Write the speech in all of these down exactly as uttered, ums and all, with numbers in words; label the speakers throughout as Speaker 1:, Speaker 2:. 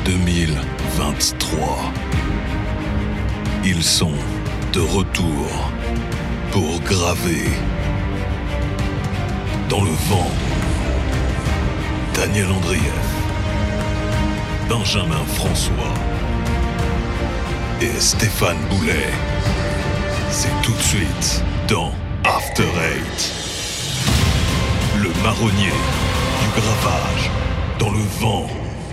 Speaker 1: deux mille vingt-trois. Ils sont de retour pour graver dans le vent. Daniel Andrieff, Benjamin François et Stéphane Boulet. C'est tout de suite dans After Eight. Le marronnier du gravage dans le vent.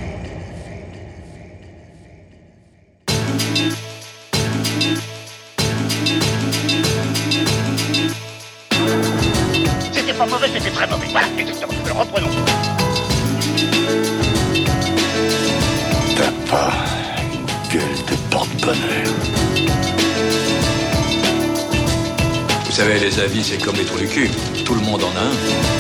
Speaker 2: C'était pas mauvais, c'était très mauvais. Voilà, exactement. Alors reprenons.
Speaker 1: T'as pas une gueule de porte-bonheur.
Speaker 3: Vous savez, les avis, c'est comme les trous du cul. Tout le monde en a un.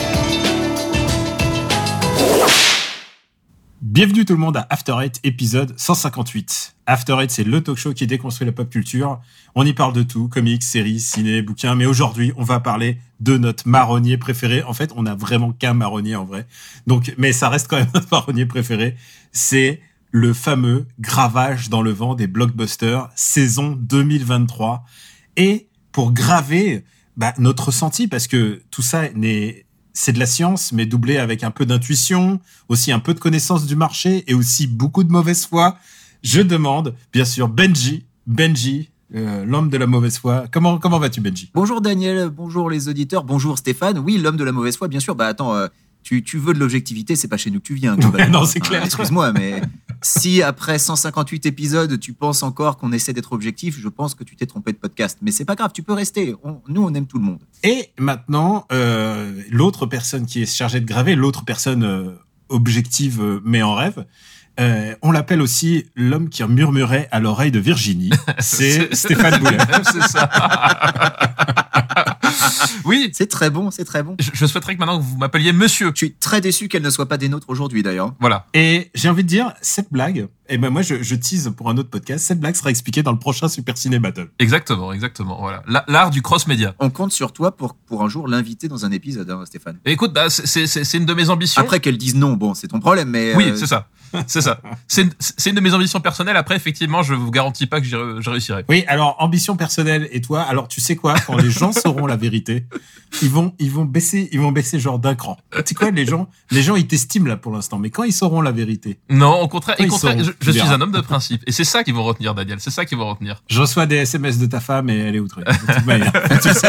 Speaker 4: Bienvenue tout le monde à After Eight, épisode cent cinquante-huit. After Eight, c'est le talk show qui déconstruit la pop culture. On y parle de tout, comics, séries, ciné, bouquins. Mais aujourd'hui, on va parler de notre marronnier préféré. En fait, on n'a vraiment qu'un marronnier en vrai. Donc, mais ça reste quand même notre marronnier préféré. C'est le fameux gravage dans le vent des blockbusters, saison deux mille vingt-trois. Et pour graver bah, notre ressenti, parce que tout ça n'est... c'est de la science, mais doublé avec un peu d'intuition, aussi un peu de connaissance du marché et aussi beaucoup de mauvaise foi. Je demande, bien sûr, Benji, Benji, euh, l'homme de la mauvaise foi. Comment comment vas-tu, Benji ?
Speaker 5: Bonjour Daniel, bonjour les auditeurs, bonjour Stéphane. Oui, l'homme de la mauvaise foi, bien sûr. Bah attends, euh, tu tu veux de l'objectivité, c'est pas chez nous que tu viens.
Speaker 4: Ouais, non, c'est clair.
Speaker 5: Hein, excuse-moi, mais si après cent cinquante-huit épisodes, tu penses encore qu'on essaie d'être objectif, je pense que tu t'es trompé de podcast. Mais c'est pas grave, tu peux rester. On, nous, on aime tout le monde.
Speaker 4: Et maintenant, euh, l'autre personne qui est chargée de graver, l'autre personne euh, objective euh, mais en rêve, euh, on l'appelle aussi l'homme qui murmurait à l'oreille de Virginie. C'est Stéphane Boulet.
Speaker 6: C'est ça. Oui.
Speaker 5: C'est très bon, c'est très bon.
Speaker 6: Je, je souhaiterais que maintenant vous m'appeliez monsieur.
Speaker 5: Je suis très déçu qu'elle ne soit pas des nôtres aujourd'hui d'ailleurs.
Speaker 6: Voilà.
Speaker 4: Et j'ai envie de dire, cette blague, et ben moi je, je tease pour un autre podcast, cette blague sera expliquée dans le prochain Super Ciné Battle.
Speaker 6: Exactement, exactement. Voilà. La- L'art du cross-média.
Speaker 5: On compte sur toi pour, pour un jour l'inviter dans un épisode, hein, Stéphane.
Speaker 6: Et écoute, bah, c'est, c'est, c'est une de mes ambitions.
Speaker 5: Après qu'elle dise non, bon, c'est ton problème, mais...
Speaker 6: Oui,
Speaker 5: euh,
Speaker 6: c'est ça. C'est ça. C'est une, c'est une de mes ambitions personnelles. Après, effectivement, je vous garantis pas que j'y re- je réussirai.
Speaker 4: Oui, alors ambition personnelle et toi, alors tu sais quoi, quand les gens sauront la vérité, ils vont ils vont baisser ils vont baisser genre d'un cran. Tu sais quoi, les gens les gens ils t'estiment là pour l'instant, mais quand ils sauront la vérité.
Speaker 6: Non, au contraire,
Speaker 4: Oui,
Speaker 6: au contraire,
Speaker 4: ils
Speaker 6: je,
Speaker 4: sont-
Speaker 6: je
Speaker 4: tu
Speaker 6: suis
Speaker 4: verras.
Speaker 6: un homme de principe. Et c'est ça qu'ils vont retenir, Daniel. C'est ça qu'ils vont retenir.
Speaker 4: Je reçois des S M S de ta femme et elle est outrée. De toute manière. Tu sais.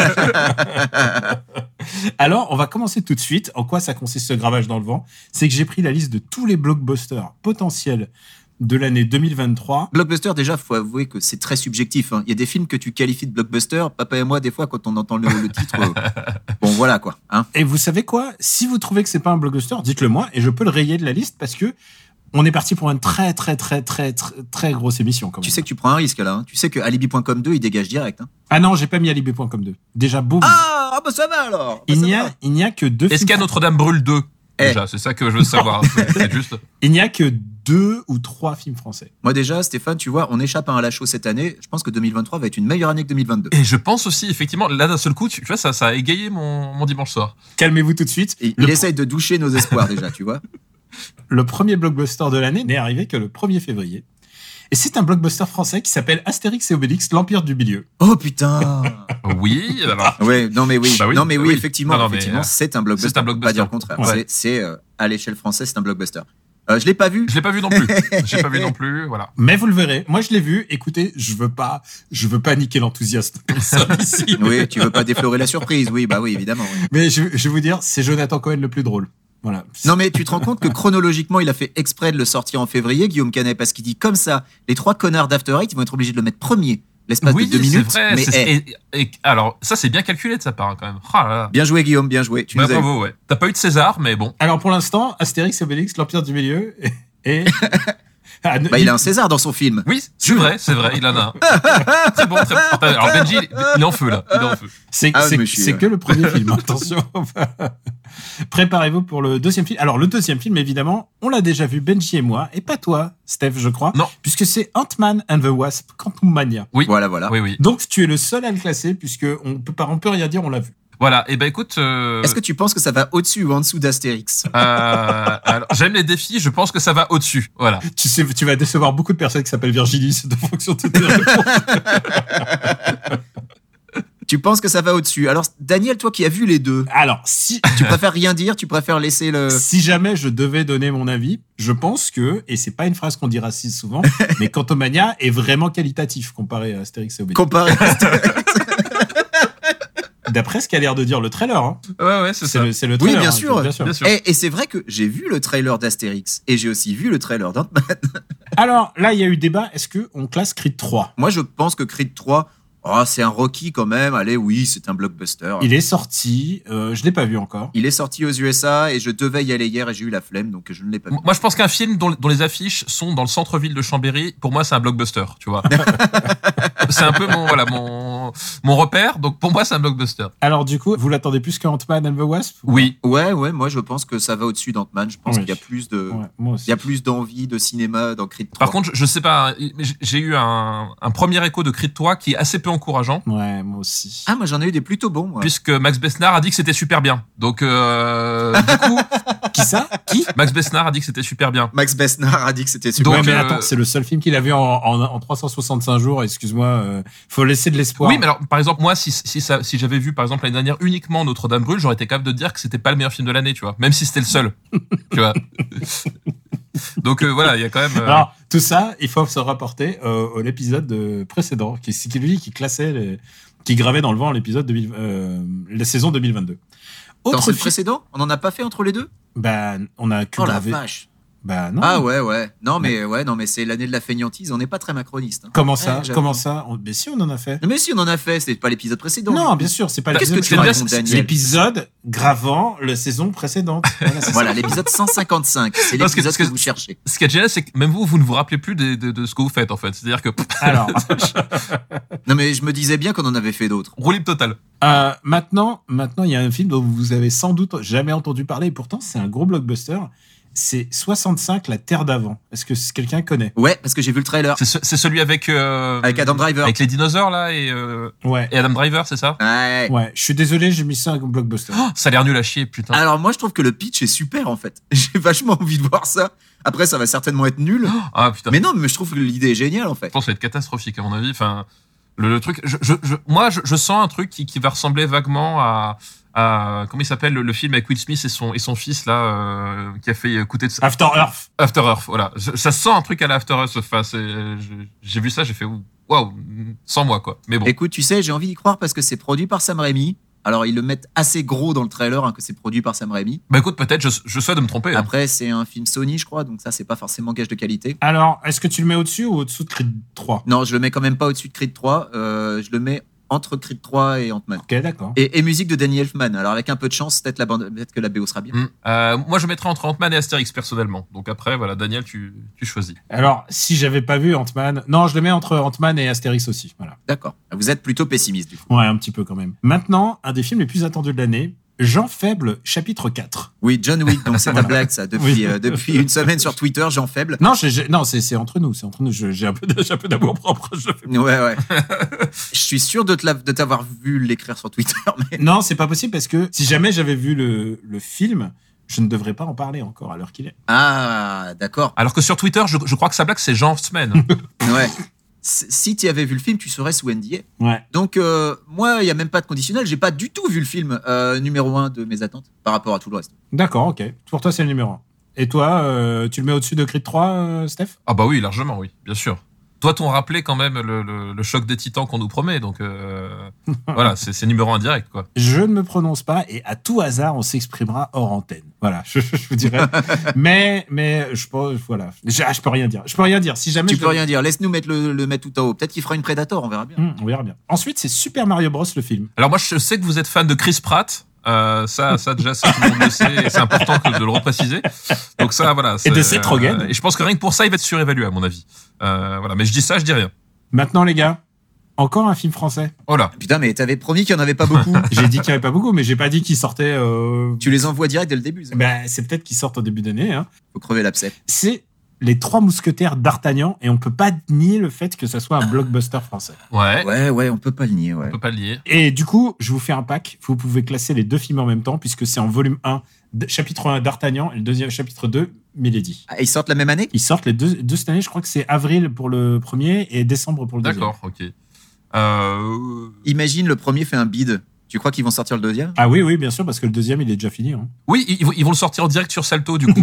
Speaker 4: Alors, on va commencer tout de suite. En quoi ça consiste ce gravage dans le vent ? C'est que j'ai pris la liste de tous les blockbusters potentiels de l'année deux mille vingt-trois.
Speaker 5: Blockbuster, déjà, faut avouer que c'est très subjectif. Hein. Il y a des films que tu qualifies de blockbuster. Papa et moi, des fois, quand on entend le, le titre, euh, bon, voilà quoi. Hein.
Speaker 4: Et vous savez quoi ? Si vous trouvez que c'est pas un blockbuster, dites-le moi et je peux le rayer de la liste parce que on est parti pour une très très très très très très grosse émission quand même.
Speaker 5: Tu sais que tu prends un risque là. Hein. Tu sais que Alibi point com deux, il dégage direct. Hein.
Speaker 4: Ah non, j'ai pas mis alibi point com deux. Déjà boum.
Speaker 5: Ah, ah bah ça va alors. Bah,
Speaker 4: il
Speaker 5: ça
Speaker 4: n'y
Speaker 5: va.
Speaker 4: a il n'y a que deux
Speaker 6: Est-ce
Speaker 4: films.
Speaker 6: qu'à Notre-Dame brûle deux
Speaker 5: Eh.
Speaker 6: Déjà, c'est ça que je veux savoir. C'est, c'est juste.
Speaker 4: Il n'y a que deux ou trois films français.
Speaker 5: Moi déjà, Stéphane, tu vois, on échappe à un lâche cette année. Je pense que deux mille vingt-trois va être une meilleure année que deux mille vingt-deux.
Speaker 6: Et je pense aussi, effectivement, là d'un seul coup, tu, tu vois, ça, ça a égayé mon, mon dimanche soir.
Speaker 4: Calmez-vous tout de suite.
Speaker 5: Et
Speaker 4: Le
Speaker 5: il essaye de doucher nos espoirs déjà, tu vois.
Speaker 4: Le premier blockbuster de l'année n'est arrivé que le premier février. Et c'est un blockbuster français qui s'appelle Astérix et Obélix, l'Empire du Milieu.
Speaker 5: Oh putain.
Speaker 6: Oui, alors.
Speaker 5: Ouais, non mais oui,
Speaker 6: Bah oui,
Speaker 5: non mais oui,
Speaker 6: oui.
Speaker 5: effectivement,
Speaker 6: Non, non, mais,
Speaker 5: effectivement,
Speaker 6: euh,
Speaker 5: c'est un blockbuster.
Speaker 6: c'est un blockbuster.
Speaker 5: Pas dire le contraire.
Speaker 4: Ouais.
Speaker 5: C'est, c'est euh, à l'échelle française, c'est un blockbuster. Euh, je l'ai pas vu.
Speaker 6: Je l'ai pas vu non plus. J'ai pas vu non plus, voilà.
Speaker 4: Mais vous le verrez. Moi, je l'ai vu. Écoutez, je veux pas, je veux pas niquer l'enthousiasme de personne ici.
Speaker 5: Oui, tu veux pas déflorer la surprise. Oui, bah oui, évidemment. oui.
Speaker 4: Mais je, je vais vous dire, c'est Jonathan Cohen le plus drôle. Voilà.
Speaker 5: Non mais tu te rends compte que chronologiquement, il a fait exprès de le sortir en février, Guillaume Canet, parce qu'il dit comme ça, les trois connards d'After Eight, ils vont être obligés de le mettre premier, l'espace
Speaker 6: Oui,
Speaker 5: de deux
Speaker 6: c'est
Speaker 5: minutes.
Speaker 6: vrai.
Speaker 5: mais
Speaker 6: c'est-
Speaker 5: hey,
Speaker 6: et, et- alors, ça, c'est bien calculé de sa part, quand même. Ah là là.
Speaker 5: bien joué Guillaume, bien joué. Tu
Speaker 6: Ouais,
Speaker 5: nous as eu.
Speaker 6: bravo, ouais. T'as pas eu de César, mais bon.
Speaker 4: Alors pour l'instant, Astérix et Obélix, l'Empire du Milieu et. et... Ah,
Speaker 5: Bah, il a un César dans son film.
Speaker 6: Oui, c'est vrai, c'est vrai, il en a un. Très bon, très bon. Alors, Benji, il est en feu, là. Il est en feu.
Speaker 4: C'est,
Speaker 5: Ah,
Speaker 4: c'est,
Speaker 5: monsieur.
Speaker 4: c'est que le premier film, attention. Préparez-vous pour le deuxième film. Alors, le deuxième film, évidemment, on l'a déjà vu, Benji et moi, et pas toi, Steph, je crois.
Speaker 6: Non.
Speaker 4: Puisque c'est Ant-Man and the Wasp, Quantumania.
Speaker 6: Oui.
Speaker 5: Voilà, voilà.
Speaker 6: Oui, oui.
Speaker 4: Donc, tu es le seul à le classer, puisque on peut pas, on peut rien dire, on l'a vu.
Speaker 6: Voilà, et ben écoute... Euh...
Speaker 5: Est-ce que tu penses que ça va au-dessus ou en dessous d'Astérix ?
Speaker 6: euh, alors, J'aime les défis, je pense que ça va au-dessus. Voilà.
Speaker 4: Tu sais, tu vas décevoir beaucoup de personnes qui s'appellent Virginie, c'est en fonction de tes réponses.
Speaker 5: Tu penses que ça va au-dessus. Alors, Daniel, toi qui as vu les deux,
Speaker 4: Alors, si,
Speaker 5: tu préfères rien dire, tu préfères laisser le...
Speaker 4: si jamais je devais donner mon avis, je pense que, et c'est pas une phrase qu'on dira si souvent, mais Quantumania est vraiment qualitatif comparé à Astérix et Obélix.
Speaker 5: Comparé à Astérix.
Speaker 4: D'après ce qu'a l'air de dire le trailer, hein.
Speaker 6: Ouais, ouais, c'est,
Speaker 4: C'est
Speaker 6: ça.
Speaker 4: le, c'est le
Speaker 5: Oui,
Speaker 4: trailer.
Speaker 5: bien
Speaker 4: hein,
Speaker 5: sûr.
Speaker 4: bien sûr.
Speaker 6: Bien sûr.
Speaker 5: Et, et c'est vrai que j'ai vu le trailer d'Astérix et j'ai aussi vu le trailer d'Ant-Man.
Speaker 4: Alors, là, il y a eu débat. Est-ce qu'on classe Creed trois?
Speaker 5: Moi, je pense que Creed trois, oh, c'est un Rocky quand même. Allez, oui, c'est un blockbuster.
Speaker 4: Il est sorti. Euh, je l'ai pas vu encore.
Speaker 5: Il est sorti aux U S A et je devais y aller hier et j'ai eu la flemme, donc je ne l'ai pas vu.
Speaker 6: Moi, je pense qu'un film dont, dont les affiches sont dans le centre-ville de Chambéry, pour moi, c'est un blockbuster, tu vois. C'est un peu mon, voilà, mon, mon repère, donc pour moi, c'est un blockbuster.
Speaker 4: Alors, du coup, vous l'attendez plus que Ant-Man and the Wasp?
Speaker 6: Oui.
Speaker 5: Ouais, ouais, moi je pense que ça va au-dessus d'Ant-Man. Je pense
Speaker 4: Oui.
Speaker 5: qu'il y a plus de,
Speaker 4: Ouais, moi aussi.
Speaker 5: il y a plus d'envie de cinéma dans Creed trois.
Speaker 6: Par contre, je sais pas, j'ai eu un, un premier écho de Creed trois qui est assez peu encourageant,
Speaker 4: Ouais, moi aussi.
Speaker 5: Ah, moi j'en ai eu des plutôt bons, moi.
Speaker 6: puisque Max Besnard a dit que c'était super bien. Donc, euh, du coup,
Speaker 4: Qui ça? Qui?
Speaker 6: Max Besnard a dit que c'était super bien.
Speaker 5: Max Besnard a dit que c'était super.
Speaker 6: Donc,
Speaker 4: ouais, mais
Speaker 6: euh,
Speaker 4: attends, c'est le seul film qu'il a vu en, en, en trois cent soixante-cinq jours. Excuse-moi, euh, faut laisser de l'espoir.
Speaker 6: Oui, mais alors, par exemple, moi, si, si, ça, si j'avais vu, par exemple, l'année dernière uniquement Notre-Dame brûle, j'aurais été capable de dire que c'était pas le meilleur film de l'année, tu vois. Même si c'était le seul. Tu vois. Donc, euh, voilà, il y a quand même. Euh...
Speaker 4: Alors, tout ça, il faut se rapporter euh, à l'épisode de- précédent, qui, qui lui, qui classait, les, qui gravait dans le vent l'épisode deux mille, euh, la saison deux mille vingt-deux.
Speaker 5: Dans
Speaker 4: Autre
Speaker 5: ce
Speaker 4: film,
Speaker 5: précédent, on en a pas fait entre les deux?
Speaker 4: bah, on a que
Speaker 5: Oh la
Speaker 4: gravé.
Speaker 5: vache.
Speaker 4: Bah non.
Speaker 5: Ah ouais, ouais. Non, mais ouais, non, mais c'est l'année de la feignantise. On n'est pas très macroniste. hein.
Speaker 4: Comment ça?
Speaker 5: Ouais, j'avoue.
Speaker 4: Comment ça? On- Mais si, on en a fait.
Speaker 5: Mais si, on en a fait. C'est pas l'épisode précédent.
Speaker 4: Non, bien sûr, c'est pas
Speaker 5: Qu'est-ce que
Speaker 4: l'épisode
Speaker 5: tu
Speaker 4: précédent.
Speaker 5: racontes,
Speaker 6: c'est-
Speaker 5: Daniel?
Speaker 4: L'épisode gravant la saison précédente. Voilà, c'est
Speaker 5: Voilà,
Speaker 4: ça.
Speaker 5: l'épisode cent cinquante-cinq. C'est
Speaker 6: Parce que-
Speaker 5: l'épisode
Speaker 6: parce
Speaker 5: que,
Speaker 6: que-
Speaker 5: vous cherchez.
Speaker 6: Ce qui est génial, c'est que même vous, vous ne vous rappelez plus de, de, de ce que vous faites, en fait. C'est-à-dire que, pff,
Speaker 4: Alors,
Speaker 5: Non, mais je me disais bien qu'on en avait fait d'autres.
Speaker 6: roue libre totale.
Speaker 4: euh, maintenant, maintenant, il y a un film dont vous avez sans doute jamais entendu parler, et pourtant, c'est un gros blockbuster. C'est soixante-cinq, La Terre d'avant. Est-ce que c- quelqu'un connaît?
Speaker 5: Ouais, parce que j'ai vu le trailer.
Speaker 6: C'est, ce- c'est celui avec, euh,
Speaker 5: Avec Adam Driver.
Speaker 6: avec les dinosaures, là, et, euh,
Speaker 4: Ouais.
Speaker 6: et Adam Driver, c'est ça?
Speaker 5: Ouais.
Speaker 4: Ouais, je suis désolé, j'ai mis ça en blockbuster.
Speaker 6: Oh, ça a l'air nul à chier, putain.
Speaker 5: Alors moi, je trouve que le pitch est super, en fait. J'ai vachement envie de voir ça. Après, ça va certainement être nul.
Speaker 6: Ah, putain.
Speaker 5: Mais non, mais je trouve que l'idée est géniale, en fait.
Speaker 6: Je pense que ça va être catastrophique, à mon avis. Enfin, le, le truc, je, je, je- moi, je, je sens un truc qui, qui va ressembler vaguement à, à comment il s'appelle le, le film avec Will Smith et son et son fils là, euh, qui a fait coûter de
Speaker 4: After Earth.
Speaker 6: After Earth. Voilà, Je- ça sent un truc à la After Earth. Enfin, c'est, je- j'ai vu ça, j'ai fait waouh, sans moi quoi. Mais bon,
Speaker 5: Écoute, tu sais, j'ai envie d'y croire parce que c'est produit par Sam Raimi. Alors, ils le mettent assez gros dans le trailer hein, que c'est produit par Sam Raimi.
Speaker 6: bah écoute, peut-être, je, je souhaite de me tromper. hein.
Speaker 5: Après, c'est un film Sony, je crois, donc ça, c'est pas forcément gage de qualité.
Speaker 4: Alors, est-ce que tu le mets au-dessus ou au-dessous de Creed trois?
Speaker 5: Non, je le mets quand même pas au-dessus de Creed trois. Euh, je le mets entre Creed trois et Ant-Man.
Speaker 4: Ok, d'accord.
Speaker 5: Et, et musique de Danny Elfman. Alors, avec un peu de chance, peut-être, la bande, peut-être que la B O sera bien.
Speaker 6: Hmm. Euh, moi, je mettrais entre Ant-Man et Astérix personnellement. Donc après, voilà, Daniel, tu, tu choisis.
Speaker 4: Alors, si j'avais pas vu Ant-Man, non, je le mets entre Ant-Man et Astérix aussi. Voilà.
Speaker 5: D'accord. Vous êtes plutôt pessimiste, du coup.
Speaker 4: Ouais, un petit peu quand même. Maintenant, un des films les plus attendus de l'année, Jean Faible, chapitre quatre.
Speaker 5: Oui, John Wick, donc c'est ta blague, ça. Depuis,
Speaker 4: Oui.
Speaker 5: euh, depuis une semaine sur Twitter, Jean Faible.
Speaker 4: Non, j'ai- j'ai- non, c'est c'est entre nous, c'est entre nous. Je- J'ai un peu, de- j'ai un peu d'amour propre. Je fais-
Speaker 5: Ouais, ouais. Je suis sûr de, te la- de t'avoir vu l'écrire sur Twitter, mais.
Speaker 4: Non, c'est pas possible parce que si jamais j'avais vu le, le film, je ne devrais pas en parler encore à l'heure qu'il est.
Speaker 5: Ah, d'accord.
Speaker 6: Alors que sur Twitter, je, je crois que sa blague, c'est Jean Semaine.
Speaker 5: Ouais. Si tu avais vu le film, tu serais sous N D A.
Speaker 4: Ouais.
Speaker 5: Donc, euh, moi, il n'y a même pas de conditionnel. J'ai pas du tout vu le film euh, numéro un de mes attentes par rapport à tout le reste.
Speaker 4: D'accord, ok. Pour toi, c'est le numéro un. Et toi, euh, tu le mets au-dessus de Creed trois, euh, Steph?
Speaker 6: Ah bah oui, largement, oui, bien sûr. Doit-on rappeler quand même le, le, le choc des titans qu'on nous promet? Donc euh, voilà, c'est, c'est numéro un direct, quoi.
Speaker 4: Je ne me prononce pas et à tout hasard, on s'exprimera hors antenne. Voilà, je, je vous dirais. mais, mais je pense, voilà, je, ah, je peux rien dire. Je peux rien dire. Si jamais
Speaker 5: Tu
Speaker 4: je-
Speaker 5: peux rien dire. Laisse-nous mettre le, le mettre tout en haut. Peut-être qu'il fera une Predator, on verra bien.
Speaker 4: Hum, on verra bien. Ensuite, c'est Super Mario Bros le film.
Speaker 6: Alors moi, je sais que vous êtes fan de Chris Pratt. Euh, ça, ça déjà, ça, tout le monde le sait. Et c'est important que de le repréciser. Donc ça, voilà.
Speaker 4: Et de
Speaker 6: c'est,
Speaker 4: Seth Rogen.
Speaker 6: euh, et je pense que rien que pour ça, il va être surévalué, à mon avis. Euh, voilà. Mais je dis ça, je dis rien.
Speaker 4: Maintenant, les gars, encore un film français.
Speaker 6: Oh là.
Speaker 5: Putain, mais t'avais promis qu'il n'y en avait pas beaucoup.
Speaker 4: J'ai dit qu'il n'y avait pas beaucoup, mais j'ai pas dit qu'il sortait. Euh...
Speaker 5: Tu les envoies direct dès le début. Ça.
Speaker 4: Ben, c'est peut-être qu'ils sortent au début d'année. Hein.
Speaker 5: Faut crever l'abcès.
Speaker 4: C'est Les Trois Mousquetaires d'Artagnan, et on peut pas nier le fait que ça soit un blockbuster français.
Speaker 6: Ouais.
Speaker 5: Ouais, ouais, on peut pas le nier. Ouais.
Speaker 6: On peut pas le lier.
Speaker 4: Et du coup, je vous fais un pack. Vous pouvez classer les deux films en même temps, puisque c'est en volume un, chapitre un d'Artagnan, et le deuxième chapitre deux, Milady.
Speaker 5: Ah, ils sortent la même année ?
Speaker 4: Ils sortent les deux, deux cette année, je crois que c'est avril pour le premier et décembre pour le deuxième.
Speaker 6: D'accord, ok. Euh...
Speaker 5: Imagine, le premier fait un bid. Tu crois qu'ils vont sortir le deuxième ?
Speaker 4: Ah oui, oui, bien sûr, parce que le deuxième, il est déjà fini. Hein.
Speaker 6: Oui, ils, ils vont le sortir en direct sur Salto, du coup.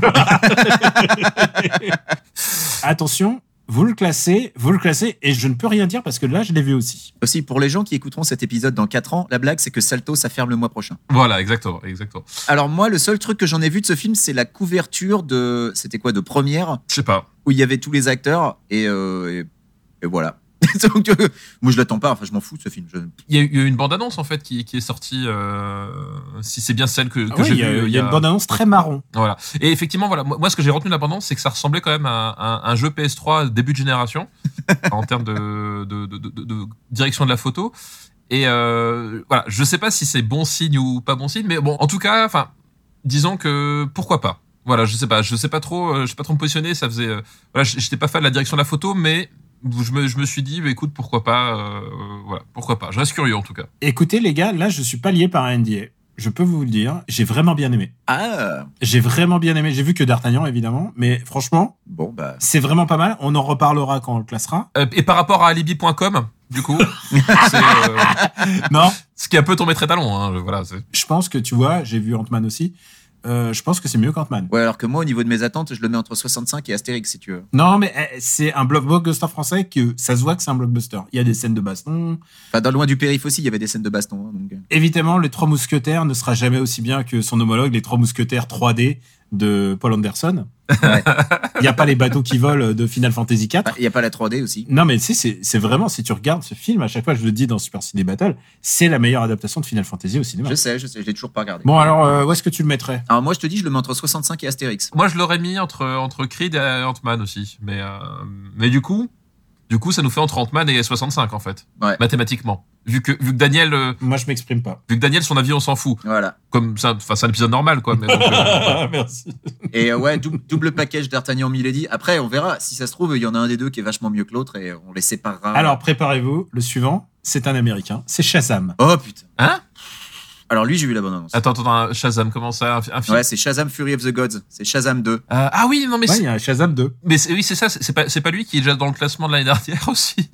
Speaker 4: Attention, vous le classez, vous le classez, et je ne peux rien dire parce que là, je l'ai vu aussi.
Speaker 5: Aussi, pour les gens qui écouteront cet épisode dans quatre ans, la blague, c'est que Salto, ça ferme le mois prochain.
Speaker 6: Voilà, exactement, exactement.
Speaker 5: Alors moi, le seul truc que j'en ai vu de ce film, c'est la couverture de... C'était quoi, de première ?
Speaker 6: Je sais pas.
Speaker 5: Où il y avait tous les acteurs, et, euh, et, et voilà. Donc, euh, moi, je l'attends pas, enfin, je m'en fous de ce film. Je...
Speaker 6: Il y a eu une bande-annonce, en fait, qui, qui est sortie, euh, si c'est bien celle que, que
Speaker 4: Ah oui,
Speaker 6: j'ai
Speaker 4: il y a,
Speaker 6: vue.
Speaker 4: il y a une bande-annonce très marron.
Speaker 6: Voilà. Et effectivement, voilà, moi, ce que j'ai retenu de la bande-annonce, c'est que ça ressemblait quand même à un, un jeu P S trois début de génération, en termes de, de, de, de, de, de direction de la photo. Et euh, voilà, je sais pas si c'est bon signe ou pas bon signe, mais bon, en tout cas, enfin, disons que pourquoi pas. Voilà, je sais pas, je sais pas trop, je sais pas trop me positionner. Ça faisait, euh, voilà, j'étais pas fan de la direction de la photo, mais je me, je me suis dit, bah, écoute, pourquoi pas, euh, voilà, pourquoi pas. Je reste curieux en tout cas.
Speaker 4: Écoutez les gars, là je suis pas lié par un N D A. Je peux vous le dire, j'ai vraiment bien aimé.
Speaker 5: Ah.
Speaker 4: J'ai vraiment bien aimé. J'ai vu que D'Artagnan évidemment, mais franchement,
Speaker 5: bon bah,
Speaker 4: c'est vraiment pas mal. On en reparlera quand on le classera.
Speaker 6: Euh, et par rapport à alibi point com, du coup, c'est euh,
Speaker 4: non,
Speaker 6: ce qui est un peu ton maître étalon. Hein, voilà. C'est...
Speaker 4: Je pense que tu vois, j'ai vu Ant-Man aussi. Euh, je pense que c'est mieux qu'Ant-Man.
Speaker 5: Ouais, alors que moi, au niveau de mes attentes, je le mets entre soixante-cinq et Astérix, si tu veux.
Speaker 4: Non, mais eh, c'est un blockbuster français que ça se voit que c'est un blockbuster. Il y a des scènes de baston.
Speaker 5: Enfin, dans Loin du Périph' aussi, il y avait des scènes de baston. Hein, donc...
Speaker 4: Évidemment, Les Trois Mousquetaires ne sera jamais aussi bien que son homologue, Les Trois Mousquetaires trois D de Paul Anderson.
Speaker 5: Ouais.
Speaker 4: Il n'y a pas les bateaux qui volent de Final Fantasy quatre.
Speaker 5: Il n'y a pas la trois D aussi.
Speaker 4: Non, mais tu sais, c'est, c'est vraiment, si tu regardes ce film, à chaque fois, je le dis dans Super Ciné Battle, c'est la meilleure adaptation de Final Fantasy au cinéma.
Speaker 5: Je sais, je sais, je l'ai toujours pas regardé.
Speaker 4: Bon, alors, euh, où est-ce que tu le mettrais ?
Speaker 5: Alors, moi, je te dis, je le mets entre soixante-cinq et Astérix.
Speaker 6: Moi, je l'aurais mis entre, entre Creed et Ant-Man aussi. Mais, euh, mais du coup, du coup, ça nous fait entre Ant-Man et soixante-cinq, en fait.
Speaker 5: Ouais.
Speaker 6: Mathématiquement. Vu que, vu que Daniel, euh,
Speaker 4: Moi, je m'exprime pas.
Speaker 6: vu que Daniel, son avis, on s'en fout.
Speaker 5: Voilà.
Speaker 6: Comme ça, enfin, c'est un épisode normal, quoi. Mais donc, euh,
Speaker 4: Merci.
Speaker 5: Et euh, ouais, double, double package d'Artagnan Milady. Après, on verra. Si ça se trouve, il y en a un des deux qui est vachement mieux que l'autre et on les séparera.
Speaker 4: Alors, préparez-vous. Le suivant, c'est un Américain. C'est Shazam.
Speaker 5: Oh putain.
Speaker 6: hein?
Speaker 5: Alors lui, j'ai vu la bande-annonce.
Speaker 6: Attends, attends, Shazam, comment ça? Un, un film?
Speaker 5: Ouais, c'est Shazam Fury of the Gods. C'est Shazam deux.
Speaker 6: Euh, ah oui, non, mais
Speaker 4: Ouais,
Speaker 6: c'est,
Speaker 4: il y a un Shazam deux.
Speaker 6: mais c'est, oui, c'est ça. C'est, c'est pas, c'est pas lui qui est déjà dans le classement de l'année dernière aussi.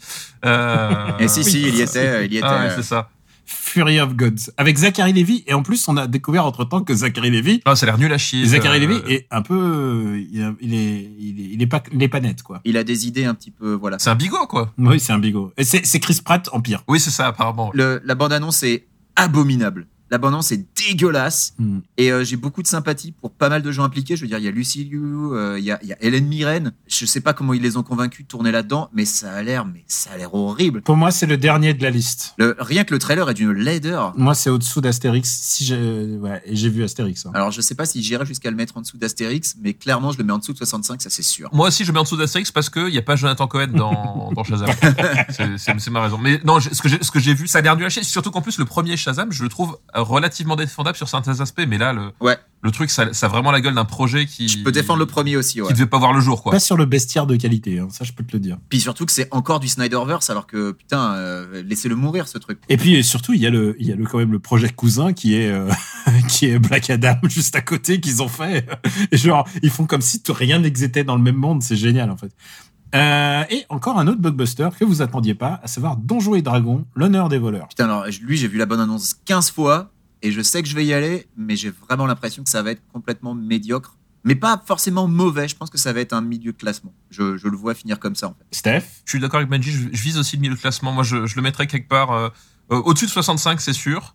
Speaker 6: Euh,
Speaker 5: Et si, si, il y était. Il y était
Speaker 6: Ah, ouais,
Speaker 5: euh,
Speaker 6: c'est ça.
Speaker 4: Fury of Gods. Avec Zachary Levi. Et en plus, on a découvert entre-temps que Zachary Levi,
Speaker 6: Ah, ça a l'air nul à chier.
Speaker 4: Zachary
Speaker 6: euh,
Speaker 4: Levi est un peu, il est, il est, il est, il est pas, il est pas net, quoi.
Speaker 5: il a des idées un petit peu. Voilà.
Speaker 6: C'est un bigot, quoi.
Speaker 4: Oui, c'est un bigot. Et c'est, c'est Chris Pratt en pire.
Speaker 6: Oui, c'est ça, apparemment.
Speaker 5: Le, la bande-annonce est abominable. La bande-annonce est dégueulasse.
Speaker 4: Hmm.
Speaker 5: Et euh, j'ai beaucoup de sympathie pour pas mal de gens impliqués. Je veux dire, il y a Lucy Liu, euh, il y, a, il y a Hélène Mirren. Je sais pas comment ils les ont convaincus de tourner là-dedans, mais ça a l'air, mais ça a l'air horrible.
Speaker 4: Pour moi, c'est le dernier de la liste.
Speaker 5: Le, rien que le trailer est d'une laideur.
Speaker 4: Moi, c'est au-dessous d'Astérix. Si j'ai, ouais, et j'ai vu Astérix. Hein.
Speaker 5: Alors, je sais pas si j'irai jusqu'à le mettre en dessous d'Astérix, mais clairement, je le mets en dessous de soixante-cinq, ça c'est sûr.
Speaker 6: Moi aussi, je mets en dessous d'Astérix parce qu'il n'y a pas Jonathan Cohen dans, dans Shazam. C'est, c'est, c'est ma raison. Mais non, ce que j'ai, ce que j'ai vu, ça a l'air nul à chier. Surtout qu'en plus, le premier Shazam, je le trouve relativement défendable sur certains aspects. Mais là, le,
Speaker 5: Ouais.
Speaker 6: le truc, ça, ça a vraiment la gueule d'un projet qui.
Speaker 5: Je peux défendre le premier aussi, ouais.
Speaker 6: Qui devait pas voir le jour, quoi.
Speaker 4: Pas sur le bestiaire de qualité, hein, ça je peux te le dire.
Speaker 5: Puis surtout que c'est encore du Snyderverse, alors que putain, euh, laissez-le mourir ce truc.
Speaker 4: Et puis et surtout, il y a le, il y a le quand même le projet cousin qui est, euh, qui est Black Adam juste à côté qu'ils ont fait. Et genre, ils font comme si tout, rien n'existait dans le même monde. C'est génial en fait. Euh, et encore un autre blockbuster que vous attendiez pas, à savoir Donjons et Dragons, l'honneur des voleurs.
Speaker 5: Putain, alors lui, j'ai vu la bonne annonce quinze fois et je sais que je vais y aller, mais j'ai vraiment l'impression que ça va être complètement médiocre. Mais pas forcément mauvais, je pense que ça va être un milieu de classement. Je, je le vois finir comme ça en fait.
Speaker 4: Steph,
Speaker 6: Je suis d'accord avec Benji, je, je vise aussi le milieu de classement. Moi, je, je le mettrais quelque part euh, euh, au-dessus de soixante-cinq, c'est sûr.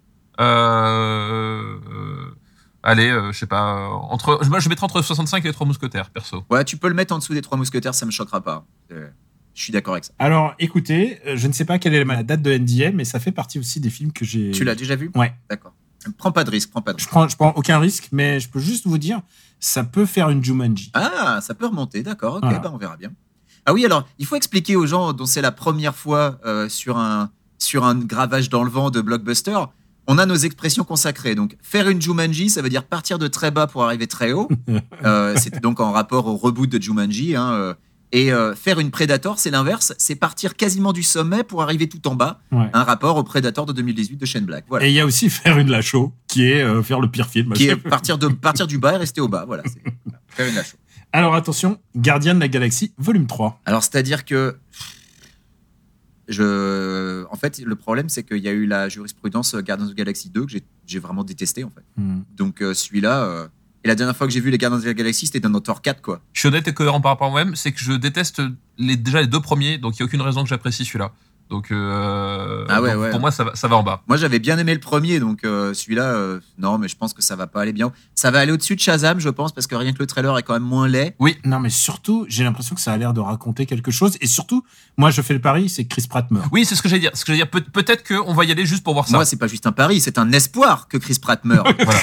Speaker 6: Euh, euh, allez, euh, je sais pas, euh, entre, moi, je mettrais entre soixante-cinq et les Trois Mousquetaires, perso.
Speaker 5: Ouais, tu peux le mettre en dessous des Trois Mousquetaires, ça me choquera pas. Euh, je suis d'accord avec ça.
Speaker 4: alors écoutez, euh, je ne sais pas quelle est la date de N D A, mais ça fait partie aussi des films que j'ai.
Speaker 5: Tu l'as déjà vu ?
Speaker 4: Ouais.
Speaker 5: D'accord. Prends pas de risque, prends pas de
Speaker 4: Je
Speaker 5: risque.
Speaker 4: prends, je prends aucun risque, mais je peux juste vous dire, ça peut faire une Jumanji.
Speaker 5: Ah, ça peut remonter, d'accord, ok,
Speaker 4: Voilà.
Speaker 5: bah on verra bien. Ah oui, alors, il faut expliquer aux gens dont c'est la première fois euh, sur, un, sur un gravage dans le vent de blockbuster. on a nos expressions consacrées. Donc, faire une Jumanji, ça veut dire partir de très bas pour arriver très haut. euh, C'était donc en rapport au reboot de Jumanji. Hein, euh, et euh, faire une Predator, c'est l'inverse. C'est partir quasiment du sommet pour arriver tout en bas.
Speaker 4: Ouais.
Speaker 5: Un rapport au Predator de deux mille dix-huit de Shane Black. Voilà.
Speaker 4: Et il y a aussi faire une Lachaud, qui est euh, faire le pire film.
Speaker 5: Qui est partir, de, partir du bas et rester au bas. Voilà, c'est faire une Lachaud.
Speaker 4: Alors attention, Gardien de la Galaxie, volume trois.
Speaker 5: Alors, c'est-à-dire que... Je... En fait, le problème, c'est qu'il y a eu la jurisprudence Guardians of the Galaxy deux que j'ai, j'ai vraiment détesté, en fait.
Speaker 4: Hmm.
Speaker 5: Donc, euh, celui-là... Euh... Et la dernière fois que j'ai vu les Guardians of the Galaxy, c'était dans notre Thor quatre, quoi.
Speaker 6: Je suis honnête et cohérent par rapport à moi-même, c'est que je déteste les, déjà les deux premiers, donc il n'y a aucune raison que j'apprécie celui-là. Donc, euh,
Speaker 5: Ah ouais,
Speaker 6: donc
Speaker 5: ouais.
Speaker 6: pour moi, ça va, ça va en bas.
Speaker 5: Moi, j'avais bien aimé le premier, donc euh, celui-là, euh, non, mais je pense que ça va pas aller bien. Ça va aller au-dessus de Shazam, je pense, parce que rien que le trailer est quand même moins laid.
Speaker 4: Non, mais surtout, j'ai l'impression que ça a l'air de raconter quelque chose. Et surtout, moi, je fais le pari, c'est que Chris Pratt meurt.
Speaker 6: Oui, c'est ce que j'allais dire. Ce que j'allais dire, Pe- peut-être qu'on va y aller juste pour voir ça.
Speaker 5: Moi, c'est pas juste un pari, c'est un espoir que Chris Pratt meure.
Speaker 6: Voilà.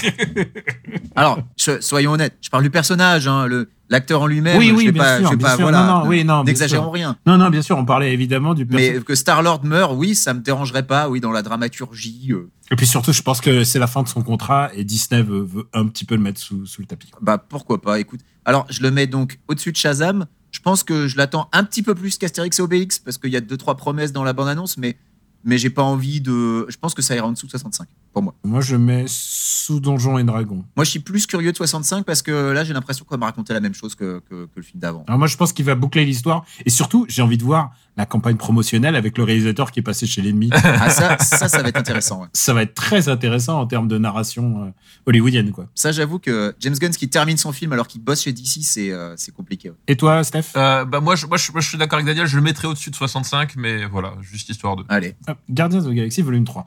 Speaker 5: Alors, je- soyons honnêtes, je parle du personnage, hein, le, l'acteur en lui-même.
Speaker 4: Oui,
Speaker 5: je
Speaker 4: oui,
Speaker 5: vais
Speaker 4: bien
Speaker 5: pas,
Speaker 4: sûr,
Speaker 5: je vais
Speaker 4: bien
Speaker 5: pas,
Speaker 4: sûr.
Speaker 5: voilà,
Speaker 4: Non, non, oui, non, bien
Speaker 5: n'exagérons
Speaker 4: sûr.
Speaker 5: rien.
Speaker 4: Non, non, bien sûr, on parlait évidemment du
Speaker 5: Mais
Speaker 4: perso-
Speaker 5: que Star-Lord meure, oui, ça me dérangerait pas, oui, dans la dramaturgie. euh,
Speaker 4: Et puis surtout, je pense que c'est la fin de son contrat et Disney veut, veut un petit peu le mettre sous, sous le tapis.
Speaker 5: Bah pourquoi pas, écoute. Alors je le mets donc au-dessus de Shazam. Je pense que je l'attends un petit peu plus qu'Astérix et Obélix parce qu'il y a deux trois promesses dans la bande-annonce, mais mais j'ai pas envie de. Je pense que ça ira en dessous de soixante-cinq pour moi.
Speaker 4: Moi, je mets sous Donjons et Dragons.
Speaker 5: Moi je suis plus curieux de soixante-cinq parce que là j'ai l'impression qu'on va me raconter la même chose que, que, que le film d'avant.
Speaker 4: Alors moi, je pense qu'il va boucler l'histoire. Et surtout, j'ai envie de voir la campagne promotionnelle avec le réalisateur qui est passé chez l'ennemi.
Speaker 5: Ah ça, ça, ça va être intéressant. Ouais.
Speaker 4: Ça va être très intéressant en termes de narration euh, hollywoodienne, quoi.
Speaker 5: Ça j'avoue que James Gunn qui termine son film alors qu'il bosse chez D C, c'est euh, c'est compliqué. Ouais.
Speaker 4: Et toi, Steph
Speaker 6: Euh, bah moi, je, moi, je, moi, je suis d'accord avec Daniel, je le mettrais au-dessus de soixante-cinq, mais voilà, juste histoire de.
Speaker 5: Allez.
Speaker 4: Hop, Guardians of the Galaxy, volume trois.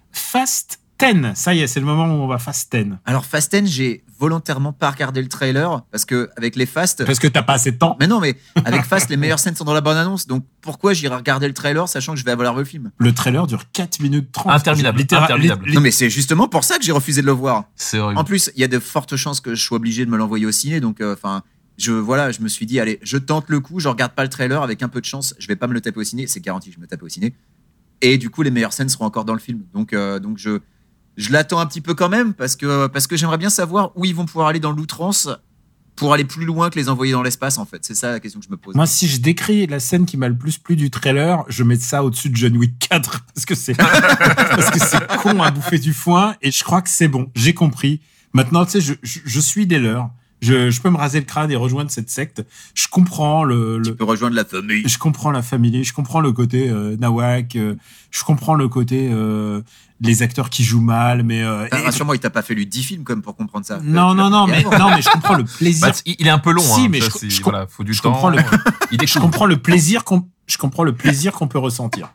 Speaker 4: Fast dix. Ça y est, c'est le moment où on va Fast dix.
Speaker 5: Alors Fast dix, j'ai volontairement pas regardé le trailer parce que avec les Fast.
Speaker 4: Parce que t'as pas assez de temps.
Speaker 5: Mais non, mais avec Fast, les meilleures scènes sont dans la bande-annonce. Donc pourquoi j'irai regarder le trailer sachant que je vais avoir le film?
Speaker 4: Le trailer dure quatre minutes trente.
Speaker 6: Interminable,
Speaker 4: Littéra-
Speaker 6: interminable.
Speaker 4: li-
Speaker 5: Non, mais c'est justement pour ça que j'ai refusé de le voir.
Speaker 6: C'est horrible.
Speaker 5: En plus, il y a de fortes chances que je sois obligé de me l'envoyer au ciné. Donc, enfin, je voilà, je me suis dit, allez, je tente le coup. Je regarde pas le trailer avec un peu de chance. Je vais pas me le taper au ciné. C'est garanti, je me tape au ciné. Et du coup, les meilleures scènes seront encore dans le film. Donc, euh, donc je je l'attends un petit peu quand même parce que parce que j'aimerais bien savoir où ils vont pouvoir aller dans l'outrance pour aller plus loin que les envoyer dans l'espace. En fait, c'est ça la question que je me pose.
Speaker 4: Moi, si je décris la scène qui m'a le plus plu du trailer, je mets ça au-dessus de John Wick quatre parce que c'est parce que c'est con à bouffer du foin et je crois que c'est bon. J'ai compris. Maintenant, tu sais, je, je, je suis des leurs. Je, je peux me raser le crâne et rejoindre cette secte. Je comprends le, le
Speaker 5: Tu peux rejoindre la famille.
Speaker 4: je comprends la famille, je comprends le côté euh, nawak, euh, je comprends le côté euh, les acteurs qui jouent mal, mais euh,
Speaker 5: Ah,
Speaker 4: et-
Speaker 5: rassure-moi, il t'a pas fallu dix films comme pour comprendre ça.
Speaker 4: non
Speaker 5: Tu
Speaker 4: non
Speaker 5: l'as
Speaker 4: non
Speaker 5: fait
Speaker 4: mais
Speaker 5: avant.
Speaker 4: non mais je comprends le plaisir.
Speaker 6: Bah, il il est un peu long,
Speaker 4: Si,
Speaker 6: hein,
Speaker 4: mais
Speaker 6: ça,
Speaker 4: je-
Speaker 6: c'est-
Speaker 4: je
Speaker 6: voilà, faut du
Speaker 4: je
Speaker 6: temps.
Speaker 4: comprends le-
Speaker 6: Il
Speaker 4: Je
Speaker 6: découvre.
Speaker 4: comprends le plaisir qu'on je comprends le plaisir qu'on peut ressentir.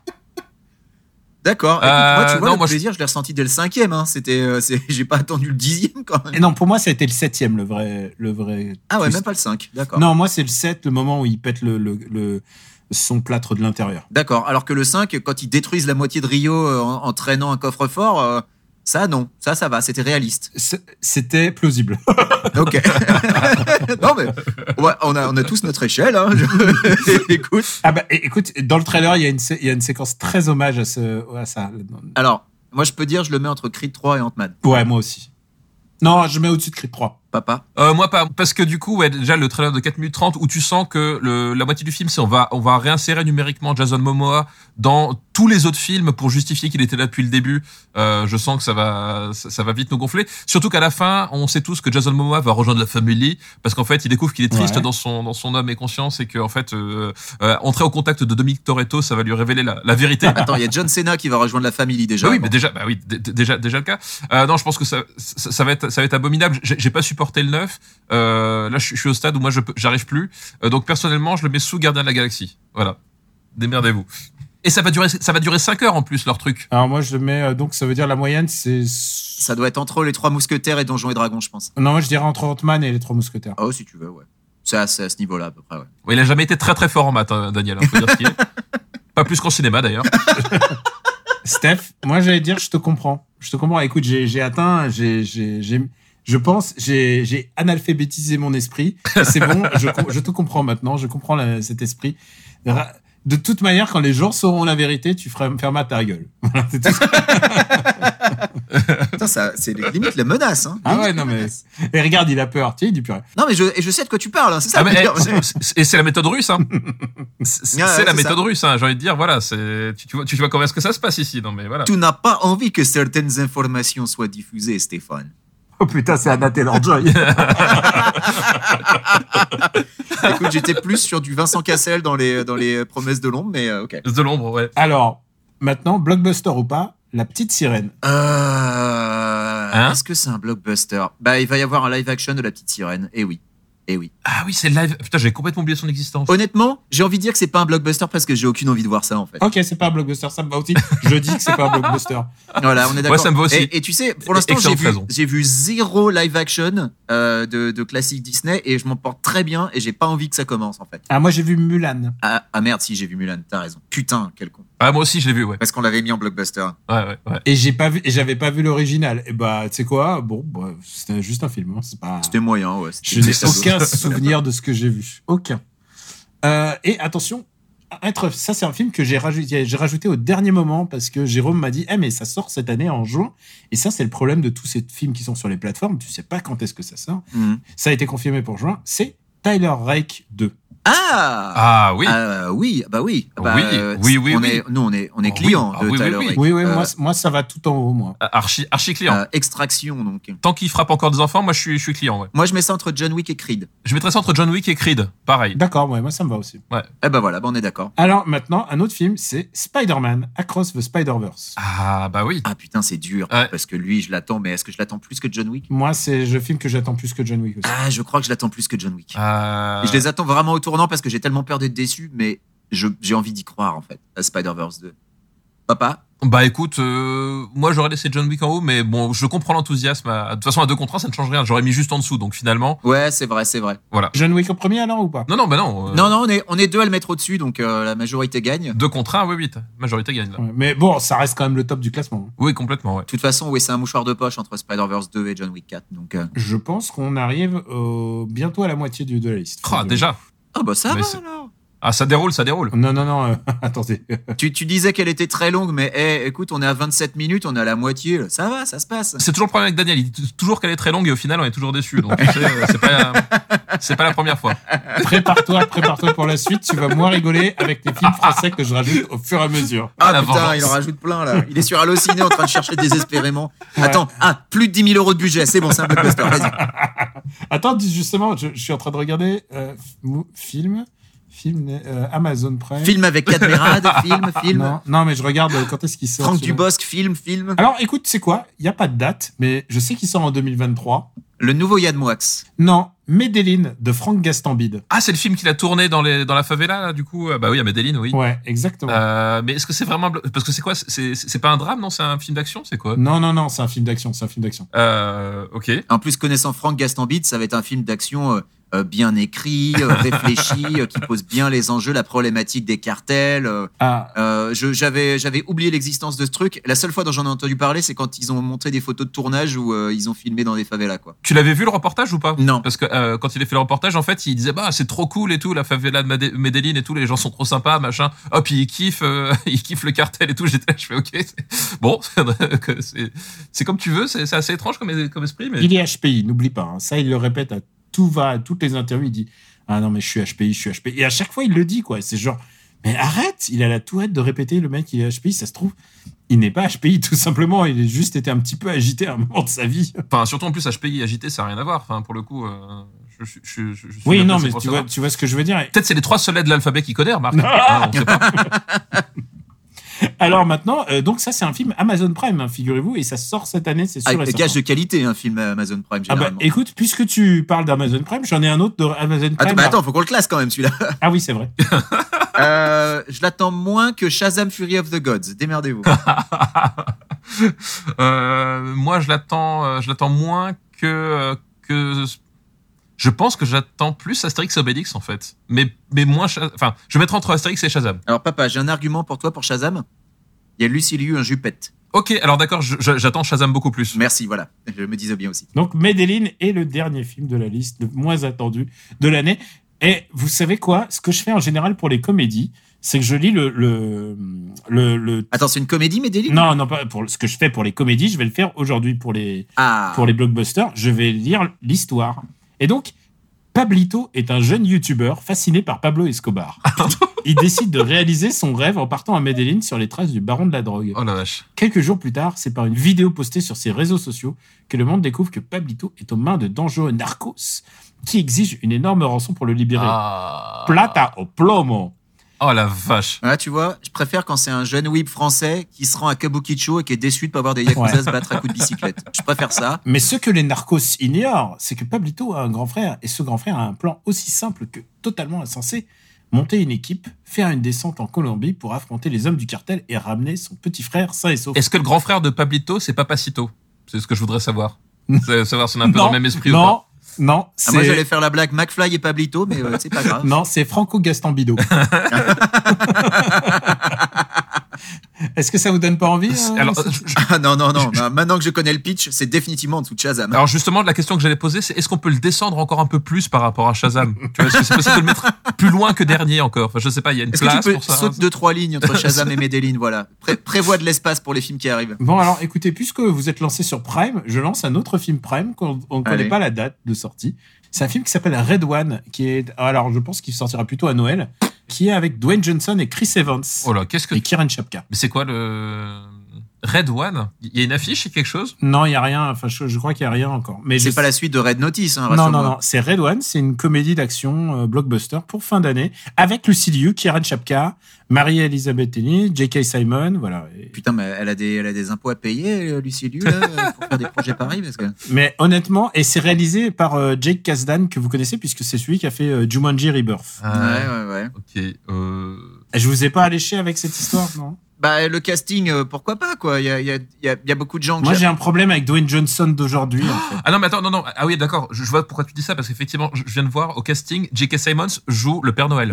Speaker 5: D'accord. Écoute,
Speaker 6: Euh,
Speaker 5: moi, tu vois,
Speaker 6: non,
Speaker 5: le
Speaker 6: moi, je-
Speaker 5: plaisir, je, l'ai ressenti dès le cinquième. Hein. C'était, euh, c'est, j'ai pas attendu le dixième quand même.
Speaker 4: Et non, pour moi, ça a été le septième, le vrai, le vrai.
Speaker 5: Ah ouais,
Speaker 4: twist.
Speaker 5: même pas le cinq. D'accord.
Speaker 4: Non, moi, c'est le sept, le moment où il pète le, le, le son plâtre de l'intérieur.
Speaker 5: D'accord. Alors que le cinq, quand ils détruisent la moitié de Rio euh, en, en traînant un coffre-fort, euh, ça, non. Ça, ça va. C'était réaliste.
Speaker 4: C'est- C'était plausible.
Speaker 5: Ok. non, mais ouais, on, a, on a tous notre échelle. Hein. Je- Écoute.
Speaker 4: Ah bah, é- écoute, dans le trailer, il y a une, sé- il y a une séquence très hommage à ce, à ça.
Speaker 5: Alors, moi, je peux dire, je le mets entre Creed trois et Ant-Man.
Speaker 4: Ouais, moi aussi. Non, je mets au-dessus de Creed trois.
Speaker 5: Papa.
Speaker 6: Euh, moi pas, parce que du coup, ouais, déjà le trailer de quatre minutes trente où tu sens que le, la moitié du film, c'est on va, on va réinsérer numériquement Jason Momoa dans tous les autres films pour justifier qu'il était là depuis le début. Euh, je sens que ça va, ça, ça va vite nous gonfler. Surtout qu'à la fin, on sait tous que Jason Momoa va rejoindre la famille parce qu'en fait, il découvre qu'il est triste
Speaker 4: Ouais.
Speaker 6: dans son, dans son âme et conscience et que en fait, euh, euh, entrer au contact de Dominique Toretto, ça va lui révéler la, la vérité.
Speaker 5: Attends, il y a John Cena qui va rejoindre la famille déjà.
Speaker 6: Bah oui,
Speaker 5: Bon.
Speaker 6: mais déjà, bah oui, d- d- déjà, déjà le cas. Euh, non, je pense que ça, ça, ça va être, ça va être abominable. J'ai, j'ai pas supporté le neuf. Euh, là, je, je suis au stade où moi, je, peux- j'arrive plus. Euh, donc, personnellement, je le mets sous Gardien de la Galaxie. Voilà. Démerdez-vous. Et ça va durer, ça va durer cinq heures en plus, leur truc.
Speaker 4: Alors moi, je le mets, euh, donc ça veut dire la moyenne, c'est...
Speaker 5: Ça doit être entre les trois mousquetaires et Donjons et Dragons, je pense.
Speaker 4: Non, moi, je dirais entre Ant-Man et les trois mousquetaires.
Speaker 5: Oh, si tu veux, ouais. C'est à, c'est à ce niveau-là, à peu près, ouais.
Speaker 6: Ouais, il a jamais été très très fort en maths, hein, Daniel. Hein, faut dire ce qu'il est. Pas plus qu'en cinéma, d'ailleurs.
Speaker 4: Steph, moi j'allais dire, je te comprends. Je te comprends. Écoute, j'ai, j'ai atteint, j'ai, j'ai, j'ai, je pense, j'ai, j'ai analphabétisé mon esprit. C'est bon, je, je te comprends maintenant. Je comprends la- cet esprit. Ra- de toute manière, quand les gens sauront la vérité, tu feras fermer ta gueule. Voilà, c'est tout.
Speaker 5: Putain, ça, c'est limite la menace. Hein.
Speaker 4: Ah ouais, non mais. Et regarde, il a peur. Tu sais, il dit plus rien.
Speaker 5: Non, mais je, et je sais de quoi tu parles. Hein, c'est ça.
Speaker 6: Ah, mais,
Speaker 5: le pire.
Speaker 6: eh, c'est- et c'est la méthode russe, hein. C'est
Speaker 5: Ah,
Speaker 6: c'est
Speaker 5: ouais,
Speaker 6: la
Speaker 5: c'est
Speaker 6: méthode
Speaker 5: ça.
Speaker 6: russe, hein. J'ai envie de dire, voilà, c'est, tu, tu vois, tu vois comment est-ce que ça se passe ici, non mais voilà.
Speaker 5: Tu n'as pas envie que certaines informations soient diffusées, Stéphane.
Speaker 4: Oh putain, c'est Anna Taylor-Joy.
Speaker 5: Écoute, j'étais plus sur du Vincent Cassel dans les, dans les promesses de l'ombre, mais euh, ok.
Speaker 6: De l'ombre, ouais.
Speaker 4: Alors, maintenant, blockbuster ou pas, La Petite Sirène.
Speaker 5: Euh,
Speaker 6: Hein
Speaker 5: Est-ce que c'est un blockbuster? Bah, il va y avoir un live action de La Petite Sirène. Eh oui. Eh oui.
Speaker 6: Ah oui, c'est live. Putain, j'avais complètement oublié son existence.
Speaker 5: Honnêtement, j'ai envie de dire que c'est pas un blockbuster parce que j'ai aucune envie de voir ça en fait.
Speaker 4: Ok, c'est pas un blockbuster, ça me va aussi. Je dis que c'est pas un blockbuster.
Speaker 5: Voilà, on est d'accord.
Speaker 6: Ouais, ça me va aussi.
Speaker 5: Et, et tu sais, pour l'instant, j'ai
Speaker 6: Excellente
Speaker 5: vu,
Speaker 6: raison.
Speaker 5: j'ai vu zéro live action euh, de, de classique Disney et je m'en porte très bien et j'ai pas envie que ça commence en fait.
Speaker 4: Ah, moi j'ai vu Mulan.
Speaker 5: Ah, ah merde, si j'ai vu Mulan, t'as raison. Putain, quel con.
Speaker 6: Ah, moi aussi, je l'ai vu, ouais.
Speaker 5: Parce qu'on l'avait mis en blockbuster.
Speaker 6: Ouais, ouais, ouais.
Speaker 4: Et j'ai pas vu, et j'avais pas vu l'original. Et bah, tu sais quoi? Bon, bah, c'était juste un film. Hein. C'est pas.
Speaker 5: C'était moyen, ouais.
Speaker 4: Je
Speaker 5: C'était
Speaker 4: n'ai
Speaker 5: cadeau.
Speaker 4: aucun souvenir de ce que j'ai vu. Aucun. Euh, et attention, être, ça c'est un film que j'ai rajouté, j'ai rajouté au dernier moment parce que Jérôme m'a dit, eh mais ça sort cette année en juin. Et ça c'est le problème de tous ces films qui sont sur les plateformes. Tu sais pas quand est-ce que ça sort.
Speaker 5: Mhm.
Speaker 4: Ça a été confirmé pour juin. C'est Tyler Rake deux.
Speaker 5: Ah
Speaker 6: Ah oui.
Speaker 5: Ah, oui, bah oui. Bah,
Speaker 6: Oui,
Speaker 5: euh,
Speaker 6: oui, oui,
Speaker 5: on
Speaker 6: oui.
Speaker 5: Est, nous, on est, on est
Speaker 6: Oh, oui.
Speaker 5: clients
Speaker 6: Ah,
Speaker 5: de
Speaker 6: oui, oui,
Speaker 5: Tyler
Speaker 6: oui.
Speaker 5: Rake.
Speaker 4: Oui, oui,
Speaker 5: Euh,
Speaker 4: moi, moi ça va tout en haut, moi.
Speaker 6: Archi, archi client.
Speaker 5: euh, Extraction, donc.
Speaker 6: Tant qu'il frappe encore des enfants, moi, je suis, je suis client, ouais.
Speaker 5: Moi, je mets ça entre John Wick et Creed.
Speaker 6: Je mettrais ça entre John Wick et Creed. Pareil.
Speaker 4: D'accord, ouais, moi ça me va aussi.
Speaker 5: Eh ben voilà, bah on est d'accord.
Speaker 4: Alors maintenant, un autre film, c'est Spider-Man Across the Spider-Verse.
Speaker 6: Ah, bah oui.
Speaker 5: Ah putain, c'est dur.
Speaker 6: Ouais.
Speaker 5: Parce que lui, je l'attends, mais est-ce que je l'attends plus que John Wick?
Speaker 4: Moi, c'est le film que j'attends plus que John Wick aussi.
Speaker 5: Ah, je crois que je l'attends plus que John Wick.
Speaker 6: Euh...
Speaker 5: Et je les attends vraiment au tournant parce que j'ai tellement peur d'être déçu, mais je- j'ai envie d'y croire en fait, à Spider-Verse deux. Papa?
Speaker 6: Bah écoute, euh, moi j'aurais laissé John Wick en haut, mais bon, je comprends l'enthousiasme. À- De toute façon, à deux contre un, ça ne change rien. J'aurais mis juste en dessous, donc finalement,
Speaker 5: Ouais, c'est vrai, c'est vrai.
Speaker 6: voilà.
Speaker 4: John Wick au premier alors ou pas?
Speaker 6: Non, non, bah non. euh,
Speaker 5: Non, non, on est, on est deux à le mettre au-dessus, donc euh, la majorité gagne. De
Speaker 6: Deux contre un, oui, oui. Majorité gagne là.
Speaker 4: Ouais, mais bon, ça reste quand même le top du classement.
Speaker 6: Oui, complètement, ouais.
Speaker 5: toute façon, oui, c'est un mouchoir de poche entre Spider-Verse deux et John Wick quatre. Donc, euh,
Speaker 4: Je pense qu'on arrive au- bientôt à la moitié du, de la liste.
Speaker 6: Ah, déjà.
Speaker 5: ah bah ça
Speaker 6: Mais
Speaker 5: va
Speaker 6: c'est-
Speaker 5: alors.
Speaker 6: Ah, ça déroule, ça déroule.
Speaker 4: Non, non, non, euh, attendez.
Speaker 5: Tu, tu disais qu'elle était très longue, mais hey, écoute, on est à vingt-sept minutes, on est à la moitié. là. Ça va, ça se passe.
Speaker 6: C'est toujours le problème avec Daniel. Il dit toujours qu'elle est très longue et au final, on est toujours déçu. Donc, tu sais, euh, c'est pas, c'est pas la première fois.
Speaker 4: Prépare-toi, prépare-toi pour la suite. Tu vas moins rigoler avec les films français que je rajoute au fur et à mesure.
Speaker 5: Ah
Speaker 6: la
Speaker 5: putain,
Speaker 6: vengeance.
Speaker 5: il en rajoute plein là. Il est sur Allociné en train de chercher désespérément.
Speaker 4: Ouais.
Speaker 5: Attends, ah, plus de dix mille euros de budget, c'est bon, c'est un blockbuster. Vas-y.
Speaker 4: Attends, justement, je, je suis en train de regarder euh, mou- film, film euh, Amazon Prime.
Speaker 5: Film avec Cadmerade, film, film.
Speaker 4: Non, non, mais je regarde euh, quand est-ce qu'il sort.
Speaker 5: Franck
Speaker 4: celui-là.
Speaker 5: Dubosc, film, film.
Speaker 4: Alors, écoute, c'est quoi? Il y a pas de date, mais je sais qu'il sort en deux mille vingt-trois.
Speaker 5: Le nouveau Yann Moix.
Speaker 4: Non, Medellin de Franck Gastambide.
Speaker 6: Ah, c'est le film qu'il a tourné dans, les, dans la favela, là, du coup. Bah oui, à Medellin, oui.
Speaker 4: Ouais, exactement.
Speaker 6: Euh, mais est-ce que c'est vraiment un blo- parce que c'est quoi c'est, c'est, c'est pas un drame, non? C'est un film d'action, c'est quoi?
Speaker 4: Non, non, non, c'est un film d'action, c'est un film d'action.
Speaker 6: Euh, ok.
Speaker 5: En plus, connaissant Franck Gastambide, ça va être un film d'action euh, euh, bien écrit, euh, réfléchi, euh, qui pose bien les enjeux, la problématique des cartels. euh,
Speaker 4: Ah,
Speaker 5: Euh, je- j'avais, j'avais oublié l'existence de ce truc. La seule fois dont j'en ai entendu parler, c'est quand ils ont montré des photos de tournage où euh, ils ont filmé dans des favelas, quoi.
Speaker 6: Tu l'avais vu le reportage ou pas?
Speaker 5: Non.
Speaker 6: Parce que euh, quand il a fait le reportage, en fait, il disait bah c'est trop cool et tout, la favela de Made- Medellin et tout, les gens sont trop sympas, machin. Hop, il kiffe, euh, il kiffe le cartel et tout. J'étais là, je fais ok. c'est- Bon, c'est, c'est comme tu veux. C'est, c'est assez étrange comme, comme esprit, mais
Speaker 4: il est H P I, n'oublie pas. hein. Ça, il le répète à tout va, à toutes les interviews. Il dit ah non mais je suis H P I, je suis H P I. Et à chaque fois, il le dit quoi. C'est genre mais arrête. Il a la tourette de répéter le mec il est H P I. Ça se trouve, il n'est pas H P I tout simplement. Il a juste été un petit peu agité à un moment de sa vie.
Speaker 6: enfin surtout en plus H P I agité, ça n'a rien à voir. Enfin pour le coup, euh, je, je, je, je, je suis
Speaker 4: Oui
Speaker 6: bien
Speaker 4: non
Speaker 6: placé
Speaker 4: mais
Speaker 6: pour
Speaker 4: tu
Speaker 6: savoir.
Speaker 4: vois, tu vois ce que je veux dire.
Speaker 6: Peut-être c'est les trois seuls lettres de l'alphabet qu'il connaît, remarque. Hein, on sait pas.
Speaker 4: Alors maintenant, euh, donc ça c'est un film Amazon Prime, hein, figurez-vous, et ça sort cette année, c'est sûr. et
Speaker 5: Avec
Speaker 4: certain.
Speaker 5: gage de qualité, un film Amazon Prime,
Speaker 4: Ah bah
Speaker 5: généralement.
Speaker 4: écoute, puisque tu parles d'Amazon Prime, j'en ai un autre de Amazon Prime.
Speaker 5: Attends, bah attends, faut qu'on le classe quand même, celui-là.
Speaker 4: Ah oui, c'est vrai.
Speaker 5: Euh, je l'attends moins que Shazam Fury of the Gods. Démerdez-vous.
Speaker 6: Euh, moi, je l'attends, euh, je l'attends moins que euh, que. Je pense que j'attends plus Astérix et Obélix en fait, mais mais moins. Shaz- Enfin, je vais mettre entre Astérix et Shazam.
Speaker 5: Alors, papa, j'ai un argument pour toi pour Shazam. Il y a Lucy Liu, un jupette.
Speaker 6: Ok, alors d'accord, je- je- j'attends Shazam beaucoup plus.
Speaker 5: Merci, voilà. Je me disais bien aussi.
Speaker 4: Donc Medellin est le dernier film de la liste, le moins attendu de l'année. Et vous savez quoi? Ce que je fais en général pour les comédies, c'est que je lis le le le, le...
Speaker 5: Attends, c'est une comédie, mais des livres?
Speaker 4: Non, non, pas pour ce que je fais pour les comédies, je vais le faire aujourd'hui pour les
Speaker 5: Ah.
Speaker 4: pour les blockbusters. Je vais lire l'histoire. Et donc, Pablito est un jeune YouTuber fasciné par Pablo Escobar. Il décide de réaliser son rêve en partant à Medellín sur les traces du baron de la drogue.
Speaker 6: Oh la vache.
Speaker 4: Quelques jours plus tard, c'est par une vidéo postée sur ses réseaux sociaux que le monde découvre que Pablito est aux mains de dangereux narcos qui exigent une énorme rançon pour le libérer.
Speaker 6: Ah.
Speaker 4: Plata o plomo.
Speaker 6: Oh la vache.
Speaker 5: Voilà, tu vois, je préfère quand c'est un jeune whip français qui se rend à Kabukicho et qui est déçu de pas voir des yakuza
Speaker 4: Ouais.
Speaker 5: se battre à coups de bicyclette. Je préfère ça.
Speaker 4: Mais ce que les narcos ignorent, c'est que Pablito a un grand frère, et ce grand frère a un plan aussi simple que totalement insensé. Monter une équipe, faire une descente en Colombie pour affronter les hommes du cartel et ramener son petit frère sain et sauf.
Speaker 6: Est-ce que le grand frère de Pablito, c'est Papacito? C'est ce que je voudrais savoir. C'est savoir si on est un peu
Speaker 4: Non,
Speaker 6: dans le même esprit
Speaker 4: non,
Speaker 6: ou pas.
Speaker 4: non,
Speaker 5: Ah,
Speaker 4: c'est...
Speaker 5: moi, j'allais faire la blague McFly et Pablito, mais euh, c'est pas grave.
Speaker 4: Non, c'est Franco Gastambido. Est-ce que ça vous donne pas envie hein,
Speaker 6: Alors,
Speaker 4: ça
Speaker 6: euh, je-
Speaker 5: Ah, non, non, non. Bah, maintenant que je connais le pitch, c'est définitivement en dessous de Shazam.
Speaker 6: alors justement, la question que j'allais poser, c'est est-ce qu'on peut le descendre encore un peu plus par rapport à Shazam? Tu vois, est-ce que c'est possible de le mettre plus loin que dernier encore? Enfin, je sais pas, il y a une
Speaker 5: Est-ce que tu
Speaker 6: place
Speaker 5: peux
Speaker 6: pour ça.
Speaker 5: sauter deux, trois lignes entre Shazam et Medellín, voilà. Pré- prévois de l'espace pour les films qui arrivent.
Speaker 4: Bon, alors écoutez, puisque vous êtes lancé sur Prime, je lance un autre film Prime qu'on on ne connaît
Speaker 5: Allez.
Speaker 4: pas la date de sortie. C'est un film qui s'appelle Red One, qui est, alors je pense qu'il sortira plutôt à Noël, qui est avec Dwayne Johnson et Chris Evans
Speaker 6: Oh là, qu'est-ce que...
Speaker 4: et Kieran Shapka.
Speaker 6: Mais c'est quoi le... Red One? Il y a une affiche et quelque chose?
Speaker 4: Non, il y a rien. Enfin, je, je crois qu'il y a rien encore. Mais
Speaker 5: C'est
Speaker 4: je-
Speaker 5: pas la suite de Red Notice, hein,
Speaker 4: Non,
Speaker 5: rassure-moi.
Speaker 4: non, non. C'est Red One. C'est une comédie d'action euh, blockbuster pour fin d'année avec Lucy Liu, Kieran Shapka, Marie-Elisabeth Tenny, J K. Simon, voilà. Et-
Speaker 5: Putain, mais elle a des, elle a des impôts à payer, euh, Lucie Liu, là, euh, pour faire des projets pareils, parce que...
Speaker 4: Mais honnêtement, et c'est réalisé par euh, Jake Kasdan que vous connaissez puisque c'est celui qui a fait euh, Jumanji Rebirth.
Speaker 5: Ouais,
Speaker 6: Euh,
Speaker 5: ouais, ouais.
Speaker 6: Ok. Euh...
Speaker 4: Je vous ai pas alléché avec cette histoire, non?
Speaker 5: Bah, le casting, euh, pourquoi pas, quoi. Il y a, il y, a, il y, a, il y a beaucoup de gens que
Speaker 4: Moi,
Speaker 5: j'aime.
Speaker 4: j'ai un problème avec Dwayne Johnson d'aujourd'hui, en fait.
Speaker 6: Ah non, mais attends, non, non. Ah oui, d'accord. Je, je vois pourquoi tu dis ça, parce qu'effectivement, je, je viens de voir au casting, J K. Simmons joue le Père Noël.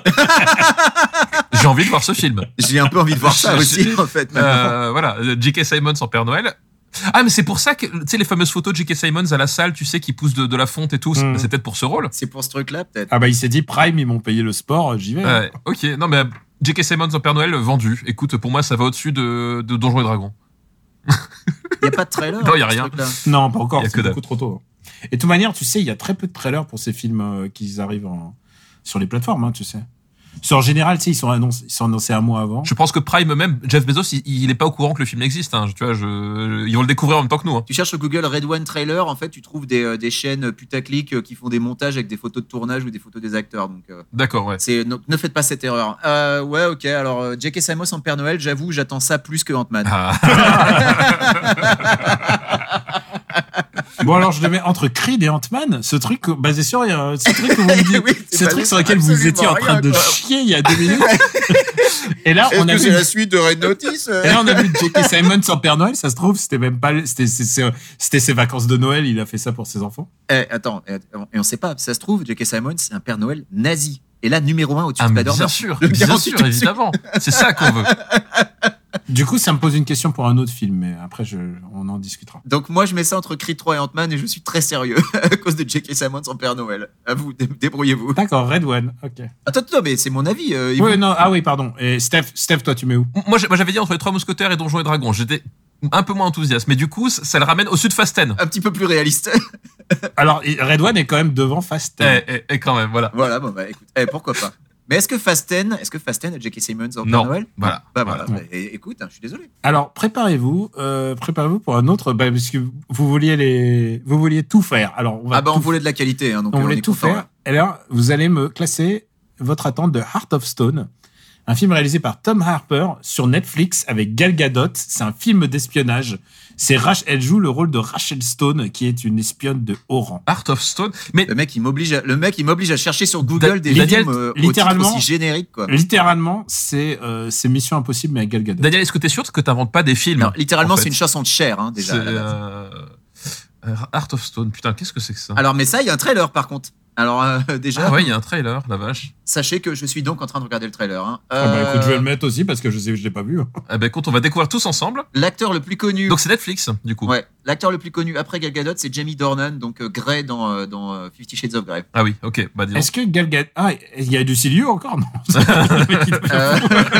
Speaker 6: J'ai envie de voir ce film.
Speaker 5: J'ai un peu envie de voir ça aussi, en fait. maintenant.
Speaker 6: Euh, voilà, J K. Simmons en Père Noël. Ah, mais c'est pour ça que, tu sais, les fameuses photos de J K. Simmons à la salle, tu sais, qui poussent de, de la fonte et tout, c'est
Speaker 4: Mm.
Speaker 6: c'est peut-être pour ce rôle.
Speaker 5: C'est pour ce truc-là, peut-être.
Speaker 4: Ah bah, il s'est dit, Prime, ils m'ont payé le sport, j'y vais.
Speaker 6: Ouais, ok, non, mais J K. Simmons en Père Noël, vendu. Écoute, pour moi, ça va au-dessus de, de Donjons et Dragons.
Speaker 5: Il n'y a pas de trailer.
Speaker 6: Non, il y a
Speaker 5: pour ce
Speaker 6: rien.
Speaker 5: truc-là.
Speaker 4: Non, pas encore,
Speaker 6: Il y a
Speaker 4: c'est
Speaker 6: que dalle.
Speaker 4: beaucoup trop tôt. Et de toute manière, tu sais, il y a très peu de trailers pour ces films euh, qui arrivent en- sur les plateformes, hein, tu sais. C'est en général, tu sais, ils sont annoncés, ils sont annoncés un mois avant.
Speaker 6: Je pense que Prime même, Jeff Bezos, il, il est pas au courant que le film existe. Hein. Tu vois, je, je- ils vont le découvrir en même temps que nous. Hein.
Speaker 5: Tu cherches sur Google Red One Trailer, en fait, tu trouves des, euh, des chaînes putaclic euh, qui font des montages avec des photos de tournage ou des photos des acteurs. Donc, euh,
Speaker 6: D'accord, ouais.
Speaker 5: c'est, donc, ne faites pas cette erreur. Euh, ouais, ok. Alors, euh, J K. Simmons en Père Noël, j'avoue, j'attends ça plus que Ant-Man.
Speaker 6: Ah.
Speaker 4: Bon, alors, je le mets entre Creed et Ant-Man, ce truc euh, basé sur rien. Ce truc, que vous me dites,
Speaker 5: Oui, c'est
Speaker 4: ce
Speaker 5: basé
Speaker 4: truc
Speaker 5: sur
Speaker 4: sur lequel vous
Speaker 5: absolument
Speaker 4: étiez en train
Speaker 5: rien,
Speaker 4: de
Speaker 5: quoi.
Speaker 4: chier il y a deux minutes. Et là, on a vu.
Speaker 5: suite de Red Notice
Speaker 4: Et là, on a vu J K. Simmons en Père Noël, ça se trouve, c'était même pas, c'était, c'est- c'est- c'était ses vacances de Noël, il a fait ça pour ses enfants.
Speaker 5: Eh, attends, et, et on sait pas, ça se trouve, J K. Simmons, c'est un Père Noël nazi. Et là, numéro un au-dessus
Speaker 6: Ah,
Speaker 5: de
Speaker 6: mais
Speaker 5: Spider-Man.
Speaker 6: bien sûr,
Speaker 5: Je le
Speaker 6: bien
Speaker 5: garantis
Speaker 6: sûr,
Speaker 5: tout de suite.
Speaker 6: évidemment. C'est ça qu'on veut.
Speaker 4: Du coup, ça me pose une question pour un autre film, mais après, je, on en discutera.
Speaker 5: Donc moi, je mets ça entre Creed trois et Ant-Man et je suis très sérieux à cause de J K. Simmons en Père Noël. À vous, dé- débrouillez-vous.
Speaker 4: D'accord, Red One, ok.
Speaker 5: Attends, attends, mais c'est mon avis. euh, il
Speaker 4: Oui,
Speaker 5: vous-
Speaker 4: non, ah oui, pardon. Et Steph, Steph, toi, tu mets où?
Speaker 6: Moi, j'ai- moi, j'avais dit entre les Trois Mousquetaires et Donjons et Dragons. J'étais un peu moins enthousiaste, mais du coup, ça, ça le ramène au-dessus de Fast ten.
Speaker 5: Un petit peu plus réaliste.
Speaker 4: Alors, Red One est quand même devant Fast ten.
Speaker 6: Eh, eh, eh, quand même, voilà.
Speaker 5: Voilà, bon bah écoute, eh, pourquoi pas. Mais est-ce que Fast ten, est-ce que Fast ten a J K. Simmons en Père
Speaker 6: Non,
Speaker 5: Noël
Speaker 6: voilà.
Speaker 5: Bah voilà,
Speaker 4: Voilà.
Speaker 5: bah, é- écoute, hein, je suis désolé.
Speaker 4: Alors, préparez-vous, euh, préparez-vous pour un autre, bah, parce que vous vouliez les, vous vouliez tout faire. Alors, on va
Speaker 5: Ah bah on
Speaker 4: tout
Speaker 5: voulait de la qualité, hein, donc
Speaker 4: On
Speaker 5: euh,
Speaker 4: voulait
Speaker 5: est
Speaker 4: tout
Speaker 5: content,
Speaker 4: faire. Et alors, vous allez me classer votre attente de Heart of Stone, un film réalisé par Tom Harper sur Netflix avec Gal Gadot. C'est un film d'espionnage. C'est Rach- elle joue le rôle de Rachel Stone, qui est une espionne de haut rang.
Speaker 6: Art of Stone. Mais
Speaker 5: Le mec, il m'oblige, à, le mec, il m'oblige à chercher sur Google des
Speaker 4: Daniel,
Speaker 5: films euh, au
Speaker 4: littéralement-
Speaker 5: titre aussi générique, quoi.
Speaker 4: Littéralement, c'est euh, c'est Mission Impossible mais avec Gal Gadot.
Speaker 6: Daniel, est-ce que t'es sûr que t'inventes pas des films
Speaker 5: Non, littéralement,
Speaker 6: en fait
Speaker 5: c'est une chanson de Cher, hein, déjà.
Speaker 6: C'est,
Speaker 5: à la base.
Speaker 6: euh, euh, Art of Stone. Putain, qu'est-ce que c'est que ça?
Speaker 5: Alors, mais ça, il y a un trailer, par contre. Alors euh, déjà,
Speaker 6: Ah ouais, il y a un trailer, la vache.
Speaker 5: sachez que je suis donc en train de regarder le trailer. Hein.
Speaker 4: Ah bah
Speaker 5: Euh,
Speaker 4: écoute, je vais le mettre aussi parce que je sais, je l'ai pas vu.
Speaker 6: Eh ben écoute, on va découvrir tous ensemble.
Speaker 5: L'acteur le plus connu.
Speaker 6: Donc c'est Netflix, du coup.
Speaker 5: Ouais, l'acteur le plus connu après Gal Gadot, c'est Jamie Dornan, donc euh, Grey dans euh, dans euh, Fifty Shades of Grey.
Speaker 6: Ah oui, ok, bah dis donc.
Speaker 4: Est-ce que Gal Gadot... Ah, il y a du Siliu encore? Non.
Speaker 5: Euh,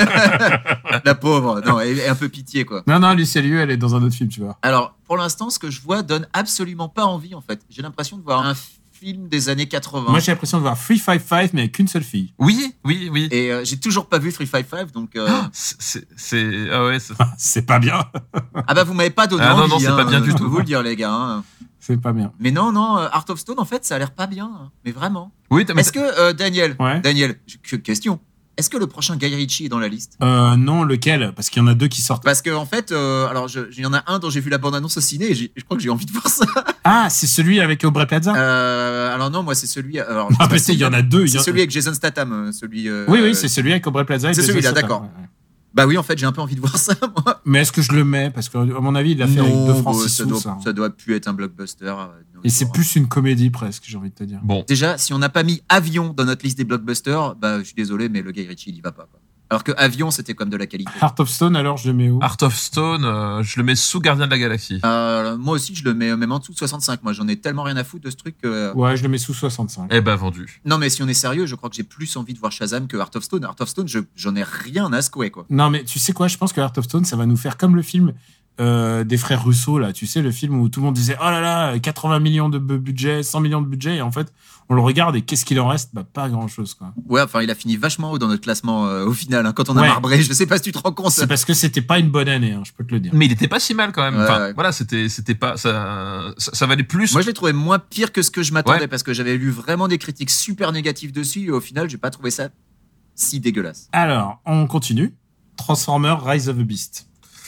Speaker 5: La pauvre, non, elle est un peu pitié quoi.
Speaker 4: non, non, Lucie Liu, elle est dans un autre film, tu vois.
Speaker 5: Alors, pour l'instant, ce que je vois donne absolument pas envie en fait. J'ai l'impression de voir un film des années quatre-vingts.
Speaker 4: Moi, j'ai l'impression de voir trois cent cinquante-cinq, mais avec qu'une seule fille.
Speaker 6: Oui, oui, oui.
Speaker 5: Et euh, j'ai toujours pas vu trois cent cinquante-cinq, donc. euh,
Speaker 6: C'est, c'est, c'est- ah ouais, c'est-
Speaker 4: C'est pas bien.
Speaker 5: Ah bah vous m'avez pas donné
Speaker 6: Ah non,
Speaker 5: envie.
Speaker 6: non, c'est
Speaker 5: hein,
Speaker 6: pas bien du
Speaker 5: je
Speaker 6: tout.
Speaker 5: peux vous le dire les gars. hein.
Speaker 4: C'est pas bien.
Speaker 5: Mais non, non, euh, Heart of Stone en fait, ça a l'air pas bien, hein. Mais vraiment.
Speaker 6: oui, t'as-
Speaker 5: Est-ce que euh, Daniel,
Speaker 4: Ouais.
Speaker 5: Daniel, je- que- question. Est-ce que le prochain Guy Ritchie est dans la liste?
Speaker 4: Euh, non, lequel? Parce qu'il y en a deux qui sortent.
Speaker 5: Parce que en fait, euh, alors je- il y en a un dont j'ai vu la bande-annonce au ciné et j'ai- je crois que j'ai envie de voir ça.
Speaker 4: Ah, c'est celui avec Aubrey Plaza?
Speaker 5: Euh, alors non, moi c'est celui. Alors, je sais
Speaker 4: Ah,
Speaker 5: pas
Speaker 4: mais
Speaker 5: si
Speaker 4: c'est, il y en a deux. il y
Speaker 5: C'est
Speaker 4: en-
Speaker 5: celui avec Jason Statham, euh, celui. euh,
Speaker 4: Oui, oui, c'est celui avec Aubrey Plaza. et
Speaker 5: c'est
Speaker 4: Jason
Speaker 5: celui-là,
Speaker 4: Statham.
Speaker 5: d'accord.
Speaker 4: Ouais, ouais.
Speaker 5: Bah oui, en fait, j'ai un peu envie de voir ça, moi.
Speaker 4: Mais est-ce que je le mets? Parce que, à mon avis, il l'a fait avec deux francs
Speaker 5: bah,
Speaker 4: six
Speaker 5: ça,
Speaker 4: sous,
Speaker 5: doit,
Speaker 4: ça.
Speaker 5: ça doit plus être un blockbuster. euh, de nos
Speaker 4: Et c'est
Speaker 5: jours.
Speaker 4: plus une comédie, presque, j'ai envie de te dire.
Speaker 6: Bon.
Speaker 5: Déjà, si on n'a pas mis Avion dans notre liste des blockbusters, bah je suis désolé, mais le Guy Ritchie, il y va pas. Quoi. Alors que Avion, c'était comme de la qualité.
Speaker 4: Heart of Stone, alors, je le mets où?
Speaker 6: Heart of Stone, euh, je le mets sous Gardien de la Galaxie.
Speaker 5: Euh, moi aussi, je le mets même en dessous de soixante-cinq. Moi, j'en ai tellement rien à foutre de ce truc que.
Speaker 4: Ouais, je le mets sous soixante-cinq.
Speaker 6: Eh ben vendu.
Speaker 5: Non, mais si on est sérieux, je crois que j'ai plus envie de voir Shazam que Heart of Stone. Heart of Stone, je- j'en ai rien à secouer, quoi.
Speaker 4: Non, mais tu sais quoi? Je pense que Heart of Stone, ça va nous faire comme le film euh, des frères Russo, là. Tu sais, le film où tout le monde disait, oh là là, quatre-vingts millions de bu- budget, cent millions de budget. Et en fait, on le regarde et qu'est-ce qu'il en reste? Bah, pas grand chose, quoi.
Speaker 5: Ouais, enfin, il a fini vachement haut dans notre classement euh, au final. hein, quand on a
Speaker 4: Ouais.
Speaker 5: marbré, je sais pas si tu te rends compte.
Speaker 4: C'est parce que c'était pas une bonne année, hein, je peux te le dire.
Speaker 6: Mais il était pas si mal quand même.
Speaker 5: Ouais,
Speaker 6: enfin,
Speaker 5: ouais.
Speaker 6: voilà, c'était, c'était pas, ça, ça, ça valait plus.
Speaker 5: Moi, je l'ai trouvé moins pire que ce que je m'attendais
Speaker 6: Ouais.
Speaker 5: parce que j'avais lu vraiment des critiques super négatives dessus et au final, j'ai pas trouvé ça si dégueulasse.
Speaker 4: Alors, on continue. Transformers Rise of the Beast.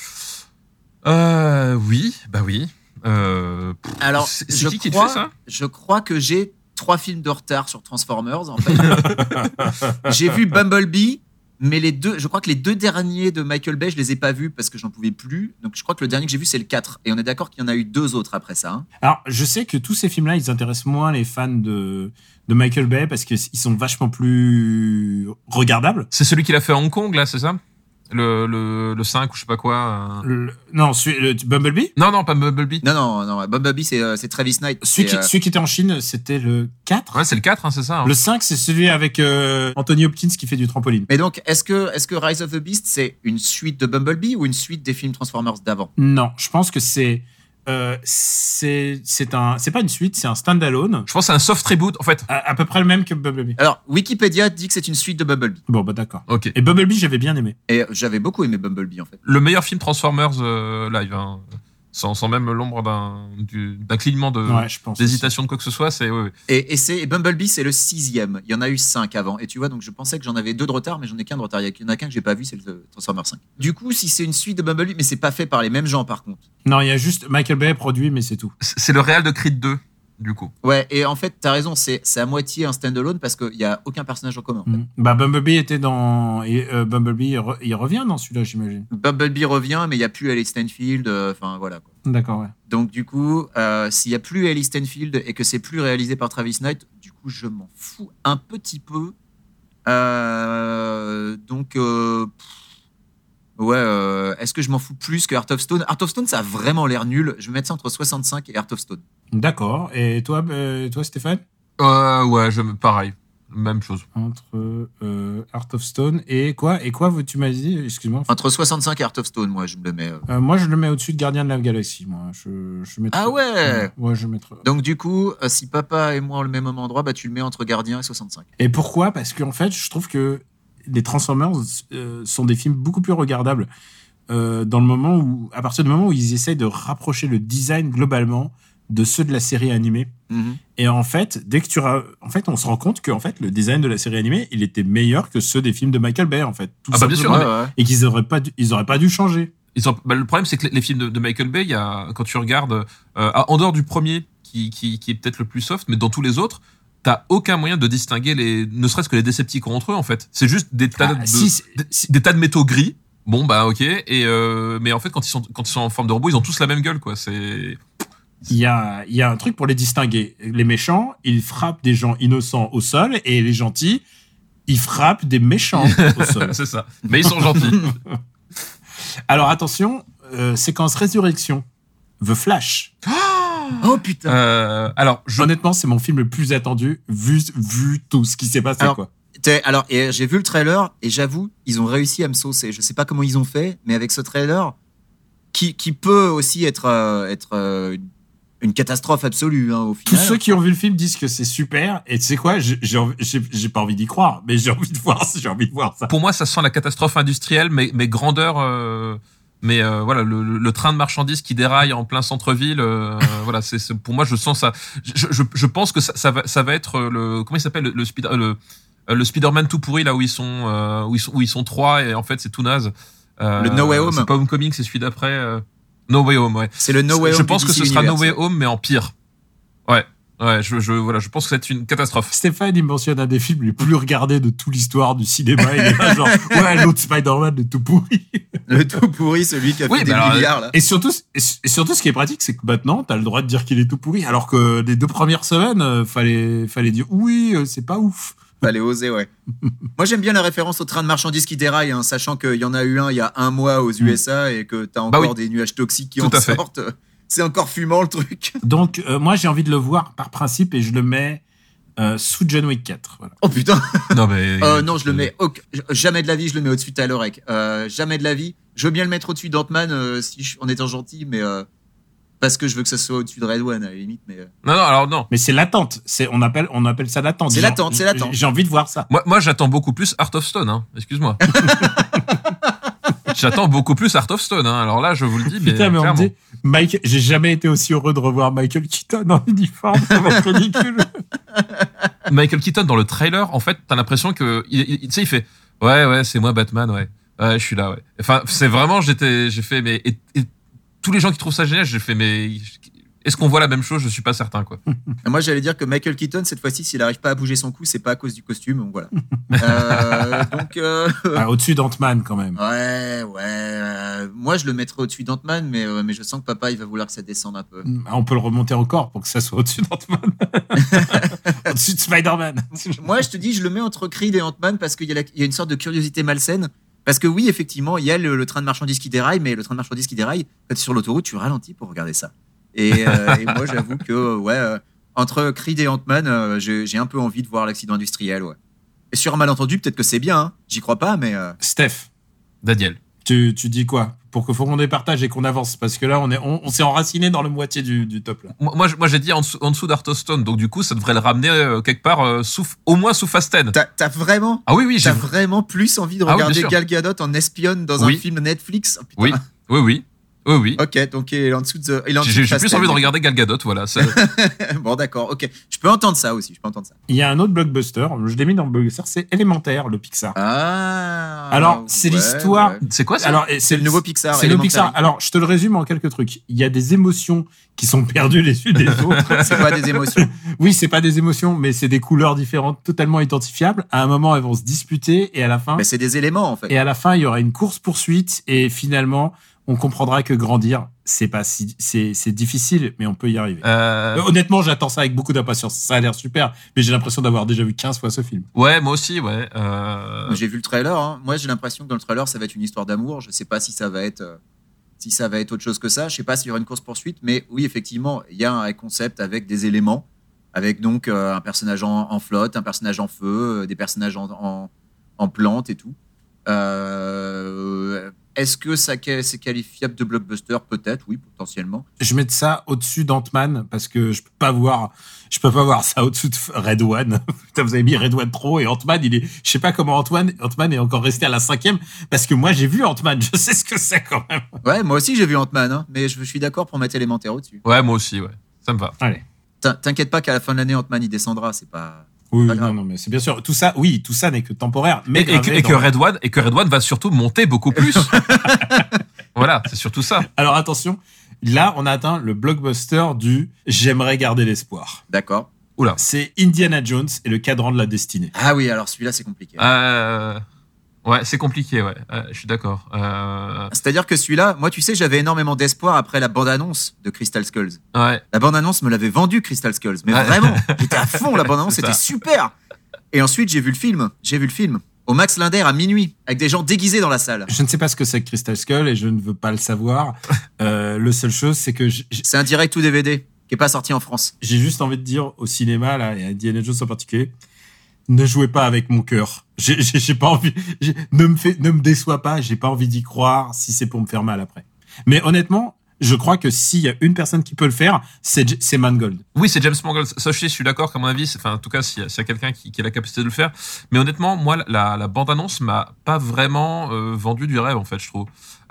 Speaker 6: Euh, oui, bah oui. Euh, pff,
Speaker 5: Alors,
Speaker 6: c'est,
Speaker 5: je
Speaker 6: c'est qui qui te
Speaker 5: crois-
Speaker 6: fait ça?
Speaker 5: Je crois que j'ai trois films de retard sur Transformers. En fait, j'ai vu Bumblebee, mais les deux, je crois que les deux derniers de Michael Bay, je les ai pas vus parce que j'en pouvais plus. Donc, je crois que le dernier que j'ai vu, c'est le quatre. Et on est d'accord qu'il y en a eu deux autres après ça. hein.
Speaker 4: Alors, je sais que tous ces films-là, ils intéressent moins les fans de, de Michael Bay parce qu'ils sont vachement plus regardables.
Speaker 6: C'est celui qu'il a fait à Hong Kong, là, c'est ça? Le, le, le cinq ou je sais pas quoi. euh.
Speaker 4: Le- non, celui, le, Bumblebee?
Speaker 6: Non, non, pas Bumblebee.
Speaker 5: Non, non, non. Bumblebee, c'est euh, c'est Travis Knight.
Speaker 4: Celui
Speaker 5: C'est,
Speaker 4: qui,
Speaker 5: euh,
Speaker 4: celui qui était en Chine, c'était le quatre.
Speaker 6: Ouais, c'est le quatre, hein, c'est ça. hein.
Speaker 4: Le cinq, c'est celui avec euh, Anthony Hopkins qui fait du trampoline.
Speaker 5: Mais donc, est-ce que, est-ce que Rise of the Beast, c'est une suite de Bumblebee ou une suite des films Transformers d'avant?
Speaker 4: Non, je pense que c'est euh, c'est c'est un c'est pas une suite, c'est un standalone,
Speaker 6: Je pense que c'est un soft reboot, en fait.
Speaker 4: à, à peu près le même que Bumblebee.
Speaker 5: Alors, Wikipédia dit que c'est une suite de Bumblebee.
Speaker 4: Bon bah d'accord.
Speaker 6: Ok.
Speaker 4: Et Bumblebee, j'avais bien aimé.
Speaker 5: Et j'avais beaucoup aimé Bumblebee, en fait.
Speaker 6: Le meilleur film Transformers euh, live, hein. sans, sans même l'ombre d'un, du- d'un clignement de,
Speaker 4: Ouais, je pense.
Speaker 6: d'hésitation de quoi que ce soit. C'est, ouais, ouais.
Speaker 5: Et, et, c'est, et Bumblebee, c'est le sixième. Il y en a eu cinq avant. Et tu vois, donc je pensais que j'en avais deux de retard, mais j'en ai qu'un de retard. Il y en a qu'un que j'ai pas vu, c'est le Transformers cinq. Du coup, si c'est une suite de Bumblebee, mais c'est pas fait par les mêmes gens, par contre.
Speaker 4: Non, il y a juste Michael Bay produit, mais c'est tout.
Speaker 6: C'est c'est le réal de Creed deux, du coup.
Speaker 5: Ouais, et en fait, t'as raison, c'est, c'est à moitié un standalone parce qu'il y a aucun personnage en commun. en fait.
Speaker 4: Mm. Bah Bumblebee était dans et euh, Bumblebee il, re- il revient dans celui-là, j'imagine.
Speaker 5: Bumblebee revient, mais il y a plus Ellie Stanfield. euh, Enfin, voilà. Quoi.
Speaker 4: D'accord, ouais.
Speaker 5: Donc, du coup, euh, s'il y a plus Ellie Stanfield et que c'est plus réalisé par Travis Knight, du coup, je m'en fous un petit peu. Euh, donc, euh, pff, ouais, euh, est-ce que je m'en fous plus que Heart of Stone? Heart of Stone, ça a vraiment l'air nul. Je vais mettre ça entre soixante-cinq et Heart of Stone.
Speaker 4: D'accord. Et toi, euh, toi Stéphane?
Speaker 6: Euh, ouais, je, pareil. Même chose.
Speaker 4: Entre euh, Heart of Stone et quoi? Et quoi, vous- tu m'as dit? Excuse-moi.
Speaker 5: Entre soixante-cinq et Heart of Stone, moi, je me le mets. euh.
Speaker 4: Euh, moi, je le mets au-dessus de Gardien de la Galaxie. Moi, je, je mettrais-
Speaker 5: Ah ouais.
Speaker 4: Ouais, je mettrais.
Speaker 5: Donc, du coup, euh, si papa et moi ont le même endroit, bah, tu le mets entre Gardien et soixante-cinq.
Speaker 4: Et pourquoi? Parce qu'en fait, je trouve que les Transformers euh, sont des films beaucoup plus regardables euh, dans le moment où, à partir du moment où ils essayent de rapprocher le design globalement de ceux de la série animée.
Speaker 5: Mhm.
Speaker 4: Et en fait, dès que tu ra- en fait, on se rend compte que en fait, le design de la série animée, il était meilleur que ceux des films de Michael Bay, en fait. Tout
Speaker 6: Ah bah bien sûr,
Speaker 4: simplement.
Speaker 5: Ouais, ouais.
Speaker 4: Et qu'ils auraient pas dû, ils auraient pas dû changer.
Speaker 6: Ils ont, bah, le problème, c'est que les, les films de, de Michael Bay, il y a, quand tu regardes, euh, à- en dehors du premier, qui, qui, qui est peut-être le plus soft, mais dans tous les autres, t'as aucun moyen de distinguer les, ne serait-ce que les Decepticons entre eux, en fait. C'est juste des tas,
Speaker 4: Ah,
Speaker 6: de,
Speaker 4: si, c'est-
Speaker 6: des, des tas de métaux gris. Bon, bah, ok. Et, euh, mais en fait, quand ils sont, quand ils sont en forme de robot, ils ont tous la même gueule, quoi. C'est,
Speaker 4: Il y a, il y a un truc pour les distinguer. Les méchants, ils frappent des gens innocents au sol, et les gentils, ils frappent des méchants au sol.
Speaker 6: C'est ça. Mais ils sont gentils.
Speaker 4: Alors attention, euh, séquence résurrection. The Flash.
Speaker 5: Oh putain.
Speaker 6: Euh, alors, je...
Speaker 4: Honnêtement, c'est mon film le plus attendu, vu, vu tout ce qui s'est passé,
Speaker 5: alors,
Speaker 4: quoi.
Speaker 5: Alors, et j'ai vu le trailer et j'avoue, ils ont réussi à me saucer. Je sais pas comment ils ont fait, mais avec ce trailer, qui, qui peut aussi être, euh, être euh, une catastrophe absolue, hein, au final.
Speaker 4: Tous ceux qui ont vu le film disent que c'est super, et tu sais quoi, j'ai, j'ai, j'ai, j'ai pas envie d'y croire, mais j'ai envie de voir, j'ai envie de voir ça.
Speaker 6: Pour moi, ça sent la catastrophe industrielle, mais, mais grandeur. Euh... Mais euh, voilà, le, le, le train de marchandises qui déraille en plein centre-ville, euh, voilà, c'est, c'est pour moi, je sens ça. Je, je, je pense que ça, ça va, ça va être le comment il s'appelle le, le, speed, le le Spider-Man tout pourri là où ils sont, euh, où ils sont, où ils sont trois et en fait c'est tout naze. Euh,
Speaker 5: le No Way Home.
Speaker 6: C'est pas Homecoming, c'est celui d'après. Euh... No Way Home, ouais.
Speaker 5: C'est le No Way Home.
Speaker 6: Je pense que ce sera
Speaker 5: Universe.
Speaker 6: No Way Home, mais en pire. Ouais. Ouais, je, je, voilà, je pense que c'est une catastrophe.
Speaker 4: Stéphane, il mentionne un des films les plus regardés de toute l'histoire du cinéma. Il est là, genre, ouais, l'autre Spider-Man, le tout pourri.
Speaker 5: Le tout pourri, celui qui a
Speaker 6: Oui,
Speaker 5: fait des
Speaker 6: alors,
Speaker 5: milliards, là.
Speaker 4: Et surtout, et surtout, ce qui est pratique, c'est que maintenant, t'as le droit de dire qu'il est tout pourri, alors que les deux premières semaines, euh, fallait, fallait dire, oui, euh, c'est pas ouf.
Speaker 5: Fallait oser, ouais. Moi, j'aime bien la référence au train de marchandises qui déraille, hein, sachant qu'il y en a eu un il y a un mois aux U S A et que t'as encore
Speaker 6: bah oui.
Speaker 5: des nuages toxiques qui
Speaker 6: Tout
Speaker 5: en
Speaker 6: à fait.
Speaker 5: sortent. C'est encore fumant, le truc.
Speaker 4: Donc, euh, moi, j'ai envie de le voir par principe et je le mets euh, sous John Wick quatre. Voilà.
Speaker 5: Oh putain.
Speaker 6: Non, mais.
Speaker 5: Euh, non, je le mets. au- Jamais de la vie, je le mets au-dessus de Tyler Rake. Euh, jamais de la vie. Je veux bien le mettre au-dessus d'Ant-Man euh, si je- en étant gentil, mais euh, parce que je veux que ça soit au-dessus de Red One à la limite. Mais euh.
Speaker 6: Non, non, alors non.
Speaker 4: Mais c'est l'attente. C'est, on appelle, on appelle ça l'attente.
Speaker 5: C'est
Speaker 4: J'ai-
Speaker 5: l'attente, c'est l'attente.
Speaker 4: J'ai envie de voir ça.
Speaker 6: Moi, moi, j'attends beaucoup plus Art of Stone, hein. Excuse-moi. J'attends beaucoup plus Art of Stone, hein. Alors là, je vous le dis, mais.
Speaker 4: Putain, mais on me
Speaker 6: clairement.
Speaker 4: dit, Mike, j'ai jamais été aussi heureux de revoir Michael Keaton en uniforme. Ça va être ridicule.
Speaker 6: Michael Keaton dans le trailer, en fait, t'as l'impression que, il, il- tu sais, il fait, ouais, ouais, c'est moi Batman, ouais, ouais, je suis là, ouais. Enfin, c'est vraiment, j'étais, j'ai fait, mais et, et tous les gens qui trouvent ça génial, j'ai fait, mais est-ce qu'on voit la même chose? Je suis pas certain, quoi.
Speaker 5: Moi, j'allais dire que Michael Keaton, cette fois-ci, s'il n'arrive pas à bouger son cou, c'est pas à cause du costume. Donc voilà. euh, donc. Euh...
Speaker 4: Ah, au-dessus d'Ant-Man, quand même.
Speaker 5: Ouais, ouais. euh, Moi, je le mettrais au-dessus d'Ant-Man, mais, euh, mais je sens que papa, il va vouloir que ça descende un peu.
Speaker 4: Ah, on peut le remonter encore pour que ça soit au-dessus d'Ant-Man. Au-dessus de Spider-Man.
Speaker 5: Moi, je te dis, je le mets entre Creed et Ant-Man parce qu'il y, a la- il y a une sorte de curiosité malsaine. Parce que oui, effectivement, il y a le, le train de marchandises qui déraille, mais le train de marchandises qui déraille, quand tu es sur l'autoroute, tu ralentis pour regarder ça. Et, euh, et moi, j'avoue que, ouais, euh, entre Creed et Ant-Man, euh, j'ai, j'ai un peu envie de voir l'accident industriel, ouais. Et sur un malentendu, peut-être que c'est bien, hein. J'y crois pas, mais... euh,
Speaker 4: Steph,
Speaker 6: Daniel.
Speaker 4: tu, tu dis quoi? Pour qu'il faut qu'on départage et qu'on avance. Parce que là, on, est, on, on s'est enraciné dans le moitié du, du top, là.
Speaker 6: Moi, moi, moi, j'ai dit en dessous, en dessous d'Art of Stone, donc du coup, ça devrait le ramener euh, quelque part, euh, sous, au moins sous Fast ten.
Speaker 5: T'as, t'as vraiment...
Speaker 6: Ah oui, oui, j'ai.
Speaker 5: T'as vraiment plus envie de
Speaker 6: Ah oui, bien
Speaker 5: regarder
Speaker 6: sûr.
Speaker 5: Gal Gadot en espionne dans
Speaker 6: Oui.
Speaker 5: un film Netflix? Oh, putain.
Speaker 6: Oui, oui, oui. Oui, oui.
Speaker 5: Ok, donc il est en dessous de... Il est en dessous
Speaker 6: J'ai
Speaker 5: de
Speaker 6: j'ai
Speaker 5: Fast
Speaker 6: plus
Speaker 5: ten.
Speaker 6: envie de regarder Gal Gadot, voilà. ça-
Speaker 5: Bon, d'accord, ok. Je peux entendre ça aussi, je peux entendre ça.
Speaker 4: Il y a un autre blockbuster, je l'ai mis dans le blockbuster, c'est Élémentaire, le Pixar.
Speaker 5: Ah.
Speaker 4: Alors, c'est
Speaker 5: ouais,
Speaker 4: l'histoire.
Speaker 5: ouais.
Speaker 6: C'est quoi ça?
Speaker 4: Alors, et
Speaker 5: C'est le nouveau Pixar.
Speaker 4: C'est le
Speaker 5: Elementary.
Speaker 4: Pixar. Alors, je te le résume en quelques trucs. Il y a des émotions qui sont perdues les unes des autres.
Speaker 5: C'est pas des émotions.
Speaker 4: Oui, c'est pas des émotions, mais c'est des couleurs différentes, totalement identifiables. À un moment, elles vont se disputer et à la fin,
Speaker 5: Mais c'est des éléments, en fait.
Speaker 4: et à la fin, il y aura une course poursuite et finalement, on comprendra que grandir, c'est pas si, c'est, c'est difficile, mais on peut y arriver.
Speaker 6: Euh,
Speaker 4: Euh, Honnêtement, j'attends ça avec beaucoup d'impatience. Ça a l'air super, mais j'ai l'impression d'avoir déjà vu quinze fois ce film.
Speaker 6: Ouais, moi aussi, ouais. Euh...
Speaker 5: J'ai vu le trailer. Hein. Moi, j'ai l'impression que dans le trailer, ça va être une histoire d'amour. Je sais pas si ça va être, euh, si ça va être autre chose que ça. Je sais pas s'il y aura une course poursuite, mais oui, effectivement, il y a un concept avec des éléments, avec donc euh, un personnage en, en flotte, un personnage en feu, euh, des personnages en, en, en plante et tout. Euh, est-ce que ça c'est qualifiable de blockbuster? Peut-être, oui, potentiellement.
Speaker 4: Je mets ça au-dessus d'Ant-Man parce que je peux pas voir, je peux pas voir ça au-dessus de Red One. Putain, vous avez mis Red One trop et Ant-Man, il est, je sais pas comment Antoine, Ant-Man est encore resté à la cinquième parce que moi j'ai vu Ant-Man, je sais ce que c'est quand même.
Speaker 5: Ouais, moi aussi j'ai vu Ant-Man, hein, mais je, je suis d'accord pour mettre Élémentaire au-dessus.
Speaker 6: Ouais, moi aussi, ouais. Ça me va.
Speaker 4: Allez.
Speaker 5: T'in- T'inquiète pas qu'à la fin de l'année, Ant-Man il descendra, c'est pas.
Speaker 4: Oui,
Speaker 5: Pas
Speaker 4: oui,
Speaker 5: grave.
Speaker 4: non, non, mais c'est bien sûr. Tout ça, oui, tout ça n'est que temporaire. Mais
Speaker 6: Et, et que,
Speaker 4: gravé
Speaker 6: et que
Speaker 4: dans-
Speaker 6: Red One, et que Red One va surtout monter beaucoup plus. Voilà, c'est surtout ça.
Speaker 4: Alors attention, là, on a atteint le blockbuster du j'aimerais garder l'espoir.
Speaker 5: D'accord.
Speaker 6: Oula.
Speaker 4: C'est Indiana Jones et le cadran de la destinée.
Speaker 5: Ah oui, alors celui-là c'est compliqué.
Speaker 6: Euh... Ouais, c'est compliqué, ouais. Euh, je suis d'accord. Euh...
Speaker 5: C'est-à-dire que celui-là, moi, tu sais, j'avais énormément d'espoir après la bande-annonce de Crystal Skulls.
Speaker 6: Ouais.
Speaker 5: La bande-annonce me l'avait vendu, Crystal Skulls. Mais
Speaker 6: Ouais.
Speaker 5: vraiment, j'étais à fond, la bande-annonce,
Speaker 6: C'est
Speaker 5: c'était
Speaker 6: ça.
Speaker 5: super. Et ensuite, j'ai vu le film. J'ai vu le film. Au Max Linder à minuit, avec des gens déguisés dans la salle.
Speaker 4: Je ne sais pas ce que c'est que Crystal Skull et je ne veux pas le savoir. Euh, le seule chose, c'est que j- j-
Speaker 5: C'est un direct ou D V D qui est pas sorti en France.
Speaker 4: j'ai juste envie de dire au cinéma, là, et à Indiana Jones en particulier, ne jouez pas avec mon cœur. J'ai, j'ai, j'ai pas envie, j'ai- ne me fait, ne me déçois pas, j'ai pas envie d'y croire si c'est pour me faire mal après. Mais honnêtement, je crois que s'il y a une personne qui peut le faire, c'est, J- c'est Mangold.
Speaker 6: Oui, c'est James Mangold. Ça, je sais, je suis d'accord qu'à mon avis, c'est- enfin, en tout cas, s'il y a, s'il y a quelqu'un qui, qui a la capacité de le faire. Mais honnêtement, moi, la, la bande-annonce m'a pas vraiment euh, vendu du rêve, en fait, je trouve.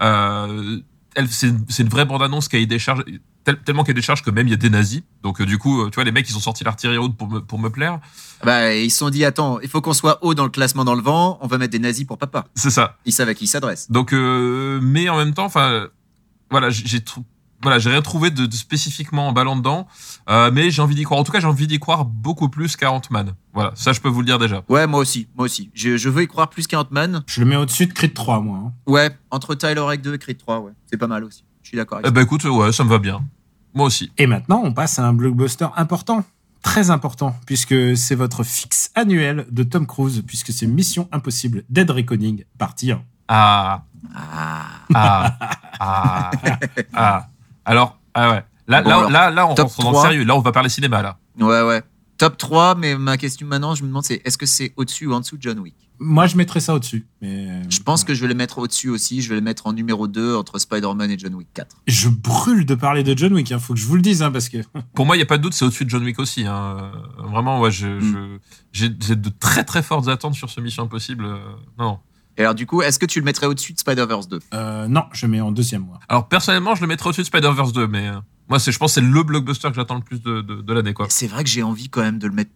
Speaker 6: Euh, elle, c'est, c'est une vraie bande-annonce qui a eu des charges, tel- tellement qu'il y a des charges que même il y a des nazis. Donc, euh, du coup, euh, tu vois, les mecs, ils ont sorti l'artillerie haute pour me, pour me plaire.
Speaker 5: Bah, ils se sont dit, attends, il faut qu'on soit haut dans le classement dans le vent, on va mettre des nazis pour papa.
Speaker 6: C'est ça.
Speaker 5: Ils savent à qui ils s'adressent.
Speaker 6: Donc, euh, mais en même temps, enfin, voilà, j'ai, j'ai trou- voilà, j'ai rien trouvé de, de spécifiquement emballant dedans, euh, mais j'ai envie d'y croire. En tout cas, j'ai envie d'y croire beaucoup plus qu'à Ant-Man. Voilà, ça, je peux vous le dire déjà.
Speaker 5: Ouais, moi aussi, moi aussi. Je, je veux y croire plus qu'à Ant-Man.
Speaker 4: Je le mets au-dessus de Creed trois, moi. hein.
Speaker 5: Ouais, entre Tyler Rake deux et Creed trois, ouais. C'est pas mal aussi. Je suis d'accord avec
Speaker 6: Eh
Speaker 5: ça.
Speaker 6: ben, écoute, ouais, ça me va bien. Moi aussi.
Speaker 4: Et maintenant, on passe à un blockbuster important. Très important, puisque c'est votre fixe annuel de Tom Cruise, puisque c'est Mission Impossible Dead Reckoning, partie un.
Speaker 6: Ah,
Speaker 5: Ah.
Speaker 6: ah, ah, ah. Alors, ah ouais. Là,
Speaker 5: Bon,
Speaker 6: là,
Speaker 5: alors,
Speaker 6: là, là, on
Speaker 5: top
Speaker 6: rentre dans le
Speaker 5: trois.
Speaker 6: sérieux. Là, on va parler cinéma, là.
Speaker 5: Ouais, ouais. Top trois, mais ma question maintenant, je me demande, c'est est-ce que c'est au-dessus ou en dessous de John Wick?
Speaker 4: Moi, je mettrais ça au-dessus. Mais
Speaker 5: Je pense que je vais les mettre au-dessus aussi. Je vais les mettre en numéro deux entre Spider-Man et John Wick quatre.
Speaker 4: je brûle de parler de John Wick. Il faut que je vous le dise, hein, parce que
Speaker 6: Pour moi, il n'y a pas de doute, c'est au-dessus de John Wick aussi. Hein. Euh, Vraiment, ouais, je,
Speaker 5: Mm.
Speaker 6: je, j'ai, j'ai de très très fortes attentes sur ce Mission Impossible. Euh, Non, non.
Speaker 5: Et alors, du coup, est-ce que tu le mettrais au-dessus de Spider-Verse deux?
Speaker 4: euh, non, je mets en deuxième, moi.
Speaker 6: Alors, personnellement, je le mettrais au-dessus de Spider-Verse deux, mais euh, moi, c'est, je pense que c'est le blockbuster que j'attends le plus de, de, de l'année, quoi.
Speaker 5: C'est vrai que j'ai envie quand même de le mettre.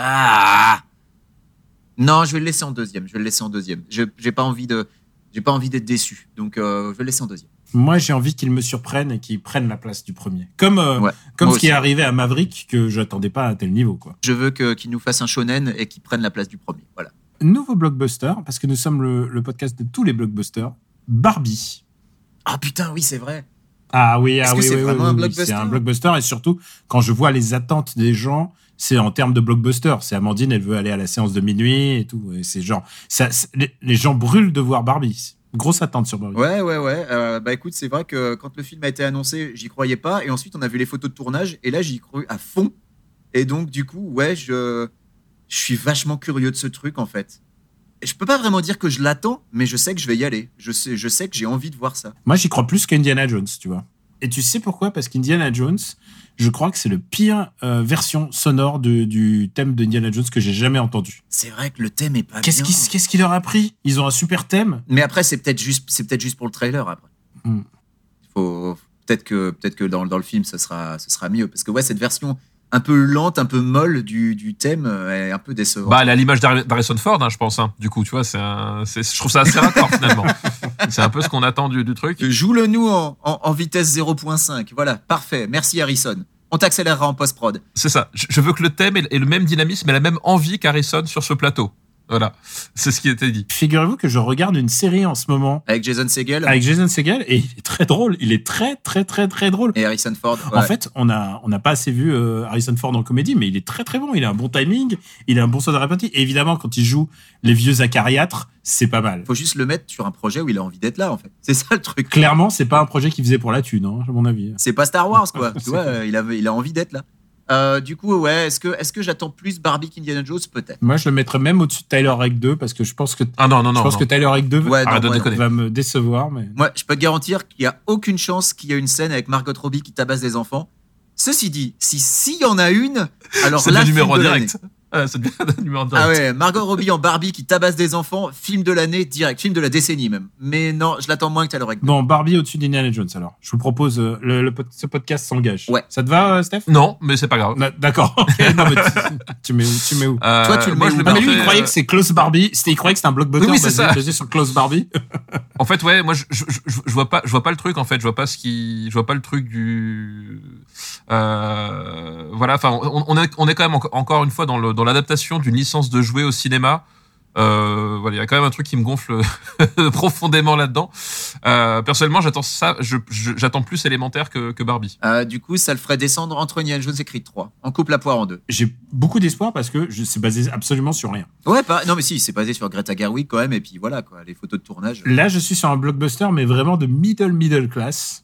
Speaker 5: Ah Non, je vais le laisser en deuxième. Je vais le laisser en deuxième. Je j'ai pas envie de, j'ai pas envie d'être déçu. Donc, euh, je vais le laisser en deuxième.
Speaker 4: Moi, j'ai envie qu'il me surprenne et qu'il prenne la place du premier. Comme, euh,
Speaker 5: Ouais,
Speaker 4: comme
Speaker 5: moi
Speaker 4: ce qui est
Speaker 5: aussi.
Speaker 4: arrivé à Maverick, que j'attendais pas à tel niveau, quoi.
Speaker 5: Je veux que qu'il nous fasse un shonen et qu'il prenne la place du premier. Voilà.
Speaker 4: Nouveau blockbuster, parce que nous sommes le, le podcast de tous les blockbusters. Barbie.
Speaker 5: Ah putain, oui, c'est vrai.
Speaker 4: Ah oui, ah
Speaker 5: Est-ce que
Speaker 4: oui,
Speaker 5: c'est
Speaker 4: oui,
Speaker 5: vraiment
Speaker 4: oui,
Speaker 5: un
Speaker 4: oui,
Speaker 5: blockbuster
Speaker 4: c'est un blockbuster et surtout quand je vois les attentes des gens, c'est en termes de blockbuster. C'est Amandine, elle veut aller à la séance de minuit et tout. Et c'est genre, ça, c'est- les, les gens brûlent de voir Barbie. Grosse attente sur Barbie.
Speaker 5: Ouais, ouais, ouais. Euh, bah écoute, c'est vrai que quand le film a été annoncé, j'y croyais pas. Et ensuite, on a vu les photos de tournage. Et là, j'y cru à fond. Et donc, du coup, ouais, je, je suis vachement curieux de ce truc, en fait. Et je peux pas vraiment dire que je l'attends, mais je sais que je vais y aller. Je sais, je sais que j'ai envie de voir ça.
Speaker 4: Moi, j'y crois plus qu'Indiana Jones, tu vois. Et tu sais pourquoi? Parce qu'Indiana Jones, je crois que c'est le pire euh, version sonore de- du thème d'Indiana Jones que j'ai jamais entendu.
Speaker 5: C'est vrai que le thème est pas
Speaker 4: Qu'est-ce
Speaker 5: bien.
Speaker 4: qui, qu'est-ce qui leur a pris? Ils ont un super thème.
Speaker 5: Mais après, c'est peut-être juste, c'est peut-être juste pour le trailer après.
Speaker 4: Hmm.
Speaker 5: Faut peut-être que, peut-être que dans, dans le film, ce sera, ce sera mieux. Parce que ouais, cette version un peu lente, un peu molle du, du thème euh, est un peu décevante.
Speaker 6: Bah, elle a l'image d'Har- d'Harrison Ford, hein, je pense. Hein. Du coup, tu vois, c'est, un, c'est, je trouve ça assez raccord finalement. C'est un peu ce qu'on attend du, du truc.
Speaker 5: Joue-le nous en, en, en vitesse zéro point cinq. Voilà, parfait. Merci Harrison. On t'accélérera en post-prod.
Speaker 6: C'est ça. Je, je veux que le thème ait, ait le même dynamisme et la même envie qu'Harrison sur ce plateau. Voilà, c'est ce qui était dit.
Speaker 4: Figurez-vous que je regarde une série en ce moment
Speaker 5: Avec Jason Segel
Speaker 4: avec Jason Segel et il est très drôle. Il est très, très, très, très drôle.
Speaker 5: et Harrison Ford.
Speaker 4: En
Speaker 5: ouais.
Speaker 4: fait, on a on n'a pas assez vu euh, Harrison Ford en comédie, mais il est très très bon. Il a un bon timing, il a un bon sens de répartie. Et évidemment, quand il joue les vieux acariâtres, c'est pas mal.
Speaker 5: Faut juste le mettre sur un projet où il a envie d'être là, en fait. C'est ça le truc.
Speaker 4: Clairement, c'est pas un projet qu'il faisait pour la thune, hein, à mon avis.
Speaker 5: C'est pas Star Wars, quoi. Tu vois, euh, il a, il a envie d'être là. Euh, du coup, ouais, est-ce que, est-ce que j'attends plus Barbie qu'Indiana Jones? Peut-être.
Speaker 4: Moi, je le mettrais même au-dessus de Tyler Rake deux parce que je pense que
Speaker 6: Ah non, non,
Speaker 4: je
Speaker 6: non.
Speaker 4: pense
Speaker 6: non.
Speaker 4: que Tyler Rake deux
Speaker 5: Ouais, non,
Speaker 6: Arrête de
Speaker 5: ouais, non.
Speaker 6: déconner.
Speaker 4: va me décevoir, mais
Speaker 5: Moi, je peux te garantir qu'il y a aucune chance qu'il y ait une scène avec Margot Robbie qui tabasse des enfants. Ceci dit, si s'il y en a une, alors
Speaker 6: c'est
Speaker 5: là,
Speaker 6: le
Speaker 5: film
Speaker 6: numéro
Speaker 5: de
Speaker 6: direct. Ah, c'est le numéro direct.
Speaker 5: Ah ouais, Margot Robbie en Barbie qui tabasse des enfants, film de l'année direct, film de la décennie même. Mais non, je l'attends moins que Tyler Rake.
Speaker 4: bon, Barbie au-dessus d'Indiana Jones. Alors, je vous propose euh, le, le pod- ce podcast s'engage.
Speaker 5: Ouais.
Speaker 4: Ça te va, euh, Steph?
Speaker 6: Non, mais c'est pas grave.
Speaker 4: Na- D'accord. Ok, non, mais tu, tu mets où, tu mets où?
Speaker 6: Euh,
Speaker 5: Toi, tu le
Speaker 6: moi,
Speaker 5: mets
Speaker 6: je
Speaker 5: où
Speaker 6: le
Speaker 4: Ah, mais lui, il
Speaker 6: mettrais,
Speaker 4: croyait
Speaker 6: euh,
Speaker 4: que c'est Close Barbie. C'était, il croyait que c'était un blockbuster
Speaker 6: Oui, oui, c'est
Speaker 4: basé,
Speaker 6: ça.
Speaker 4: basé sur Close Barbie.
Speaker 6: En fait, ouais, moi, je, je, je, je vois pas, je vois pas le truc. En fait, je vois pas ce qui, je vois pas le truc du. Euh, voilà. Enfin, on, on est, on est quand même enco- encore une fois dans le, dans l'adaptation d'une licence de jouets au cinéma. Euh, voilà, il y a quand même un truc qui me gonfle profondément là-dedans. Euh, personnellement, j'attends ça, je, je, j'attends plus élémentaire que, que Barbie.
Speaker 5: Euh, du coup, ça le ferait descendre entre Indiana Jones et Creed trois. On coupe la poire en deux.
Speaker 4: J'ai beaucoup d'espoir parce que je, c'est basé absolument sur rien.
Speaker 5: Ouais, pas, non mais si, c'est basé sur Greta Gerwig quand même, et puis voilà quoi, les photos de tournage.
Speaker 4: Là, je suis sur un blockbuster, mais vraiment de middle middle class.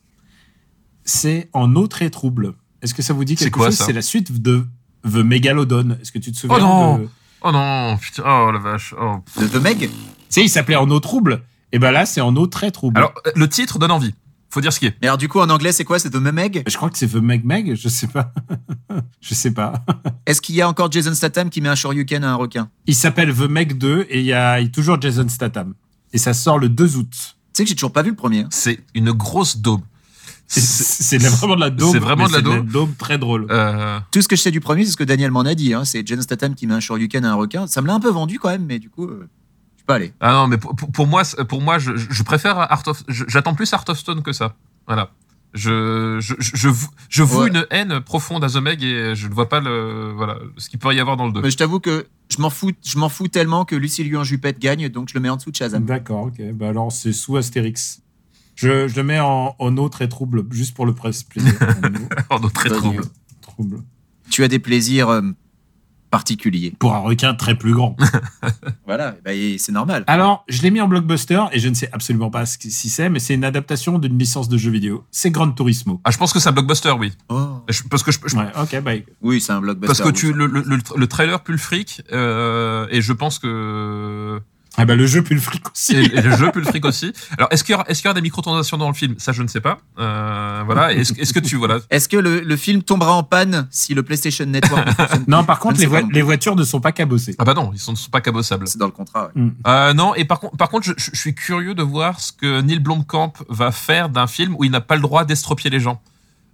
Speaker 4: C'est En eau très trouble. Est-ce que ça vous dit quelque
Speaker 6: C'est quoi,
Speaker 4: chose?
Speaker 6: ça
Speaker 4: C'est la suite de The Megalodon. Est-ce que tu te souviens
Speaker 6: Oh non
Speaker 4: de...
Speaker 6: Oh non, putain, oh la vache. Oh.
Speaker 5: De The Meg.
Speaker 4: Tu sais, il s'appelait En eau trouble. Et ben là, c'est En eau très trouble.
Speaker 6: Alors, le titre donne envie. Faut dire ce qui est.
Speaker 5: Mais alors du coup en anglais c'est quoi? C'est The Meg.
Speaker 4: Je crois que c'est The Meg Meg, je sais pas. je sais pas.
Speaker 5: Est-ce qu'il y a encore Jason Statham qui met un shoryuken à un requin?
Speaker 4: Il s'appelle The Meg deux et il y a, il y a toujours Jason Statham. Et ça sort le deux août.
Speaker 5: Tu sais que j'ai toujours pas vu le premier. Hein.
Speaker 6: C'est une grosse daube.
Speaker 4: C'est, c'est de la- vraiment de la daube.
Speaker 6: C'est vraiment
Speaker 4: mais
Speaker 6: de la
Speaker 4: c'est
Speaker 6: daube.
Speaker 4: très drôle.
Speaker 6: Euh,
Speaker 5: Tout ce que je sais du premier, c'est ce que Daniel m'en a dit. Hein. C'est Jason Statham qui met un shoryuken à un requin. Ça me l'a un peu vendu quand même, mais du coup, euh, je suis pas allé.
Speaker 6: Ah non, mais pour, pour, pour moi, c'est- pour moi, je, je préfère Art of, je- j'attends plus Art of Stone que ça. Voilà. Je, je, je, je, vou- je voue
Speaker 5: Ouais.
Speaker 6: une haine profonde à The Meg et je ne vois pas le, voilà, ce qu'il peut y avoir dans le deux.
Speaker 5: Mais je t'avoue que je m'en fous, je m'en fous tellement que Lucie Liu en jupette gagne, donc je le mets en dessous de Shazam.
Speaker 4: D'accord, ok. Bah alors, c'est sous Astérix. Je, je le mets en, en eau très trouble, juste pour le presse plaisir. En eau
Speaker 6: Oh, non, très
Speaker 5: Vas-y.
Speaker 6: trouble.
Speaker 4: trouble.
Speaker 5: Tu as des plaisirs euh, particuliers.
Speaker 4: Pour un requin très plus grand.
Speaker 5: Voilà, bah, et c'est normal.
Speaker 4: Alors, je l'ai mis en blockbuster et je ne sais absolument pas ce que- si c'est, mais c'est une adaptation d'une licence de jeu vidéo. C'est Gran Turismo.
Speaker 6: Ah, je pense que c'est un blockbuster, oui.
Speaker 5: Oh.
Speaker 6: Je- parce que je, je-
Speaker 4: Ouais, ok, bah,
Speaker 5: Oui, c'est un blockbuster.
Speaker 6: parce que
Speaker 5: oui,
Speaker 6: tu,
Speaker 5: ça.
Speaker 6: le, le, le, le trailer pue le fric, euh, et je pense que
Speaker 4: ah bah, le jeu pue le fric aussi.
Speaker 6: et, et le jeu pue le fric aussi. Alors, est-ce qu'il y aura, est-ce qu'il y aura des microtransactions dans le film? Ça, je ne sais pas. Euh, voilà. Est-ce, est-ce que tu, voilà.
Speaker 5: Est-ce que le, le film tombera en panne si le PlayStation Network ne fonctionne
Speaker 4: Non, par
Speaker 5: Je
Speaker 4: contre,
Speaker 5: ne
Speaker 4: les,
Speaker 5: sais pas
Speaker 4: voi-
Speaker 5: non plus.
Speaker 4: les voitures ne sont pas cabossées.
Speaker 6: Ah bah non, ils sont, sont pas cabossables.
Speaker 5: C'est dans le contrat. Ouais.
Speaker 4: Mm.
Speaker 6: Euh, non, et par contre, par contre, je, je suis curieux de voir ce que Neil Blomkamp va faire d'un film où il n'a pas le droit d'estropier les gens.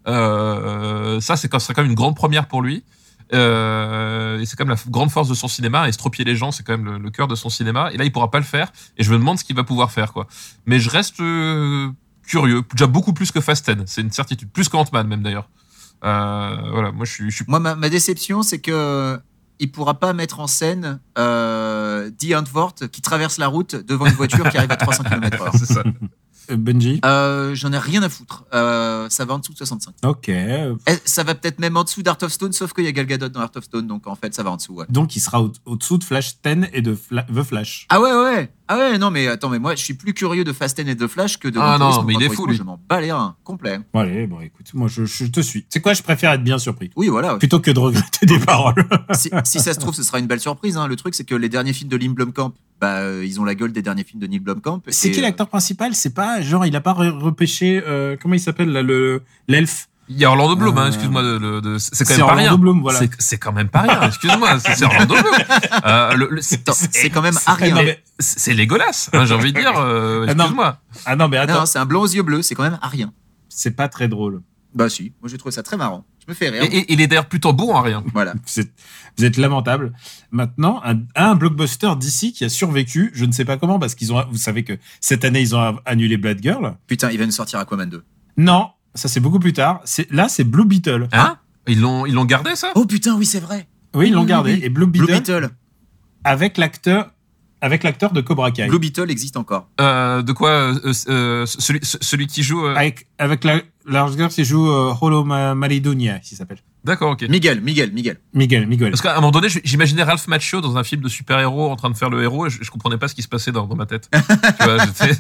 Speaker 6: Euh, ça, c'est, ce serait quand même une grande première pour lui. Euh, et c'est quand même la f- grande force de son cinéma. Estropier les gens, c'est quand même le, le cœur de son cinéma. Et là, il pourra pas le faire. Et je me demande ce qu'il va pouvoir faire, quoi. Mais je reste euh, curieux, déjà beaucoup plus que Fast ten. C'est une certitude, plus qu'Ant-Man même d'ailleurs. Euh, voilà, moi je suis, je suis
Speaker 5: Moi, ma, ma déception, c'est que il pourra pas mettre en scène euh, Dee Antwoord qui traverse la route devant une voiture qui arrive à trois cents kilomètres heure.
Speaker 6: c'est ça.
Speaker 4: Euh, Benji.
Speaker 5: Euh, J'en ai rien à foutre. Euh, ça va en dessous de soixante-cinq.
Speaker 4: Ok. euh,
Speaker 5: Eh, ça va peut-être même en dessous d'Art of Stone, sauf qu'il y a Gal Gadot dans Art of Stone, donc en fait, ça va en dessous. Ouais.
Speaker 4: Donc, il sera au- au-dessous de Flash dix et de Fla- The Flash.
Speaker 5: Ah ouais, ouais. Ah ouais, non, mais attends, mais moi, je suis plus curieux de Fast ten et de Flash que de.
Speaker 6: Ah
Speaker 5: Gran
Speaker 6: non,
Speaker 5: Turismo.
Speaker 6: mais il
Speaker 5: Gran
Speaker 6: est
Speaker 5: Turismo,
Speaker 6: fou, lui.
Speaker 5: Je m'en bats les reins, complet.
Speaker 4: Bon, allez, bon, écoute, moi, je, je te suis. C'est quoi, je préfère être bien surpris.
Speaker 5: Oui, voilà. ouais.
Speaker 4: Plutôt que de regretter des paroles.
Speaker 5: si, si ça se trouve, ce sera une belle surprise. Hein. Le truc, c'est que les derniers films de Neil Blomkamp, bah, euh, ils ont la gueule des derniers films de Neil Blomkamp.
Speaker 4: C'est
Speaker 5: Et,
Speaker 4: qui l'acteur principal? C'est pas, genre, il a pas re- repêché, euh, comment il s'appelle, là, le, l'elfe?
Speaker 6: Il y a Orlando Bloom, hein,
Speaker 4: Euh,
Speaker 6: excuse-moi, de, de, de- c'est quand
Speaker 4: c'est
Speaker 6: même pas
Speaker 4: Orlando
Speaker 6: rien.
Speaker 4: Bloom, voilà.
Speaker 6: C'est, c'est quand même pas rien, excuse-moi, c'est, c'est Orlando Bloom. Euh, le- le- c'est,
Speaker 5: Attends, c'est quand même
Speaker 6: c'est-
Speaker 5: à rien.
Speaker 4: non, mais-
Speaker 6: c'est, c'est Légolas, hein, j'ai envie de dire, euh,
Speaker 4: Ah, non.
Speaker 6: excuse-moi.
Speaker 4: Ah non, mais attends,
Speaker 5: Non, c'est un blond aux yeux bleus, c'est quand même à rien.
Speaker 4: c'est pas très drôle.
Speaker 5: Bah si, moi j'ai trouvé ça très marrant. Je me fais rire.
Speaker 6: Et, et il est d'ailleurs plutôt beau en rien.
Speaker 5: Voilà.
Speaker 4: Vous êtes, vous êtes lamentable. Maintenant, un, un blockbuster d'ici qui a survécu, je ne sais pas comment, parce qu'ils ont, vous savez que cette année, ils ont annulé Blade Girl.
Speaker 5: Putain, il va nous sortir Aquaman deux.
Speaker 4: Non, ça c'est beaucoup plus tard. C'est, là, c'est Blue Beetle.
Speaker 6: Hein? Ils l'ont, ils l'ont gardé, ça?
Speaker 5: Oh putain, oui, c'est vrai.
Speaker 4: Oui, ils l'ont
Speaker 5: oui,
Speaker 4: gardé.
Speaker 5: oui.
Speaker 4: Et Blue
Speaker 5: Blue
Speaker 4: Beetle,
Speaker 5: Beetle.
Speaker 4: avec l'acteur, avec l'acteur de Cobra Kai.
Speaker 5: Blue Beetle existe encore.
Speaker 6: Euh, de quoi, euh, euh, celui, celui qui joue, euh,
Speaker 4: Avec, avec la, l'acteur qui joue euh, Holo Ma- Malidonia, il s'appelle.
Speaker 6: d'accord, ok.
Speaker 5: Miguel, Miguel, Miguel.
Speaker 4: Miguel, Miguel.
Speaker 6: Parce qu'à un moment donné, j'imaginais Ralph Macchio dans un film de super-héros en train de faire le héros et je, je comprenais pas ce qui se passait dans, dans ma tête. Tu vois, j'étais...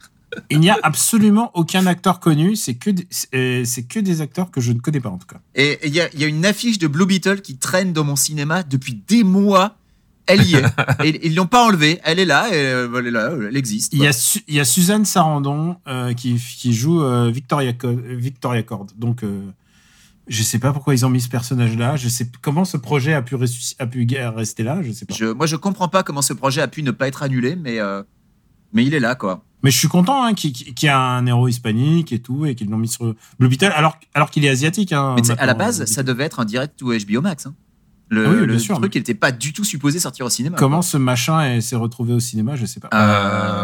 Speaker 4: Il n'y a absolument aucun acteur connu. C'est que, des- c'est, euh, c'est que des acteurs que je ne connais pas, en tout cas.
Speaker 5: Et il y a, il y a une affiche de Blue Beetle qui traîne dans mon cinéma depuis des mois. Elle y est. Et ils l'ont pas enlevée. Elle est là. Et, euh, elle est là. Elle existe.
Speaker 4: Il y
Speaker 5: quoi.
Speaker 4: a, Su- il y a Suzanne Sarandon euh, qui, qui joue euh, Victoria, Co- Victoria Cord. Donc, euh, je sais pas pourquoi ils ont mis ce personnage-là. Je sais p- comment ce projet a pu, ressusc- a pu ga- rester là. Je sais pas.
Speaker 5: Je, moi, je comprends pas comment ce projet a pu ne pas être annulé, mais euh, mais il est là, quoi.
Speaker 4: Mais je suis content hein, qu'il qu'il y a un héros hispanique et tout, et qu'ils l'ont mis sur Blue Beetle, alors, alors qu'il est asiatique. Hein,
Speaker 5: Mais tu sais, à la
Speaker 4: maintenant,
Speaker 5: base,
Speaker 4: euh,
Speaker 5: ça devait être un direct to H B O Max. Hein. Le,
Speaker 4: Ah oui, bien
Speaker 5: le
Speaker 4: sûr,
Speaker 5: truc,
Speaker 4: mais-
Speaker 5: il n'était pas du tout supposé sortir au cinéma.
Speaker 4: Comment
Speaker 5: quoi.
Speaker 4: ce machin est- s'est retrouvé au cinéma, je sais pas.
Speaker 6: Euh,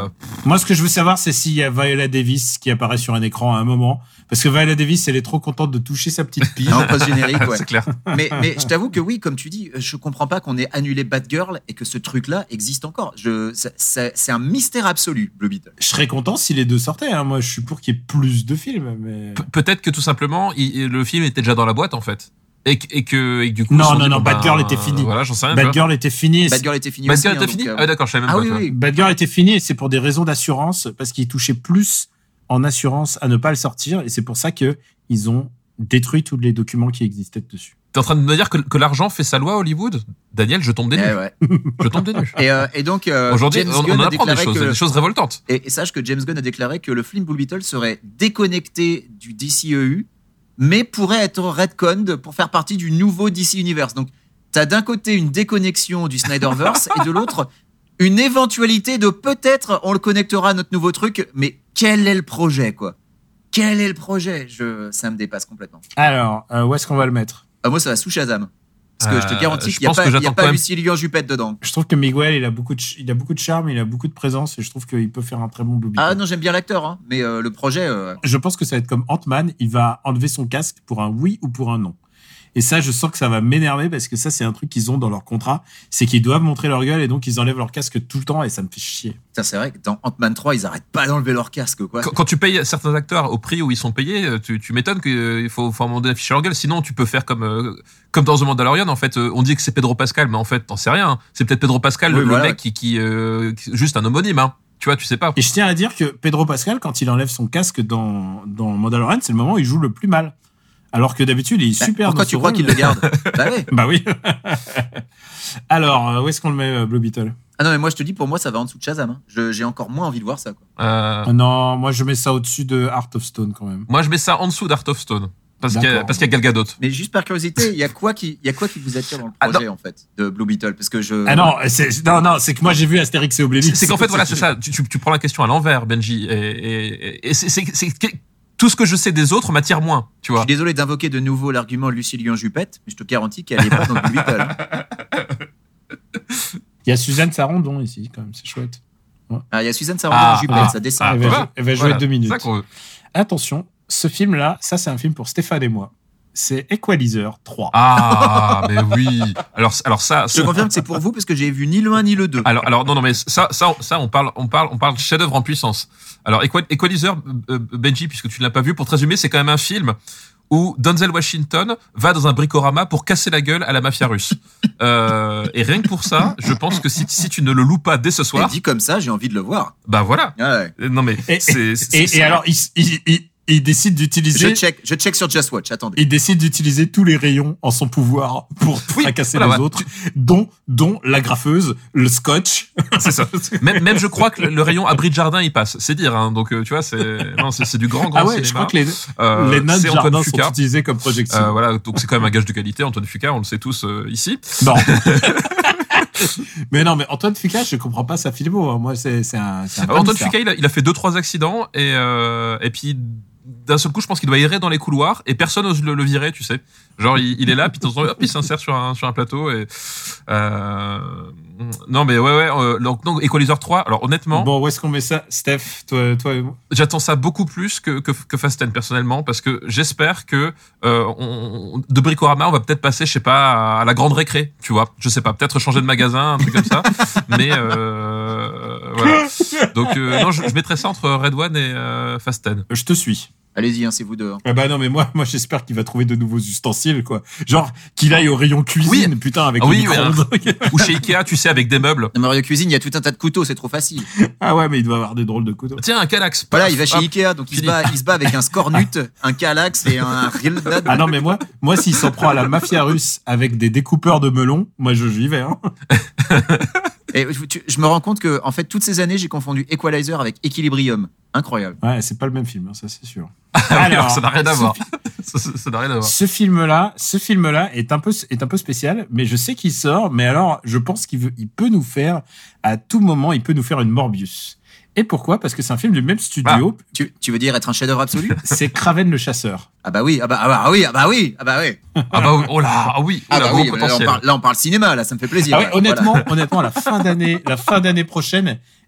Speaker 4: Moi, ce que je veux savoir, c'est s'il y a Viola Davis qui apparaît sur un écran à un moment. Parce que Viola Davis, elle est trop contente de toucher sa petite pige.
Speaker 5: En post-générique, ouais.
Speaker 6: C'est clair.
Speaker 5: Mais, mais je t'avoue que oui, comme tu dis, je comprends pas qu'on ait annulé Batgirl et que ce truc-là existe encore. Je, ça, ça, c'est un mystère absolu, Blue Beetle.
Speaker 4: Je serais content si les deux sortaient. Hein. Moi, je suis pour qu'il y ait plus de films. Mais...
Speaker 6: Pe- peut-être que tout simplement, il- le film était déjà dans la boîte en fait. Et que, et que, et que du coup. ils
Speaker 4: Non,
Speaker 6: se sont
Speaker 4: non,
Speaker 6: dit,
Speaker 4: non,
Speaker 6: bon,
Speaker 4: Batgirl
Speaker 6: ben,
Speaker 4: était fini.
Speaker 6: Voilà, j'en sais rien. tu vois.
Speaker 4: Batgirl était fini.
Speaker 5: Batgirl était fini
Speaker 6: Batgirl
Speaker 5: aussi.
Speaker 6: était
Speaker 5: hein,
Speaker 6: fini
Speaker 5: donc,
Speaker 6: Ah ouais, d'accord, je savais même
Speaker 5: Ah
Speaker 6: pas.
Speaker 5: oui,
Speaker 6: toi.
Speaker 5: oui.
Speaker 4: Batgirl était fini et c'est pour des raisons d'assurance, parce qu'ils touchaient plus en assurance à ne pas le sortir. Et c'est pour ça que ils ont détruit tous les documents qui existaient dessus.
Speaker 6: T'es en train de me dire que, que l'argent fait sa loi à Hollywood? Daniel, je tombe des nues.
Speaker 5: Eh ouais.
Speaker 6: Je tombe des nues.
Speaker 5: Et, euh, et donc, euh,
Speaker 6: Aujourd'hui,
Speaker 5: James
Speaker 6: on,
Speaker 5: Gunn
Speaker 6: on
Speaker 5: a
Speaker 6: apprend des
Speaker 5: déclaré
Speaker 6: choses,
Speaker 5: que,
Speaker 6: des choses révoltantes.
Speaker 5: et, et sache que James Gunn a déclaré que le film Blue Beetle serait déconnecté du D C E U, mais pourrait être retconned pour faire partie du nouveau D C Universe. Donc, t'as d'un côté une déconnexion du Snyderverse et de l'autre une éventualité de peut-être on le connectera à notre nouveau truc, mais quel est le projet, quoi? Quel est le projet? Je, ça me dépasse complètement.
Speaker 4: Alors, euh, où est-ce qu'on va le mettre?
Speaker 5: Ah, moi, ça va sous Shazam. Parce que je te
Speaker 6: Euh,
Speaker 5: garantis
Speaker 6: je
Speaker 5: qu'il n'y a
Speaker 6: pense
Speaker 5: pas,
Speaker 6: que
Speaker 5: il y a
Speaker 6: j'attends
Speaker 5: pas
Speaker 6: quand même-
Speaker 5: Lucie Lian-Jupette dedans.
Speaker 4: Je trouve que Miguel, il a beaucoup de, ch- il a beaucoup de charme, il a beaucoup de présence, et je trouve qu'il peut faire un très bon Blue Beetle.
Speaker 5: Ah non, j'aime bien l'acteur, hein, mais euh, le projet... euh,
Speaker 4: Je pense que ça va être comme Ant-Man, il va enlever son casque pour un oui ou pour un non. Et ça, je sens que ça va m'énerver parce que ça, c'est un truc qu'ils ont dans leur contrat, c'est qu'ils doivent montrer leur gueule et donc ils enlèvent leur casque tout le temps et ça me fait chier.
Speaker 5: Putain, c'est vrai que dans Ant-Man trois, ils arrêtent pas d'enlever leur casque, quoi.
Speaker 6: Quand, quand tu payes certains acteurs au prix où ils sont payés, tu, tu m'étonnes qu'il faut, faut demander d'afficher leur gueule. Sinon, tu peux faire comme, euh, comme dans The Mandalorian. En fait, euh, on dit que c'est Pedro Pascal, mais en fait, t'en sais rien. hein. C'est peut-être Pedro Pascal,
Speaker 5: Oui,
Speaker 6: le,
Speaker 5: voilà.
Speaker 6: le mec qui, qui, euh, qui- juste un homonyme. Hein. Tu vois, tu sais pas.
Speaker 4: Et je tiens à dire que Pedro Pascal, quand il enlève son casque dans, dans Mandalorian, c'est le moment où il joue le plus mal. Alors que d'habitude, il est
Speaker 5: Bah,
Speaker 4: super
Speaker 5: pourquoi
Speaker 4: dans
Speaker 5: tu
Speaker 4: son
Speaker 5: crois
Speaker 4: rôle.
Speaker 5: qu'il le garde? Bah ouais.
Speaker 4: Bah oui. Alors, euh, où est-ce qu'on le met, euh, Blue Beetle?
Speaker 5: Ah non, mais moi je te dis, pour moi, ça va en dessous de Shazam. Hein. Je- j'ai encore moins envie de voir ça, quoi.
Speaker 6: Euh,
Speaker 4: Ah non, moi je mets ça au-dessus de Heart of Stone quand même.
Speaker 6: moi, je mets ça en dessous d'Art of Stone. Parce qu'il y a,
Speaker 4: D'accord.
Speaker 6: parce qu'il y a Gal Gadot.
Speaker 5: Mais juste par curiosité, il y a quoi qui, il y a quoi qui vous attire dans le
Speaker 6: Ah,
Speaker 5: projet, en fait, de Blue Beetle? Parce que je.
Speaker 4: Ah non, c'est, non, non, c'est que moi j'ai vu Astérix et Obélix.
Speaker 6: C'est, c'est qu'en fait, voilà, c'est ça. Tu, tu, tu prends la question à l'envers, Benji. Et, et, et c'est, c'est, c'est que- tout ce que je sais des autres m'attire moins. Tu
Speaker 5: Je
Speaker 6: vois.
Speaker 5: suis désolé d'invoquer de nouveau l'argument Lucie Lian-Jupette, mais je te garantis qu'elle est pas dans Blue Beetle. Hein.
Speaker 4: Il y a Suzanne Sarandon ici quand même, c'est chouette.
Speaker 5: Ah, il y a Suzanne Sarandon
Speaker 6: Ah,
Speaker 5: en Jupette,
Speaker 6: ah,
Speaker 5: ça descend.
Speaker 6: ah,
Speaker 4: elle va,
Speaker 6: voilà.
Speaker 4: jou- elle va jouer
Speaker 6: Voilà.
Speaker 4: deux minutes.
Speaker 6: C'est ça qu'on veut.
Speaker 4: Attention, ce film-là, ça c'est un film pour Stéphane et moi. C'est Equalizer trois.
Speaker 6: Ah, mais oui. Alors, alors ça,
Speaker 5: Je te confirme que c'est pour vous parce que j'ai vu ni le un ni le deux.
Speaker 6: Alors, alors non, non, mais ça, ça, ça, on parle, on parle, on parle chef-d'œuvre en puissance. Alors, Equal- Equalizer, euh, Benji, puisque tu ne l'as pas vu, pour te résumer, c'est quand même un film où Denzel Washington va dans un bricorama pour casser la gueule à la mafia russe. Euh, et rien que pour ça, je pense que si, si tu ne le loues pas dès ce
Speaker 5: Et
Speaker 6: soir,
Speaker 5: dit comme ça, j'ai envie de le voir.
Speaker 6: bah voilà.
Speaker 5: Ah ouais.
Speaker 6: Non mais
Speaker 4: Et,
Speaker 6: c'est, c'est-
Speaker 4: et,
Speaker 6: c'est-
Speaker 4: et alors, il, il, il, il décide d'utiliser,
Speaker 5: Je check, je check sur Just Watch. Attendez.
Speaker 4: il décide d'utiliser tous les rayons en son pouvoir pour
Speaker 6: Oui,
Speaker 4: fracasser
Speaker 6: voilà,
Speaker 4: les
Speaker 6: ouais.
Speaker 4: autres, dont, dont la graffeuse, le scotch.
Speaker 6: c'est ça. Même, même je crois que le, le rayon abri de jardin il passe. C'est dire. Hein. Donc euh, tu vois, c'est, non, c'est, c'est du grand grand
Speaker 4: Ah ouais,
Speaker 6: cinéma.
Speaker 4: je crois que les,
Speaker 6: Euh,
Speaker 4: les nains de
Speaker 6: c'est Antoine
Speaker 4: jardin
Speaker 6: Fuqua.
Speaker 4: sont utilisés comme projection.
Speaker 6: Euh, voilà, donc c'est quand même un gage de qualité, Antoine Fuqua, on le sait tous euh, ici.
Speaker 4: Non. Mais non, mais Antoine Fuqua, je comprends pas sa filmo. hein. Moi, c'est, c'est un, c'est un
Speaker 6: Alors, Antoine
Speaker 4: fan
Speaker 6: Fuqua, il a, il a fait deux trois accidents et euh, et puis d'un seul coup, je pense qu'il doit errer dans les couloirs et personne n'ose le, le virer, tu sais. Genre, il, il est là, puis de temps en temps, hop, il s'insère sur un sur un plateau et euh, non, mais ouais, ouais. Euh, donc, donc, Equalizer trois. Alors, honnêtement,
Speaker 4: Bon, où est-ce qu'on met ça, Steph, toi, toi et moi?
Speaker 6: j'attends ça beaucoup plus que que, que Fast ten personnellement parce que j'espère que euh, on, de Bricorama, on va peut-être passer, je sais pas, à la grande récré, tu vois. Je sais pas, peut-être changer de magasin, un truc comme ça. Mais euh, voilà. Donc euh, non, je, je mettrais ça entre Red One et euh, Fast ten.
Speaker 4: Je te suis.
Speaker 5: Allez-y, hein, c'est vous deux. hein.
Speaker 4: Ah bah non, mais moi, moi, j'espère qu'il va trouver de nouveaux ustensiles, quoi. Genre, qu'il aille au rayon cuisine,
Speaker 6: Oui.
Speaker 4: putain, avec
Speaker 6: Ah
Speaker 4: le
Speaker 6: oui,
Speaker 4: micro-ondes.
Speaker 6: Ou chez Ikea, tu sais, avec des meubles.
Speaker 5: Dans Mario Cuisine, il y a tout un tas de couteaux, c'est trop facile.
Speaker 4: Ah ouais, mais il doit avoir des drôles de couteaux.
Speaker 6: Tiens, un Calax.
Speaker 5: Voilà,
Speaker 6: Paf,
Speaker 5: il va chez
Speaker 6: hop.
Speaker 5: Ikea, donc il se,
Speaker 6: fini.
Speaker 5: bat, il se bat avec un Scornut, un Calax et un Rilda.
Speaker 4: Ah non, mais moi, moi, s'il s'en prend à la mafia russe avec des découpeurs de melons, moi, je, j'y vais, hein.
Speaker 5: Et je, tu- je me rends compte que, en fait, toutes ces années, j'ai confondu Equalizer avec Equilibrium. Incroyable.
Speaker 4: Ouais, c'est pas le même film, hein, ça, c'est sûr.
Speaker 6: Alors, ça n'a rien à
Speaker 4: ce
Speaker 6: voir.
Speaker 4: fi-
Speaker 6: Ça ça- ça n'a rien à voir.
Speaker 4: Ce film-là, ce film-là est un peu, est un peu spécial, mais je sais qu'il sort, mais alors, je pense qu'il veut, il peut nous faire, à tout moment, il peut nous faire une Morbius. Et pourquoi? Parce que c'est un film du même studio,
Speaker 5: Tu, tu veux dire être un chef-d'œuvre absolu?
Speaker 4: c'est Kraven le chasseur.
Speaker 5: Ah bah oui, ah bah, ah bah oui, ah bah oui, ah bah oui.
Speaker 6: Ah bah oui, oh là, ah oui, oh
Speaker 5: Ah
Speaker 6: là,
Speaker 5: bah
Speaker 6: gros
Speaker 5: oui, là on,
Speaker 6: potentiel.
Speaker 5: parle, là on parle cinéma, là ça me fait plaisir.
Speaker 4: Ah ouais,
Speaker 5: là.
Speaker 4: honnêtement,
Speaker 5: Voilà.
Speaker 4: honnêtement, la fin d'année, la fin d'année prochaine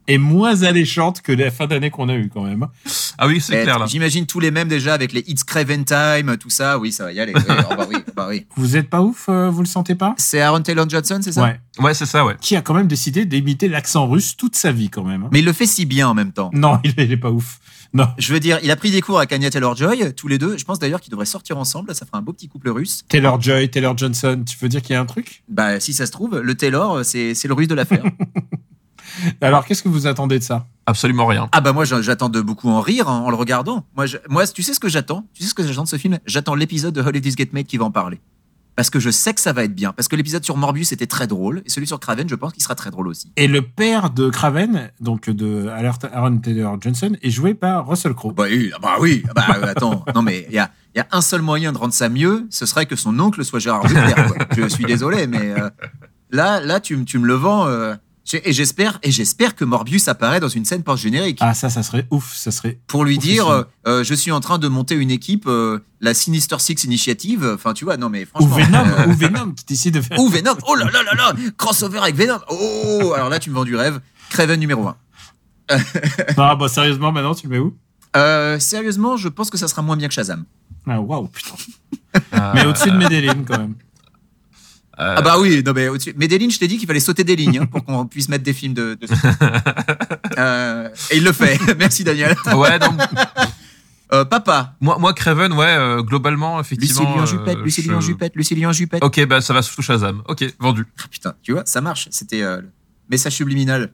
Speaker 4: est moins alléchante que la fin d'année qu'on a eue quand même.
Speaker 6: Ah oui, c'est
Speaker 5: Eh,
Speaker 6: clair là.
Speaker 5: J'imagine tous les mêmes déjà avec les It's Craven Time, tout ça. Oui, ça va y aller. Oui, oh bah oui, oh bah oui.
Speaker 4: Vous êtes pas ouf, euh, vous le sentez pas?
Speaker 5: C'est Aaron Taylor Johnson, c'est ça?
Speaker 4: Ouais.
Speaker 6: Ouais, c'est ça, ouais.
Speaker 4: Qui a quand même décidé d'imiter l'accent russe toute sa vie quand même. hein.
Speaker 5: Mais il le fait si bien en même temps.
Speaker 4: Non, il est, il est pas ouf. Non.
Speaker 5: Je veux dire, il a pris des cours avec Anya Taylor-Joy, tous les deux. Je pense d'ailleurs qu'ils devraient sortir ensemble. Ça ferait un beau petit couple russe.
Speaker 4: Taylor Joy, Taylor Johnson, tu veux dire qu'il y a un truc?
Speaker 5: Bah, si ça se trouve, le Taylor, c'est c'est le russe de l'affaire.
Speaker 4: Alors, qu'est-ce que vous attendez de ça?
Speaker 6: Absolument rien.
Speaker 5: Ah bah moi j'en- j'attends de beaucoup en rire en, en le regardant. Moi, je- moi, tu sais ce que j'attends? Tu sais ce que j'attends de ce film? J'attends l'épisode de Holidays Get Made qui va en parler. Parce que je sais que ça va être bien. Parce que l'épisode sur Morbius était très drôle. Et celui sur Kraven, je pense qu'il sera très drôle aussi.
Speaker 4: Et le père de Kraven, donc de Aaron Taylor Johnson, est joué par Russell Crowe.
Speaker 5: Bah oui, ah bah oui. Ah bah euh, attends, non mais il y a, il y a un seul moyen de rendre ça mieux, ce serait que son oncle soit Gérard Butler. quoi. Je suis désolé, mais euh, là, là, tu, m- tu me le vends. euh, j'ai- et j'espère, et j'espère que Morbius apparaît dans une scène post-générique.
Speaker 4: Ah, ça, ça serait ouf. Ça serait.
Speaker 5: Pour lui
Speaker 4: Officiel.
Speaker 5: dire, euh, euh, je suis en train de monter une équipe, euh, la Sinister Six Initiative. Enfin, tu vois, non mais
Speaker 4: Ou
Speaker 5: franchement.
Speaker 4: Venom,
Speaker 5: euh,
Speaker 4: ou Venom qui décide de faire.
Speaker 5: ou Venom. Oh là là là là, crossover avec Venom. Oh, alors là, tu me vends du rêve. Craven numéro un.
Speaker 4: Ah, bah, sérieusement, maintenant, tu le mets où?
Speaker 5: Euh, sérieusement, je pense que ça sera moins bien que Shazam.
Speaker 4: Ah, waouh, putain.
Speaker 6: Euh,
Speaker 4: Mais au-dessus de Medellin, quand même.
Speaker 6: euh,
Speaker 5: Ah bah oui, non mais au-dessus. Mais des lignes, je t'ai dit qu'il fallait sauter des lignes hein, pour qu'on puisse mettre des films de. de... euh, et il le fait. Merci Daniel.
Speaker 6: Ouais, non,
Speaker 5: Euh, papa.
Speaker 6: moi, moi, Craven, ouais, euh, globalement, effectivement.
Speaker 5: Lucille en
Speaker 6: euh,
Speaker 5: jupette, Lucille en
Speaker 6: je-
Speaker 5: jupette, Lucille en jupette.
Speaker 6: Ok, bah ça va sous Shazam. Ok, vendu.
Speaker 5: Ah, putain, tu vois, ça marche. C'était euh, le message subliminal.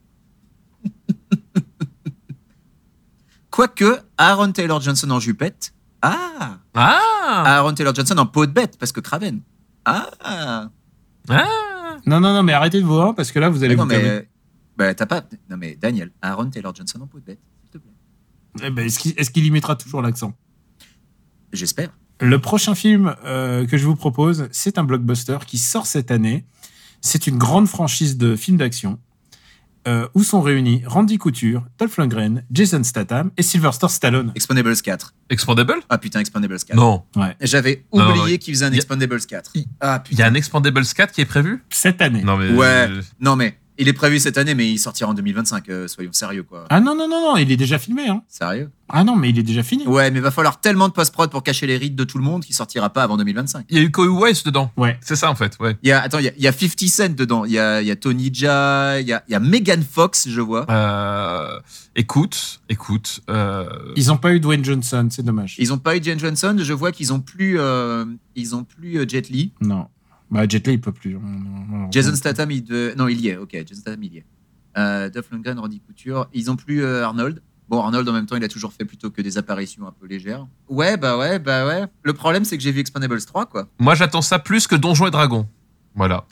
Speaker 5: Quoique, Aaron Taylor Johnson en jupette. Ah
Speaker 6: Ah,
Speaker 5: Aaron Taylor Johnson en peau de bête, parce que Kraven. Ah
Speaker 6: ah.
Speaker 4: Non, non, non, mais arrêtez de vous voir parce que là, vous allez
Speaker 5: Mais non,
Speaker 4: vous calmer.
Speaker 5: mais. Bah, t'as pas. Non, mais Daniel, Aaron Taylor Johnson en peau de bête, s'il te plaît.
Speaker 4: Eh ben, est-ce qu'il est-ce qu'il y mettra toujours l'accent?
Speaker 5: J'espère.
Speaker 4: Le prochain film euh, que je vous propose, c'est un blockbuster qui sort cette année. C'est une grande franchise de films d'action euh, où sont réunis Randy Couture, Dolph Lundgren, Jason Statham et Sylvester Stallone.
Speaker 5: Expandables quatre.
Speaker 6: Expandable?
Speaker 5: Ah putain, Expandables quatre.
Speaker 6: Non.
Speaker 4: Ouais,
Speaker 5: J'avais
Speaker 6: Non, non,
Speaker 5: oublié
Speaker 6: non.
Speaker 5: qu'il faisait un
Speaker 6: Il y a-
Speaker 5: Expandables quatre. Ah
Speaker 6: Il y
Speaker 5: putain.
Speaker 6: a un Expandables quatre qui est prévu?
Speaker 4: cette année.
Speaker 6: Non, mais.
Speaker 5: Ouais. Non mais, il est prévu cette année, mais il sortira en deux mille vingt-cinq. euh, soyons sérieux, quoi.
Speaker 4: Ah non, non, non, non, il est déjà filmé. Hein.
Speaker 5: Sérieux?
Speaker 4: Ah non, mais il est déjà fini.
Speaker 5: Ouais, mais va falloir tellement de post-prod pour cacher les rides de tout le monde qu'il sortira pas avant deux mille vingt-cinq.
Speaker 6: Il y a eu Koi Wise dedans.
Speaker 4: Ouais.
Speaker 6: C'est ça, en fait, ouais.
Speaker 5: Il y a, attends, il y a, il y a fifty Cent dedans. Il y a, il y a Tony Jaa, il y a, il y a Megan Fox, je vois.
Speaker 6: Euh, écoute, écoute. Euh,
Speaker 4: Ils ont pas eu Dwayne Johnson, c'est dommage.
Speaker 5: Ils ont pas eu Jane Johnson. Je vois qu'ils ont plus, euh, ils ont plus euh, Jet Li.
Speaker 4: Non. Bah, Jet Li, il peut plus. Non, non, non.
Speaker 5: Jason Statham, il de... non, il y est. Ok, Jason Statham, il y est. Euh, Dolph Lundgren, Randy Couture. Ils ont plus euh, Arnold. Bon, Arnold, en même temps, il a toujours fait plutôt que des apparitions un peu légères. Ouais, bah ouais, bah ouais. Le problème, c'est que j'ai vu Expandables trois, quoi.
Speaker 6: Moi, j'attends ça plus que Donjons et Dragons. Voilà.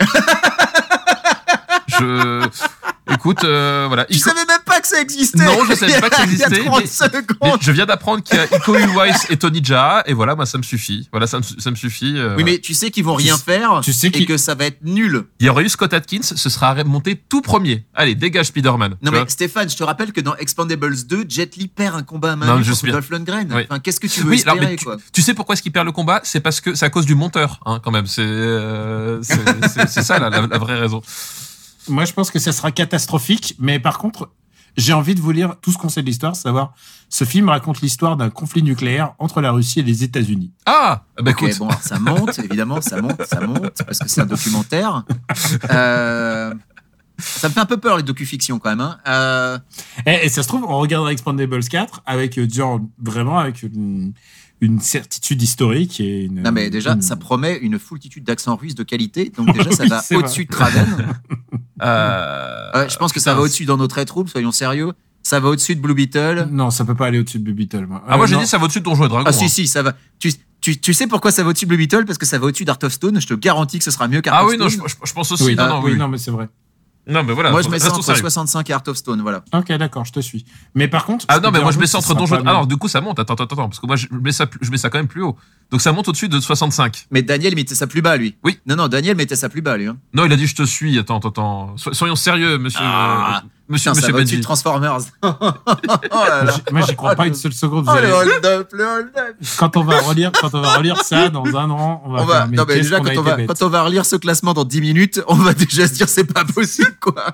Speaker 6: Je. Écoute, euh, voilà.
Speaker 5: Tu
Speaker 6: Ico-
Speaker 5: savais même pas que ça existait.
Speaker 6: Non, je savais pas que ça
Speaker 5: Il y a
Speaker 6: existait,
Speaker 5: trente
Speaker 6: mais-
Speaker 5: secondes.
Speaker 6: Mais je viens d'apprendre qu'il y a Iko Uwais et Tony Jaa, et voilà, moi, ça me suffit. Voilà, ça me, ça me suffit. euh,
Speaker 5: Oui,
Speaker 6: voilà.
Speaker 5: mais tu sais qu'ils vont
Speaker 4: Tu
Speaker 5: rien
Speaker 4: sais-
Speaker 5: faire
Speaker 4: tu sais
Speaker 5: et
Speaker 4: qu'ils-
Speaker 5: que ça va être nul.
Speaker 6: Il y aurait eu Scott Atkins, ce sera monté tout premier. Allez, dégage Spider-Man.
Speaker 5: Non,
Speaker 6: tu
Speaker 5: mais
Speaker 6: vois.
Speaker 5: Stéphane, je te rappelle que dans Expandables deux, Jet Li perd un combat à main
Speaker 6: Non,
Speaker 5: nue
Speaker 6: je
Speaker 5: contre
Speaker 6: sais bien.
Speaker 5: Dolph Lundgren.
Speaker 6: Oui.
Speaker 5: Enfin, qu'est-ce que tu veux
Speaker 6: Oui, alors,
Speaker 5: espérer,
Speaker 6: mais tu,
Speaker 5: quoi.
Speaker 6: tu sais pourquoi est-ce qu'il perd le combat? C'est parce que c'est à cause du monteur, hein, quand même. C'est euh, c'est c'est- c'est ça la, la- la vraie raison.
Speaker 4: Moi, je pense que ça sera catastrophique, mais par contre, j'ai envie de vous lire tout ce qu'on sait de l'histoire, savoir, ce film raconte l'histoire d'un conflit nucléaire entre la Russie et les États-Unis.
Speaker 6: Ah, bah
Speaker 5: Ok,
Speaker 6: écoute,
Speaker 5: bon, alors, ça monte, évidemment, ça monte, ça monte, parce que c'est un documentaire. Euh, ça me fait un peu peur, les docu-fictions, quand même. Hein. Euh,
Speaker 4: Et, et ça se trouve, on regardera Expandables quatre avec, euh, genre, vraiment avec une, une certitude historique et une...
Speaker 5: non, mais déjà,
Speaker 4: une-
Speaker 5: ça promet une foultitude d'accent russe de qualité, donc déjà, ça
Speaker 4: Oui,
Speaker 5: va
Speaker 4: c'est
Speaker 5: au-dessus de Kraven.
Speaker 6: euh,
Speaker 5: Ouais, je pense que ça
Speaker 6: putain,
Speaker 5: va au-dessus d'Un autre Trouble, soyons sérieux. Ça va au-dessus de Blue Beetle.
Speaker 4: Non, ça peut pas aller au-dessus de Blue Beetle, moi.
Speaker 6: Ah, moi
Speaker 4: Euh,
Speaker 6: j'ai
Speaker 4: non.
Speaker 6: dit ça va au-dessus de Donjons et Dragons.
Speaker 5: Ah si
Speaker 6: hein.
Speaker 5: si, ça va. Tu, tu, tu sais pourquoi ça va au-dessus de Blue Beetle? Parce que ça va au-dessus d'Art of Stone. Je te garantis que ce sera mieux qu'Art
Speaker 6: Ah
Speaker 5: of
Speaker 6: oui, non, je,
Speaker 5: Stone.
Speaker 6: je- je pense aussi.
Speaker 4: Oui,
Speaker 6: non,
Speaker 5: Ah,
Speaker 6: non,
Speaker 4: oui,
Speaker 6: oui.
Speaker 4: non, mais c'est vrai.
Speaker 6: Non, mais voilà.
Speaker 5: Moi, je mets ça
Speaker 6: restons
Speaker 5: entre
Speaker 6: sérieux.
Speaker 5: soixante-cinq et Art of Stone, voilà.
Speaker 4: Ok, d'accord, je te suis. Mais par contre...
Speaker 6: Ah
Speaker 4: ce
Speaker 6: non,
Speaker 4: qui
Speaker 6: mais moi je
Speaker 4: dérange,
Speaker 6: mets ça
Speaker 4: ce
Speaker 6: entre
Speaker 4: sera
Speaker 6: Donjons.
Speaker 4: pas mieux.
Speaker 6: Alors du coup ça monte. Attends, attends, attends, parce que moi je mets ça, plus- je mets ça quand même plus haut. Donc ça monte au-dessus de soixante-cinq.
Speaker 5: Mais Daniel mettait ça plus bas, lui.
Speaker 6: Oui.
Speaker 5: Non, non, Daniel mettait ça plus bas, lui. Hein.
Speaker 6: Non, il a dit je te suis. Attends, attends, attends. So- Soyons sérieux, monsieur.
Speaker 5: Ah,
Speaker 6: euh, monsieur,
Speaker 5: Putain, ça
Speaker 6: monsieur
Speaker 5: va au-dessus de
Speaker 6: Benji.
Speaker 5: Transformers. oh là là.
Speaker 4: Moi, j'y crois pas une seule seconde. Vous
Speaker 5: Oh,
Speaker 4: allez-
Speaker 5: le hold-up, le hold-up.
Speaker 4: Quand on va relire, quand on va relire ça dans un an, on va,
Speaker 5: On va,
Speaker 4: faire, mais
Speaker 5: non, mais
Speaker 4: qu'est-ce
Speaker 5: déjà,
Speaker 4: qu'on a
Speaker 5: quand on
Speaker 4: été
Speaker 5: va,
Speaker 4: bête.
Speaker 5: quand on va relire ce classement dans dix minutes, on va déjà se dire c'est pas possible, quoi.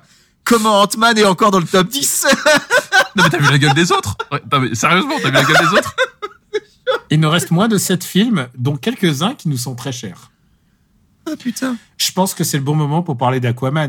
Speaker 5: Comment Ant-Man est encore dans le top dix?
Speaker 6: Non, mais t'as vu la gueule des autres? Ouais, non, mais sérieusement, t'as vu la gueule des autres?
Speaker 4: Il nous reste moins de sept films, dont quelques-uns qui nous sont très chers.
Speaker 5: Ah putain.
Speaker 4: Je pense que c'est le bon moment pour parler d'Aquaman.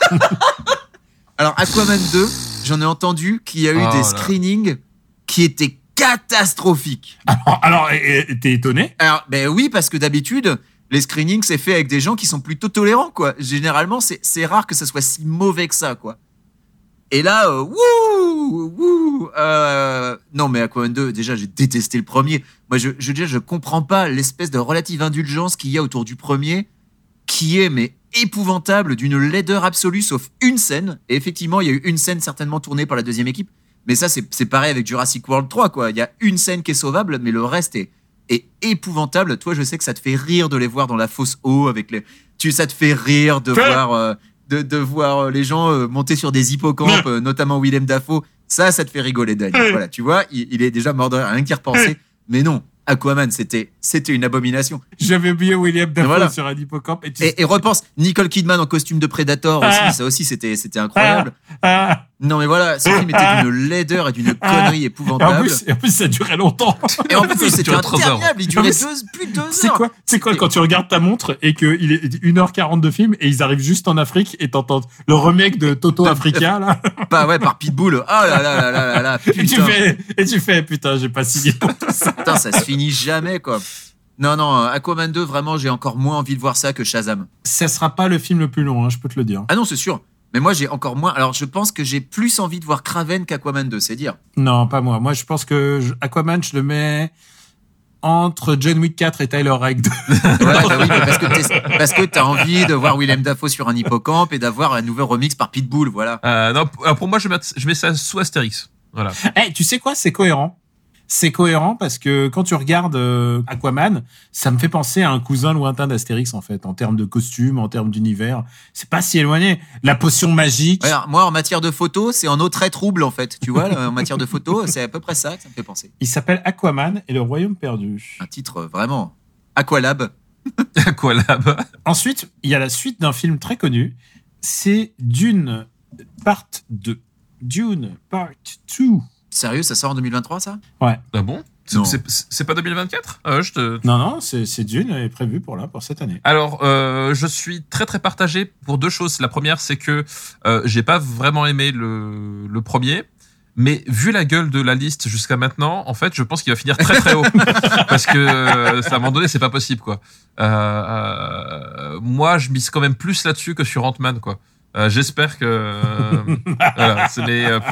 Speaker 5: Alors, Aquaman deux, j'en ai entendu qu'il y a eu
Speaker 6: Oh
Speaker 5: des
Speaker 6: là.
Speaker 5: screenings qui étaient catastrophiques.
Speaker 4: Alors, alors, et- et- t'es étonné?
Speaker 5: Alors, ben oui, parce que d'habitude, les screenings, c'est fait avec des gens qui sont plutôt tolérants, quoi. Généralement, c'est, c'est rare que ça soit si mauvais que ça, quoi. Et là, euh, wouh, wouh, euh, non, mais Aquaman deux, déjà, j'ai détesté le premier. Moi, je, je, déjà, je comprends pas l'espèce de relative indulgence qu'il y a autour du premier, qui est, mais épouvantable, d'une laideur absolue, sauf une scène. Et effectivement, il y a eu une scène certainement tournée par la deuxième équipe. Mais ça, c'est, c'est pareil avec Jurassic World trois, quoi. Il y a une scène qui est sauvable, mais le reste est, est épouvantable. Toi, je sais que ça te fait rire de les voir dans la fosse eau avec les, tu, ça te fait rire de voir, euh, de, de voir les gens euh, monter sur des hippocampes, euh, notamment Willem Dafoe. Ça, ça te fait rigoler, Daniel. Voilà, tu vois, il, il est déjà mort de rire, rien qu'y repenser. Mais non, Aquaman, c'était, c'était une abomination.
Speaker 4: J'avais oublié William Dafoe
Speaker 5: Voilà.
Speaker 4: sur un hippocampe. Et, tu...
Speaker 5: Et, et repense, Nicole Kidman en costume de Predator aussi,
Speaker 4: Ah.
Speaker 5: ça aussi, c'était, c'était incroyable.
Speaker 4: Ah.
Speaker 5: Non, mais voilà, ce film était d'une laideur et d'une connerie
Speaker 4: Et en,
Speaker 5: épouvantable.
Speaker 4: plus, et en plus, ça durait longtemps.
Speaker 5: Et en plus,
Speaker 6: Ça
Speaker 5: c'était
Speaker 6: durait trois heures.
Speaker 5: interminable. Il
Speaker 4: Non,
Speaker 5: durait
Speaker 4: mais
Speaker 5: deux, plus de deux heures.
Speaker 4: C'est quoi, c'est quoi quand tu regardes ta montre et qu'il est une heure quarante de film et ils arrivent juste en Afrique et t'entends le remake de Toto Africa, là.
Speaker 5: Pas, ouais, par Pitbull. Oh là là là là là là,
Speaker 4: Et tu
Speaker 5: putain.
Speaker 4: fais, et tu fais, putain, j'ai pas signé pour tout ça.
Speaker 5: Putain, ça se finit jamais, quoi. Non, non, Aquaman deux, vraiment, j'ai encore moins envie de voir ça que Shazam.
Speaker 4: Ça sera pas le film le plus long, hein, je peux te le dire.
Speaker 5: Ah non, c'est sûr. Mais moi, j'ai encore moins. Alors, je pense que j'ai plus envie de voir Kraven qu'Aquaman deux, c'est dire.
Speaker 4: Non, pas moi. Moi, je pense que je- Aquaman, je le mets entre John Wick quatre et Tyler Rake deux.
Speaker 5: Ouais, bah oui, mais parce que t'es- parce que t'as envie de voir Willem Dafoe sur un hippocampe et d'avoir un nouveau remix par Pitbull, voilà.
Speaker 6: Euh, non, alors pour moi, je mets, je mets ça sous Astérix. Voilà.
Speaker 4: Eh, tu sais quoi? C'est cohérent. C'est cohérent parce que quand tu regardes euh, Aquaman, ça me fait penser à un cousin lointain d'Astérix, en fait, en termes de costume, en termes d'univers. C'est pas si éloigné. La potion magique.
Speaker 5: Ouais, alors, moi, en matière de photos, c'est en eau très trouble, en fait. Tu vois, là, en matière de photos, c'est à peu près ça que ça me fait penser.
Speaker 4: Il s'appelle Aquaman et le Royaume perdu.
Speaker 5: Un titre euh, vraiment. Aqualab.
Speaker 6: Quoi là-bas?
Speaker 4: Ensuite, il y a la suite d'un film très connu. C'est Dune Part deux. Dune Part deux.
Speaker 5: Sérieux, ça sort en deux mille vingt-trois, ça?
Speaker 4: Ouais.
Speaker 6: Ah bon? C'est-
Speaker 5: Non.
Speaker 6: C'est c'est pas deux mille vingt-quatre? Ah, je te...
Speaker 4: Non, non, c'est c'est Dune est prévu pour là, pour cette année.
Speaker 6: Alors, euh, je suis très très partagé pour deux choses. La première, c'est que euh, j'ai pas vraiment aimé le, le premier, mais vu la gueule de la liste jusqu'à maintenant, en fait, je pense qu'il va finir très très haut parce que euh, à un moment donné, c'est pas possible quoi. Euh, euh, moi, je mise quand même plus là-dessus que sur Ant-Man quoi. Euh, J'espère que euh, voilà, c'est les. euh,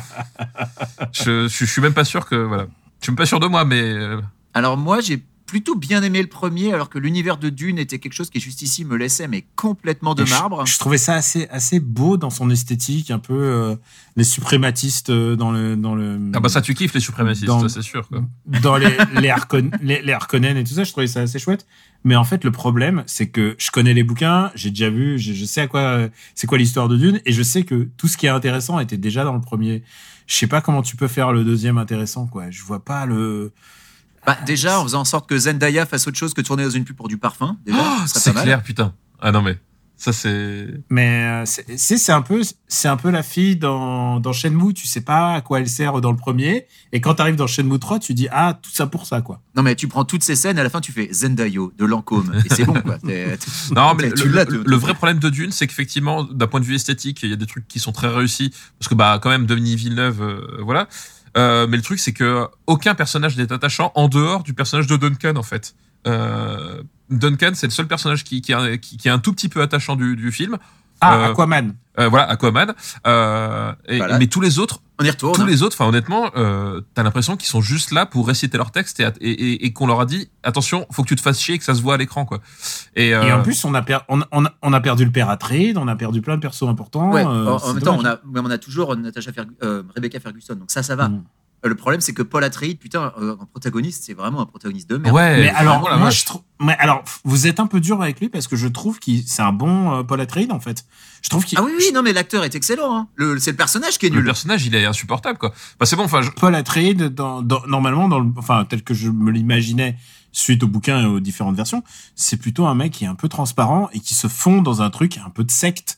Speaker 6: je, je, je suis même pas sûr que voilà. Je suis même pas sûr de moi, mais euh,
Speaker 5: Alors, moi, j'ai plutôt bien aimé le premier, alors que l'univers de Dune était quelque chose qui, juste ici, me laissait mais complètement de
Speaker 4: Et je-
Speaker 5: marbre.
Speaker 4: Je, trouvais ça assez, assez beau dans son esthétique, un peu euh, les suprématistes euh, dans le, dans le.
Speaker 6: ah bah ça tu kiffes les suprémacistes,
Speaker 4: Dans-
Speaker 6: ça, c'est sûr quoi.
Speaker 4: Dans les les, Harkon- les, les Harkonnen et tout ça, je trouvais ça assez chouette. Mais en fait, le problème, c'est que je connais les bouquins, j'ai déjà vu, je, je sais à quoi, euh, c'est quoi l'histoire de Dune, et je sais que tout ce qui est intéressant était déjà dans le premier. Je sais pas comment tu peux faire le deuxième intéressant, quoi. Je vois pas le.
Speaker 5: Bah, déjà, en faisant en sorte que Zendaya fasse autre chose que tourner dans une pub pour du parfum. Déjà,
Speaker 6: Oh,
Speaker 5: ce serait
Speaker 6: c'est
Speaker 5: pas mal.
Speaker 6: clair, putain. Ah non mais ça c'est.
Speaker 4: Mais euh, c'est c'est c'est un peu c'est un peu la fille dans dans Shenmue, tu sais pas à quoi elle sert dans le premier, et quand t'arrives dans Shenmue trois, tu dis ah tout ça pour ça quoi.
Speaker 5: Non, mais tu prends toutes ces scènes, à la fin, tu fais Zendayo de Lancôme. Et c'est bon, quoi. T'es- t'es-
Speaker 6: Non, mais
Speaker 5: tu
Speaker 6: le,
Speaker 5: l'as,
Speaker 6: le-
Speaker 5: tu-
Speaker 6: le vrai problème de Dune, c'est qu'effectivement, d'un point de vue esthétique, il y a des trucs qui sont très réussis, parce que bah quand même Denis Villeneuve, euh, voilà. Euh, mais le truc, c'est que aucun personnage n'est attachant en dehors du personnage de Duncan, en fait. Euh, Duncan, c'est le seul personnage qui, qui, est, qui, qui est un tout petit peu attachant du, du film.
Speaker 4: Ah
Speaker 6: Euh,
Speaker 4: Aquaman.
Speaker 6: Euh, voilà, Aquaman. Euh, et,
Speaker 5: Voilà.
Speaker 6: Mais tous les autres,
Speaker 5: On y retourne.
Speaker 6: tous les autres, enfin honnêtement, euh, t'as l'impression qu'ils sont juste là pour réciter leur texte et, et, et, et qu'on leur a dit attention, faut que tu te fasses chier et que ça se voit à l'écran, quoi. Et, euh,
Speaker 4: Et en plus, on a, per- on, on, a- on a perdu le père Atreides, on a perdu plein de persos importants.
Speaker 5: Ouais,
Speaker 4: euh,
Speaker 5: en, en
Speaker 4: c'est
Speaker 5: même temps, on
Speaker 4: dommage.
Speaker 5: a, mais on a toujours Natasha Fergu- euh, Rebecca Ferguson, donc ça, ça va.
Speaker 4: Mm.
Speaker 5: Euh, Le problème, c'est que Paul Atreides, putain, euh, en protagoniste, c'est vraiment un protagoniste de merde.
Speaker 6: ouais.
Speaker 4: Mais alors,
Speaker 6: vraiment, la
Speaker 4: moi,
Speaker 6: vache.
Speaker 4: je trouve. Mais alors, vous êtes un peu dur avec lui parce que je trouve qu'il c'est un bon euh, Paul Atreides en fait. Je trouve qu'il
Speaker 5: Ah oui, oui, non, mais l'acteur est excellent. Hein. Le, c'est le personnage qui est
Speaker 6: Le
Speaker 5: nul.
Speaker 6: personnage, il est insupportable, quoi. Bah, c'est bon, enfin, je-
Speaker 4: Paul Atreides, dans, dans, normalement, dans le, enfin, tel que je me l'imaginais suite au bouquin et aux différentes versions, c'est plutôt un mec qui est un peu transparent et qui se fond dans un truc un peu de secte.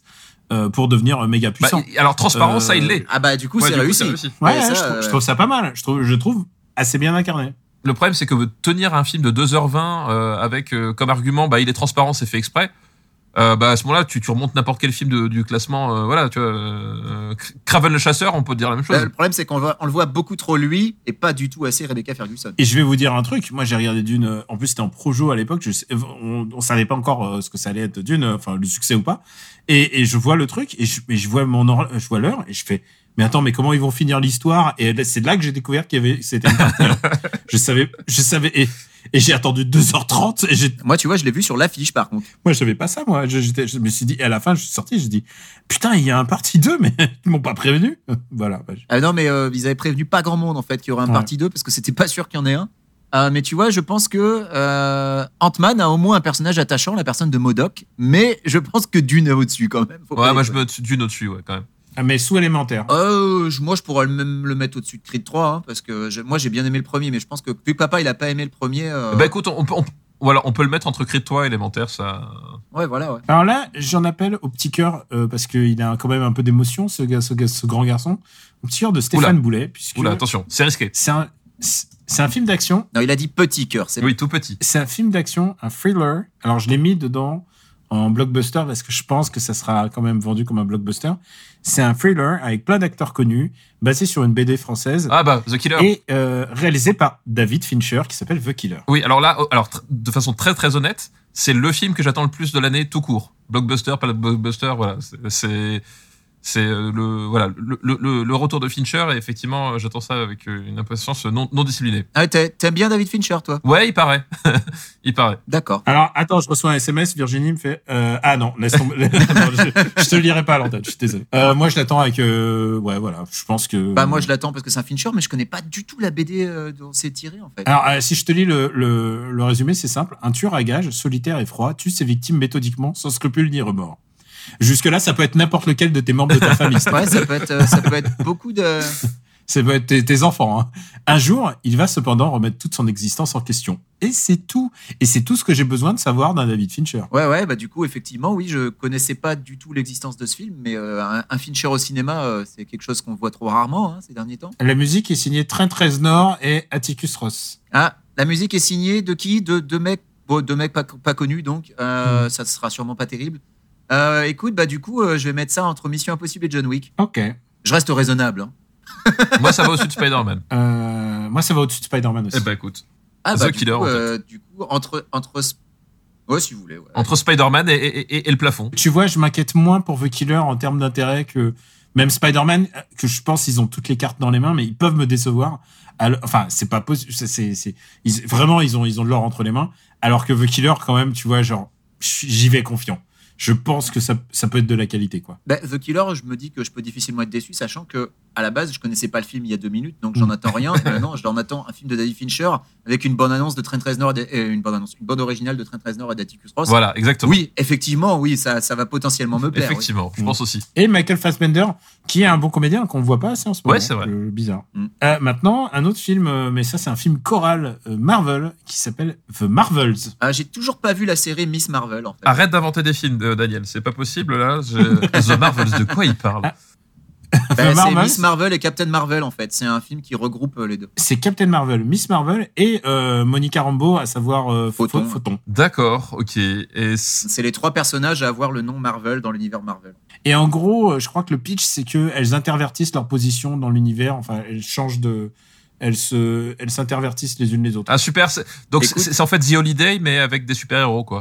Speaker 4: euh, pour devenir méga
Speaker 6: Bah,
Speaker 4: puissant.
Speaker 6: alors transparent,
Speaker 4: Euh,
Speaker 6: ça il l'est.
Speaker 5: Ah bah du coup
Speaker 6: Ouais,
Speaker 5: c'est
Speaker 6: du coup,
Speaker 5: réussi.
Speaker 6: c'est réussi.
Speaker 4: Ouais,
Speaker 5: Ouais, ça,
Speaker 4: je, trouve,
Speaker 5: euh,
Speaker 4: je trouve ça pas mal. Je trouve, je trouve assez bien incarné.
Speaker 6: Le problème, c'est que tenir un film de deux heures vingt euh, avec euh, comme argument, bah, il est transparent, c'est fait exprès. Euh, bah, à ce moment-là, tu, tu remontes n'importe quel film de, du classement. Euh, voilà, tu vois. Euh, Craven le chasseur, on peut dire la même chose.
Speaker 5: Bah, le problème c'est qu'on le voit, on le voit beaucoup trop lui et pas du tout assez Rebecca Ferguson.
Speaker 4: Et je vais vous dire un truc. Moi, j'ai regardé Dune. euh, En plus, c'était en projo à l'époque. Je sais- on, on savait pas encore euh, ce que ça allait être Dune, euh, enfin le succès ou pas. Et, et je vois le truc et je, et je vois mon hor- je vois l'heure et je fais. Mais attends, mais comment ils vont finir l'histoire? Et là, c'est là que j'ai découvert qu'il y avait, c'était une partie. je savais, je savais, et, et j'ai attendu deux heures trente et j'ai,
Speaker 5: Moi tu vois je l'ai vu sur l'affiche par contre.
Speaker 4: moi, je savais pas ça, moi. Je, j'étais, je me suis dit, et à la fin, je suis sorti, j'ai dit, putain, il y a un partie deux, mais ils m'ont pas prévenu. Voilà. Bah, je-
Speaker 5: Ah non mais euh, ils avaient prévenu pas grand monde en fait qu'il y aurait un
Speaker 4: Ouais.
Speaker 5: partie deux parce que c'était pas sûr qu'il y en ait un. Euh, mais tu vois, je pense que euh, Ant-Man a au moins un personnage attachant, la personne de M O D O K, mais je pense que Dune est au-dessus quand même. Faut pas
Speaker 6: Ouais, moi je
Speaker 5: déconner.
Speaker 6: me dune au-dessus, ouais, quand même.
Speaker 4: Ah, mais sous élémentaire.
Speaker 5: Euh, je- moi, je pourrais le- même le mettre au-dessus de Creed trois, hein, parce que je- moi, j'ai bien aimé le premier, mais je pense que vu que papa, il a pas aimé le premier. euh,
Speaker 6: Bah écoute, on peut, on, voilà, on peut le mettre entre Creed trois et élémentaire, ça.
Speaker 5: Ouais, voilà, ouais.
Speaker 4: Alors là, j'en appelle au petit cœur, euh, parce qu'il a quand même un peu d'émotion, ce, gars, ce, gars, ce grand garçon. Au petit cœur de Stéphane
Speaker 6: Oula.
Speaker 4: Boulet, puisque
Speaker 6: Oula, attention, c'est risqué.
Speaker 4: c'est un, c'est un film d'action.
Speaker 5: Non, il a dit petit cœur, c'est
Speaker 6: Oui, tout petit.
Speaker 4: C'est un film d'action, un thriller. Alors, je l'ai mis dedans en blockbuster parce que je pense que ça sera quand même vendu comme un blockbuster. C'est un thriller avec plein d'acteurs connus, basé sur une B D française
Speaker 6: Ah bah, The Killer.
Speaker 4: et euh, réalisé par David Fincher, qui s'appelle The Killer.
Speaker 6: Oui, alors là, oh, alors tr- de façon très très honnête, c'est le film que j'attends le plus de l'année tout court. Blockbuster, pas le blockbuster, voilà. C'est- C'est c'est euh, le voilà le, le, le- le retour de Fincher et effectivement, euh, j'attends ça avec euh, une impatience non, non disciplinée.
Speaker 5: Ah, t'a- t'aimes bien David Fincher, toi?
Speaker 6: Ouais, il paraît. il paraît.
Speaker 5: D'accord.
Speaker 4: Alors, attends, je reçois un S M S, Virginie me fait euh, ah non, laisse tomber. Non, je, je te lirai pas à l'antenne, je suis désolé. Euh, moi, je l'attends avec euh, ouais, voilà, je pense que.
Speaker 5: Bah, moi, je l'attends parce que c'est un Fincher, mais je connais pas du tout la B D euh, dont c'est tiré, en fait.
Speaker 4: Alors, euh, si je te lis le, le, le résumé, c'est simple. Un tueur à gages, solitaire et froid, tue ses victimes méthodiquement, sans scrupule ni remords. Jusque-là, ça peut être n'importe lequel de tes membres de ta famille.
Speaker 5: Ouais, ça peut être, euh, ça peut être beaucoup de.
Speaker 4: Ça peut être tes, tes enfants. Hein. Un jour, il va cependant remettre toute son existence en question. Et c'est tout. Et c'est tout ce que j'ai besoin de savoir d'un David Fincher.
Speaker 5: Ouais, ouais, bah, du coup, effectivement, oui, je connaissais pas du tout l'existence de ce film, mais euh, un, un Fincher au cinéma, euh, c'est quelque chose qu'on voit trop rarement, hein, ces derniers temps.
Speaker 4: La musique est signée Trent Reznor et Atticus Ross.
Speaker 5: Ah, la musique est signée de qui? De deux mecs, bon, deux mecs pas, pas connus, donc euh,
Speaker 4: Mm.
Speaker 5: ça sera sûrement pas terrible. Euh, écoute, bah du coup, euh, je vais mettre ça entre Mission Impossible et John Wick.
Speaker 4: Ok.
Speaker 5: Je reste raisonnable. Hein.
Speaker 6: Moi, ça va au-dessus de Spider-Man.
Speaker 4: Euh, moi, ça va au-dessus de Spider-Man aussi.
Speaker 6: Eh ben écoute,
Speaker 5: Ah
Speaker 6: The
Speaker 5: bah du
Speaker 6: Killer,
Speaker 5: coup,
Speaker 6: en fait.
Speaker 5: euh, du coup, entre entre, ouais, si vous voulez. Ouais.
Speaker 6: entre Spider-Man et, et, et, et le plafond.
Speaker 4: Tu vois, je m'inquiète moins pour The Killer en termes d'intérêt que même Spider-Man, que je pense ils ont toutes les cartes dans les mains, mais ils peuvent me décevoir. Alors, enfin, c'est pas possible. C'est, c'est, c'est- ils- vraiment, ils ont, ils ont de l'or entre les mains. Alors que The Killer, quand même, tu vois, genre, j'y vais confiant. Je pense que ça, ça peut être de la qualité, quoi.
Speaker 5: Bah, The Killer, je me dis que je peux difficilement être déçu, sachant que à la base, je connaissais pas le film il y a deux minutes, donc j'en attends rien. Et maintenant, j'en attends un film de David Fincher avec une bonne annonce de Trent Reznor, et et une bonne annonce, une bonne originale de Trent Reznor et d'Atticus Ross.
Speaker 6: Voilà, exactement.
Speaker 5: Oui, effectivement, oui, ça, ça va potentiellement me plaire. oui.
Speaker 6: Effectivement, je
Speaker 4: Mm.
Speaker 6: pense aussi.
Speaker 4: Et Michael Fassbender, qui est un bon comédien qu'on voit pas assez en ce moment.
Speaker 6: Ouais, c'est vrai.
Speaker 4: Euh, bizarre.
Speaker 5: Mm.
Speaker 4: Euh, maintenant, un autre film, euh, mais ça, c'est un film choral euh, Marvel qui s'appelle The Marvels.
Speaker 5: Ah, j'ai toujours pas vu la série Miss Marvel, en fait.
Speaker 6: Arrête d'inventer des films, euh, Daniel. C'est pas possible là. Je- The Marvels, de quoi il parle?
Speaker 5: Bah,
Speaker 4: The
Speaker 5: c'est
Speaker 4: Marvels.
Speaker 5: Miss Marvel et Captain Marvel, en fait. C'est un film qui regroupe euh, les deux.
Speaker 4: C'est Captain Marvel, Miss Marvel et euh, Monica Rambeau, à savoir euh,
Speaker 5: Photon.
Speaker 4: Pho- Photon.
Speaker 6: D'accord, ok. Et c-
Speaker 5: C'est les trois personnages à avoir le nom Marvel dans l'univers Marvel.
Speaker 4: Et en gros, euh, je crois que le pitch, c'est que elles intervertissent leur position dans l'univers. Enfin, elles changent de, elles se, elles s'intervertissent les unes les autres.
Speaker 6: ah super. c'est- Donc
Speaker 5: Écoute-
Speaker 6: c'est c'est en fait The Holiday mais avec des super héros quoi.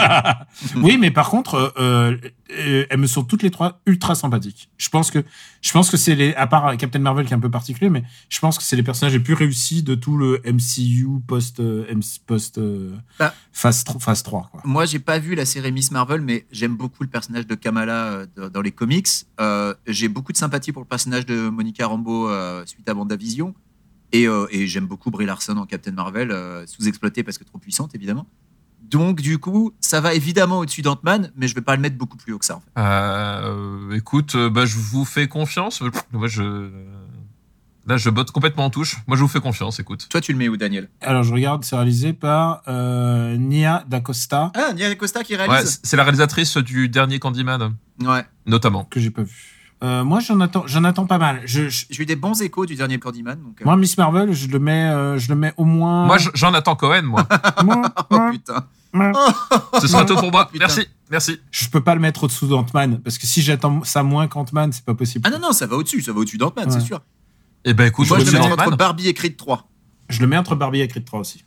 Speaker 4: Oui, mais par contre, euh, euh, elles me sont toutes les trois ultra sympathiques. Je pense que, je pense que c'est les, à part Captain Marvel qui est un peu particulier, mais je pense que c'est les personnages les plus réussis de tout le M C U post, euh, M C post euh,
Speaker 5: Bah.
Speaker 4: phase, tro- phase trois, quoi.
Speaker 5: Moi, j'ai pas vu la série Miss Marvel, mais j'aime beaucoup le personnage de Kamala euh, dans- dans les comics. Euh, j'ai beaucoup de sympathie pour le personnage de Monica Rambeau euh, suite à WandaVision. Et, euh, et j'aime beaucoup Brie Larson en Captain Marvel, euh, sous-exploitée parce que trop puissante, évidemment. Donc, du coup, ça va évidemment au-dessus d'Ant-Man, mais je vais pas le mettre beaucoup plus haut que ça, en fait.
Speaker 6: Euh, écoute, euh, bah je vous fais confiance. Moi je Là, je botte complètement en touche. Moi, je vous fais confiance, écoute.
Speaker 5: Toi, tu le mets où, Daniel?
Speaker 4: Alors, je regarde, c'est réalisé par euh, Nia DaCosta,
Speaker 5: Ah, Nia Costa qui
Speaker 6: Ouais,
Speaker 5: réalise.
Speaker 6: c'est la réalisatrice du dernier Candyman,
Speaker 5: Ouais.
Speaker 6: notamment.
Speaker 4: que j'ai pas vu. Euh, moi, j'en attends, j'en attends pas mal. Je, je-
Speaker 5: J'ai eu des bons échos du dernier Candyman. Donc, euh,
Speaker 4: moi, Miss Marvel, je le mets, euh, je le mets au moins.
Speaker 6: Moi, je- j'en attends Cohen, moi.
Speaker 4: Moi,
Speaker 5: Oh
Speaker 4: moi,
Speaker 5: putain.
Speaker 4: moi.
Speaker 6: Ce sera tout pour moi.
Speaker 5: Putain.
Speaker 6: Merci, merci.
Speaker 4: Je peux pas le mettre au-dessous d'Ant-Man parce que si j'attends ça moins qu'Ant-Man, c'est pas possible.
Speaker 5: Ah non, non, ça va au-dessus. Ça va au-dessus d'Ant-Man,
Speaker 4: Ouais.
Speaker 5: c'est sûr.
Speaker 6: Eh ben, écoute,
Speaker 5: Moi,
Speaker 6: je
Speaker 5: je
Speaker 6: me
Speaker 5: le
Speaker 6: mets
Speaker 5: mets entre
Speaker 6: Ant-Man.
Speaker 5: Barbie et Creed trois.
Speaker 4: Je le mets entre Barbie et Creed trois aussi.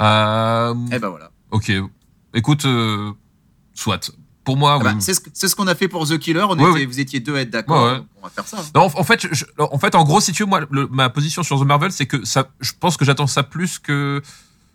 Speaker 6: Euh,
Speaker 5: Eh ben voilà.
Speaker 6: ok. Écoute, euh, soit. Pour moi,
Speaker 5: Ah bah,
Speaker 6: oui.
Speaker 5: c'est ce, que- c'est ce qu'on a fait pour The Killer. On
Speaker 6: Ouais,
Speaker 5: était,
Speaker 6: oui.
Speaker 5: Vous étiez deux à être d'accord.
Speaker 6: Ouais, ouais.
Speaker 5: donc On va faire ça. hein.
Speaker 6: Non, en en fait, je- en fait, en gros, si tu veux, moi, le- ma position sur The Marvel, c'est que ça, je pense que j'attends ça plus que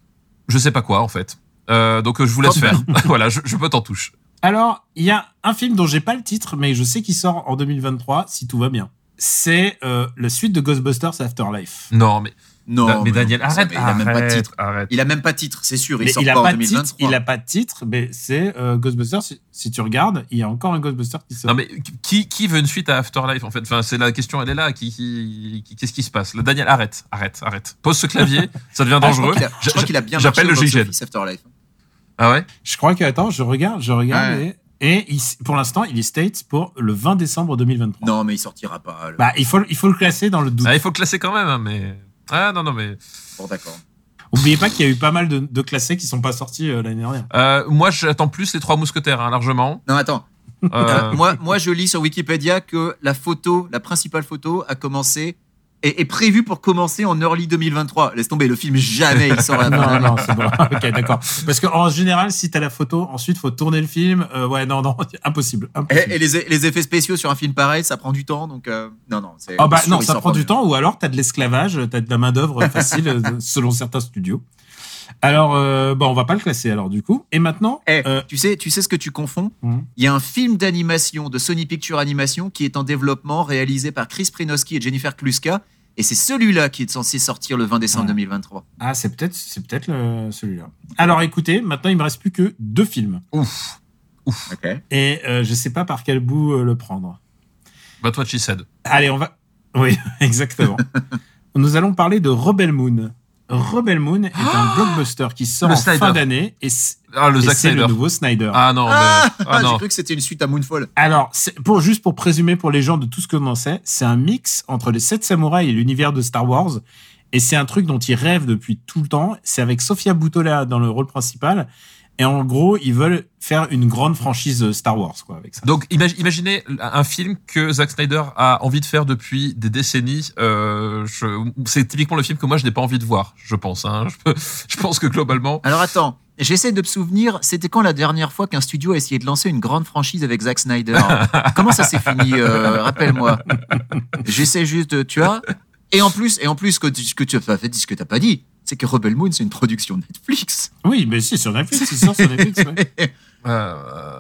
Speaker 6: je sais pas quoi, en fait. Euh, donc, je vous laisse faire. Voilà, je, je peux t'en touche.
Speaker 4: Alors, il y a un film dont j'ai pas le titre, mais je sais qu'il sort en deux mille vingt-trois, si tout va bien. C'est euh, la suite de Ghostbusters Afterlife.
Speaker 6: Non, mais,
Speaker 5: Non,
Speaker 6: mais Daniel,
Speaker 5: non, ça,
Speaker 6: arrête,
Speaker 5: mais il a même pas de
Speaker 6: arrête,
Speaker 5: titre.
Speaker 6: arrête.
Speaker 5: Il a même pas de titre, c'est sûr. Il
Speaker 4: Mais
Speaker 5: sort
Speaker 4: il a
Speaker 5: pas en
Speaker 4: pas de
Speaker 5: deux mille
Speaker 4: titre,
Speaker 5: vingt-trois.
Speaker 4: il a pas de titre, mais c'est euh, Ghostbusters. Si, si tu regardes, il y a encore un Ghostbusters qui sort.
Speaker 6: Non, mais qui, qui veut une suite à Afterlife, en fait? Enfin, c'est la question, elle est là. Qui, qui, qui- qu'est-ce qui se passe? Là, Daniel, arrête, arrête, arrête. Pose ce clavier, ça devient
Speaker 5: Ah, je crois
Speaker 6: dangereux.
Speaker 5: qu'il a- Je crois qu'il a bien
Speaker 6: J'appelle
Speaker 5: marché
Speaker 6: le
Speaker 5: au
Speaker 6: G I G N.
Speaker 5: box-office Afterlife.
Speaker 6: Ah ouais?
Speaker 4: Je crois que, attends, je regarde, je regarde,
Speaker 5: Ouais.
Speaker 4: et, et il- pour l'instant, il est States pour le vingt décembre deux mille vingt-trois.
Speaker 5: Non, mais il sortira pas. le-
Speaker 4: Bah, il faut, il faut le classer dans le doute.
Speaker 6: Ah, il faut le classer quand même, hein, mais. Ah, non, non, mais.
Speaker 5: Bon, d'accord.
Speaker 4: Oubliez pas qu'il y a eu pas mal de, de classés qui sont pas sortis euh, l'année dernière.
Speaker 6: Euh, moi, j'attends plus les trois mousquetaires, hein, largement.
Speaker 5: Non, attends.
Speaker 6: Euh,
Speaker 5: Euh, moi, moi, je lis sur Wikipédia que la photo, la principale photo, a commencé est, est prévue pour commencer en early deux mille vingt-trois. Laisse tomber, le film jamais il sort à la fin
Speaker 4: Non,
Speaker 5: d'année.
Speaker 4: non, c'est bon. Ok, d'accord. Parce qu'en général, si t'as la photo, ensuite faut tourner le film. Euh, ouais, non, non, impossible. impossible.
Speaker 5: Et, et les, les effets spéciaux sur un film pareil, ça prend du temps, donc euh, non, non. c'est-
Speaker 4: Ah bah
Speaker 5: sûr,
Speaker 4: non,
Speaker 5: il
Speaker 4: ça
Speaker 5: sort
Speaker 4: prend
Speaker 5: pas
Speaker 4: du
Speaker 5: mieux.
Speaker 4: temps, ou alors t'as de l'esclavage, t'as de la main d'œuvre facile euh, selon certains studios. Alors, euh, bon, on va pas le classer alors du coup. Et maintenant,
Speaker 5: Eh,
Speaker 4: euh,
Speaker 5: tu sais, tu sais ce que tu confonds?
Speaker 4: Mhm.
Speaker 5: Il y a un film d'animation de Sony Pictures Animation qui est en développement, réalisé par Chris Prinowski et Jennifer Kluska, et c'est celui-là qui est censé sortir le vingt décembre
Speaker 4: Ouais.
Speaker 5: deux mille vingt-trois.
Speaker 4: ah, c'est peut-être, c'est peut-être le- celui-là. Alors, écoutez, maintenant il me reste plus que deux films,
Speaker 6: Ouf.
Speaker 5: Ok.
Speaker 4: et euh, je sais pas par quel bout euh, le prendre.
Speaker 6: Bah, toi, she said.
Speaker 4: Allez, on va. Oui, exactement. Nous allons parler de Rebel Moon. Rebel Moon est un blockbuster qui sort
Speaker 6: Le
Speaker 4: en
Speaker 6: Snyder.
Speaker 4: fin d'année et c'est
Speaker 6: Ah, le
Speaker 4: et
Speaker 6: Zack
Speaker 4: c'est le
Speaker 6: Snyder.
Speaker 4: nouveau Snyder.
Speaker 6: Ah non, mais.
Speaker 5: Ah,
Speaker 6: Ah
Speaker 5: j'ai
Speaker 6: non.
Speaker 5: cru que c'était une suite à Moonfall.
Speaker 4: Alors, c'est- pour, juste pour présumer pour les gens de tout ce que l'on sait, c'est un mix entre les sept samouraïs et l'univers de Star Wars. Et c'est un truc dont ils rêvent depuis tout le temps. C'est avec Sofia Boutella dans le rôle principal. Et en gros, ils veulent faire une grande franchise Star Wars, quoi, avec ça.
Speaker 6: Donc, imag- imaginez un film que Zack Snyder a envie de faire depuis des décennies. Euh, je- c'est typiquement le film que moi, je n'ai pas envie de voir, je pense. Hein. Je, je pense que globalement.
Speaker 5: Alors attends, j'essaie de me souvenir, c'était quand la dernière fois qu'un studio a essayé de lancer une grande franchise avec Zack Snyder? Comment ça s'est fini? euh, Rappelle-moi. J'essaie juste, de- tu vois. Et en plus, et en plus, ce que tu, ce que tu as pas fait, ce que t'as pas dit, c'est que Rebel Moon, c'est une production Netflix.
Speaker 4: Oui, mais si, sur Netflix, il sort sur Netflix, ouais.
Speaker 6: Euh,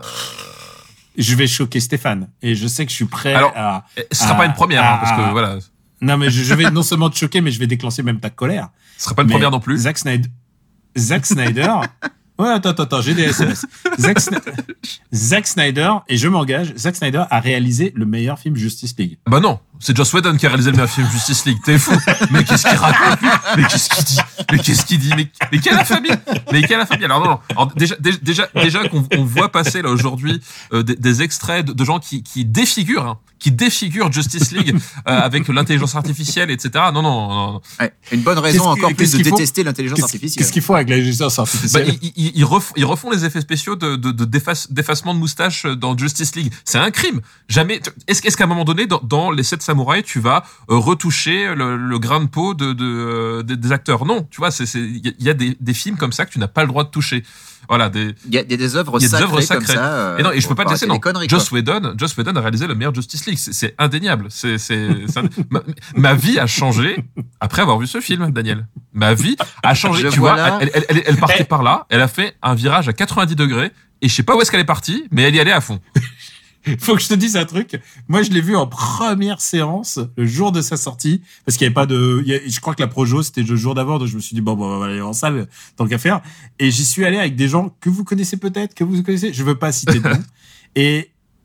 Speaker 4: Je vais choquer Stéphane. Et je sais que je suis prêt
Speaker 6: Alors,
Speaker 4: à...
Speaker 6: ce sera
Speaker 4: Ah,
Speaker 6: pas une première, hein,
Speaker 4: ah,
Speaker 6: parce que
Speaker 4: ah.
Speaker 6: voilà,
Speaker 4: Non, mais je, je vais non seulement te choquer, mais je vais déclencher même ta colère.
Speaker 6: ce sera pas une
Speaker 4: Mais
Speaker 6: première non plus.
Speaker 4: Zack Snyder. Zack Snyder. Ouais, attends, attends, attends, j'ai des S M S. Zack, Sny- Zack Snyder, et je m'engage, Zack Snyder a réalisé le meilleur film Justice League.
Speaker 6: Bah non, c'est Joss Whedon qui a réalisé le meilleur film Justice League. T'es fou. Mais qu'est-ce qu'il raconte? Mais qu'est-ce qu'il dit? Mais qu'est-ce qu'il dit? Mais, mais quelle famille? Mais quelle famille? Alors non, non. Alors, déjà, déjà, déjà, déjà qu'on on voit passer là aujourd'hui euh, des, des extraits de, de gens qui, qui défigurent, hein, qui défigurent Justice League euh, avec l'intelligence artificielle, et cetera. Non, non, non. non.
Speaker 5: Ouais, une bonne raison
Speaker 4: Qu'est-ce qui-
Speaker 5: encore plus
Speaker 4: qu'est-ce
Speaker 5: de
Speaker 4: qu'il faut
Speaker 5: détester l'intelligence
Speaker 4: Qu'est-ce
Speaker 5: artificielle.
Speaker 4: qu'est-ce qu'il faut avec l'intelligence
Speaker 6: Bah,
Speaker 4: artificielle?
Speaker 6: ils, ils, ils, refont, ils refont les effets spéciaux de, de, de d'efface- d'effacement de moustache dans Justice League. C'est un crime. Jamais. Est-ce, est-ce qu'à un moment donné, dans, dans les sept samouraïs, tu vas euh, retoucher le, le grain de peau de, de, euh, des, des acteurs? Non. Tu vois, c'est, c'est, il y a des, des films comme ça que tu n'as pas le droit de toucher. Voilà, des.
Speaker 5: Il y a des, des œuvres
Speaker 6: Il y a des
Speaker 5: sacrées,
Speaker 6: œuvres sacrées.
Speaker 5: comme ça. euh,
Speaker 6: Et non, et je peux
Speaker 5: faut
Speaker 6: pas te laisser,
Speaker 5: arrêter
Speaker 6: non.
Speaker 5: les conneries,
Speaker 6: Joss
Speaker 5: quoi.
Speaker 6: Whedon, Joss Whedon a réalisé le meilleur Justice League. C'est, c'est indéniable. C'est, c'est, c'est indé- ma, ma vie a changé après avoir vu ce film, Daniel. Ma vie a changé.
Speaker 5: Je
Speaker 6: tu
Speaker 5: vois
Speaker 6: vois,
Speaker 5: là.
Speaker 6: elle, elle, elle, elle partait
Speaker 4: Eh.
Speaker 6: par là. Elle a fait un virage à quatre-vingt-dix degrés. Et je sais pas où est-ce qu'elle est partie, mais elle y allait à fond.
Speaker 4: Faut que je te dise un truc. Moi, je l'ai vu en première séance le jour de sa sortie, parce qu'il y avait pas de. il y a- je crois que la projo c'était le jour d'avant, donc je me suis dit bon, bon on va aller en salle tant qu'à faire. Et j'y suis allé avec des gens que vous connaissez peut-être, que vous connaissez. Je veux pas citer de nom. Et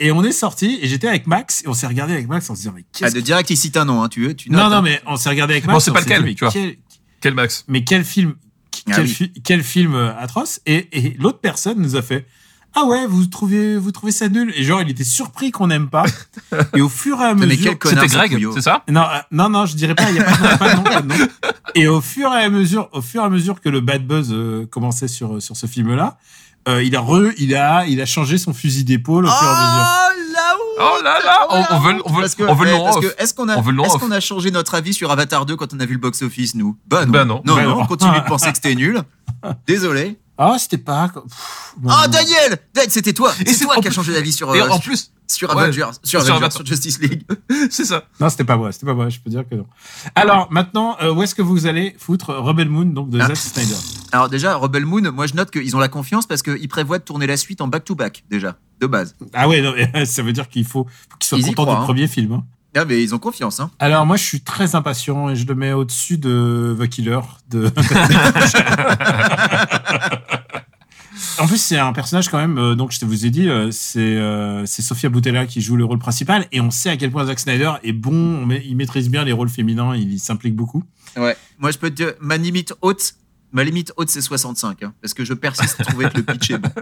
Speaker 4: Et on est sorti et j'étais avec Max et on s'est regardé avec Max en se disant mais qu'est-ce
Speaker 5: Ah, de direct, il cite un nom, hein, tu veux, tu notes,
Speaker 4: non non
Speaker 5: hein.
Speaker 4: mais on s'est regardé avec Max.
Speaker 6: Bon, c'est
Speaker 4: et on
Speaker 6: pas
Speaker 4: s'est
Speaker 6: lequel,
Speaker 4: dit, mais
Speaker 6: tu vois.
Speaker 4: quel,
Speaker 6: Quel Max?
Speaker 4: mais quel film,
Speaker 5: Ah
Speaker 4: quel,
Speaker 5: oui.
Speaker 4: fi- quel film euh, atroce. Et, et l'autre personne nous a fait ah ouais vous trouvez vous trouvez ça nul et genre il était surpris qu'on n'aime pas. Et au fur et à
Speaker 5: Mais
Speaker 4: mesure
Speaker 5: quel connard,
Speaker 6: C'était
Speaker 5: ce
Speaker 6: Greg,
Speaker 5: couillot.
Speaker 6: c'est ça?
Speaker 4: non euh, non non je dirais pas il y a pas, de- pas de nom, pas de nom. Et au fur et à mesure au fur et à mesure que le bad buzz euh, commençait sur sur ce film là, euh, il a re, il a il a changé son fusil d'épaule au fur et à mesure.
Speaker 5: Oh là où
Speaker 6: Oh là là, on- on veut- on veut-
Speaker 5: Parce que-
Speaker 6: on veut le
Speaker 5: eh,
Speaker 6: nom
Speaker 5: parce
Speaker 6: off.
Speaker 5: que est-ce qu'on a,
Speaker 6: On veut le nom
Speaker 5: est-ce
Speaker 6: off.
Speaker 5: qu'on a changé notre avis sur Avatar deux quand on a vu le box-office, nous? Bah non.
Speaker 6: Bah non.
Speaker 5: Non,
Speaker 4: Bah
Speaker 5: non,
Speaker 4: non.
Speaker 5: on continue de penser que c'était nul. Désolé.
Speaker 4: Ah c'était pas pff, bon,
Speaker 5: Oh,
Speaker 4: bon.
Speaker 5: Daniel! Daniel, c'était toi!
Speaker 6: Et
Speaker 5: C'est
Speaker 6: c'est-
Speaker 5: toi
Speaker 6: en
Speaker 5: qui as
Speaker 6: plus-
Speaker 5: changé d'avis sur,
Speaker 6: Et
Speaker 5: euh,
Speaker 6: en plus,
Speaker 5: sur
Speaker 6: ouais,
Speaker 5: Avengers, sur,
Speaker 6: sur
Speaker 5: Avengers,
Speaker 6: Avatar.
Speaker 5: sur Justice League.
Speaker 6: c'est ça.
Speaker 4: Non, c'était pas moi, c'était pas moi, je peux dire que non. Alors, maintenant, euh, où est-ce que vous allez foutre Rebel Moon, donc de
Speaker 5: Ah.
Speaker 4: Zack Snyder?
Speaker 5: Alors déjà, Rebel Moon, moi je note qu'ils ont la confiance parce qu'ils prévoient de tourner la suite en back-to-back, déjà, de base.
Speaker 4: Ah ouais, non, mais, ça veut dire qu'il faut, faut qu'ils soient
Speaker 5: Ils y
Speaker 4: contents
Speaker 5: croient,
Speaker 4: du
Speaker 5: hein.
Speaker 4: premier film. Hein.
Speaker 5: Ah, mais ils ont confiance, hein.
Speaker 4: Alors, moi, je suis très impatient et je le mets au-dessus de The Killer. De... En plus, c'est un personnage quand même, euh, donc je te vous ai dit, euh, c'est euh, c'est Sofia Boutella qui joue le rôle principal et on sait à quel point Zack Snyder est bon, on met- il maîtrise bien les rôles féminins, il s'implique beaucoup.
Speaker 5: Ouais. Moi je peux te dire, ma limite haute, ma limite haute c'est soixante-cinq, hein, parce que je persiste à trouver que le pitch est bon.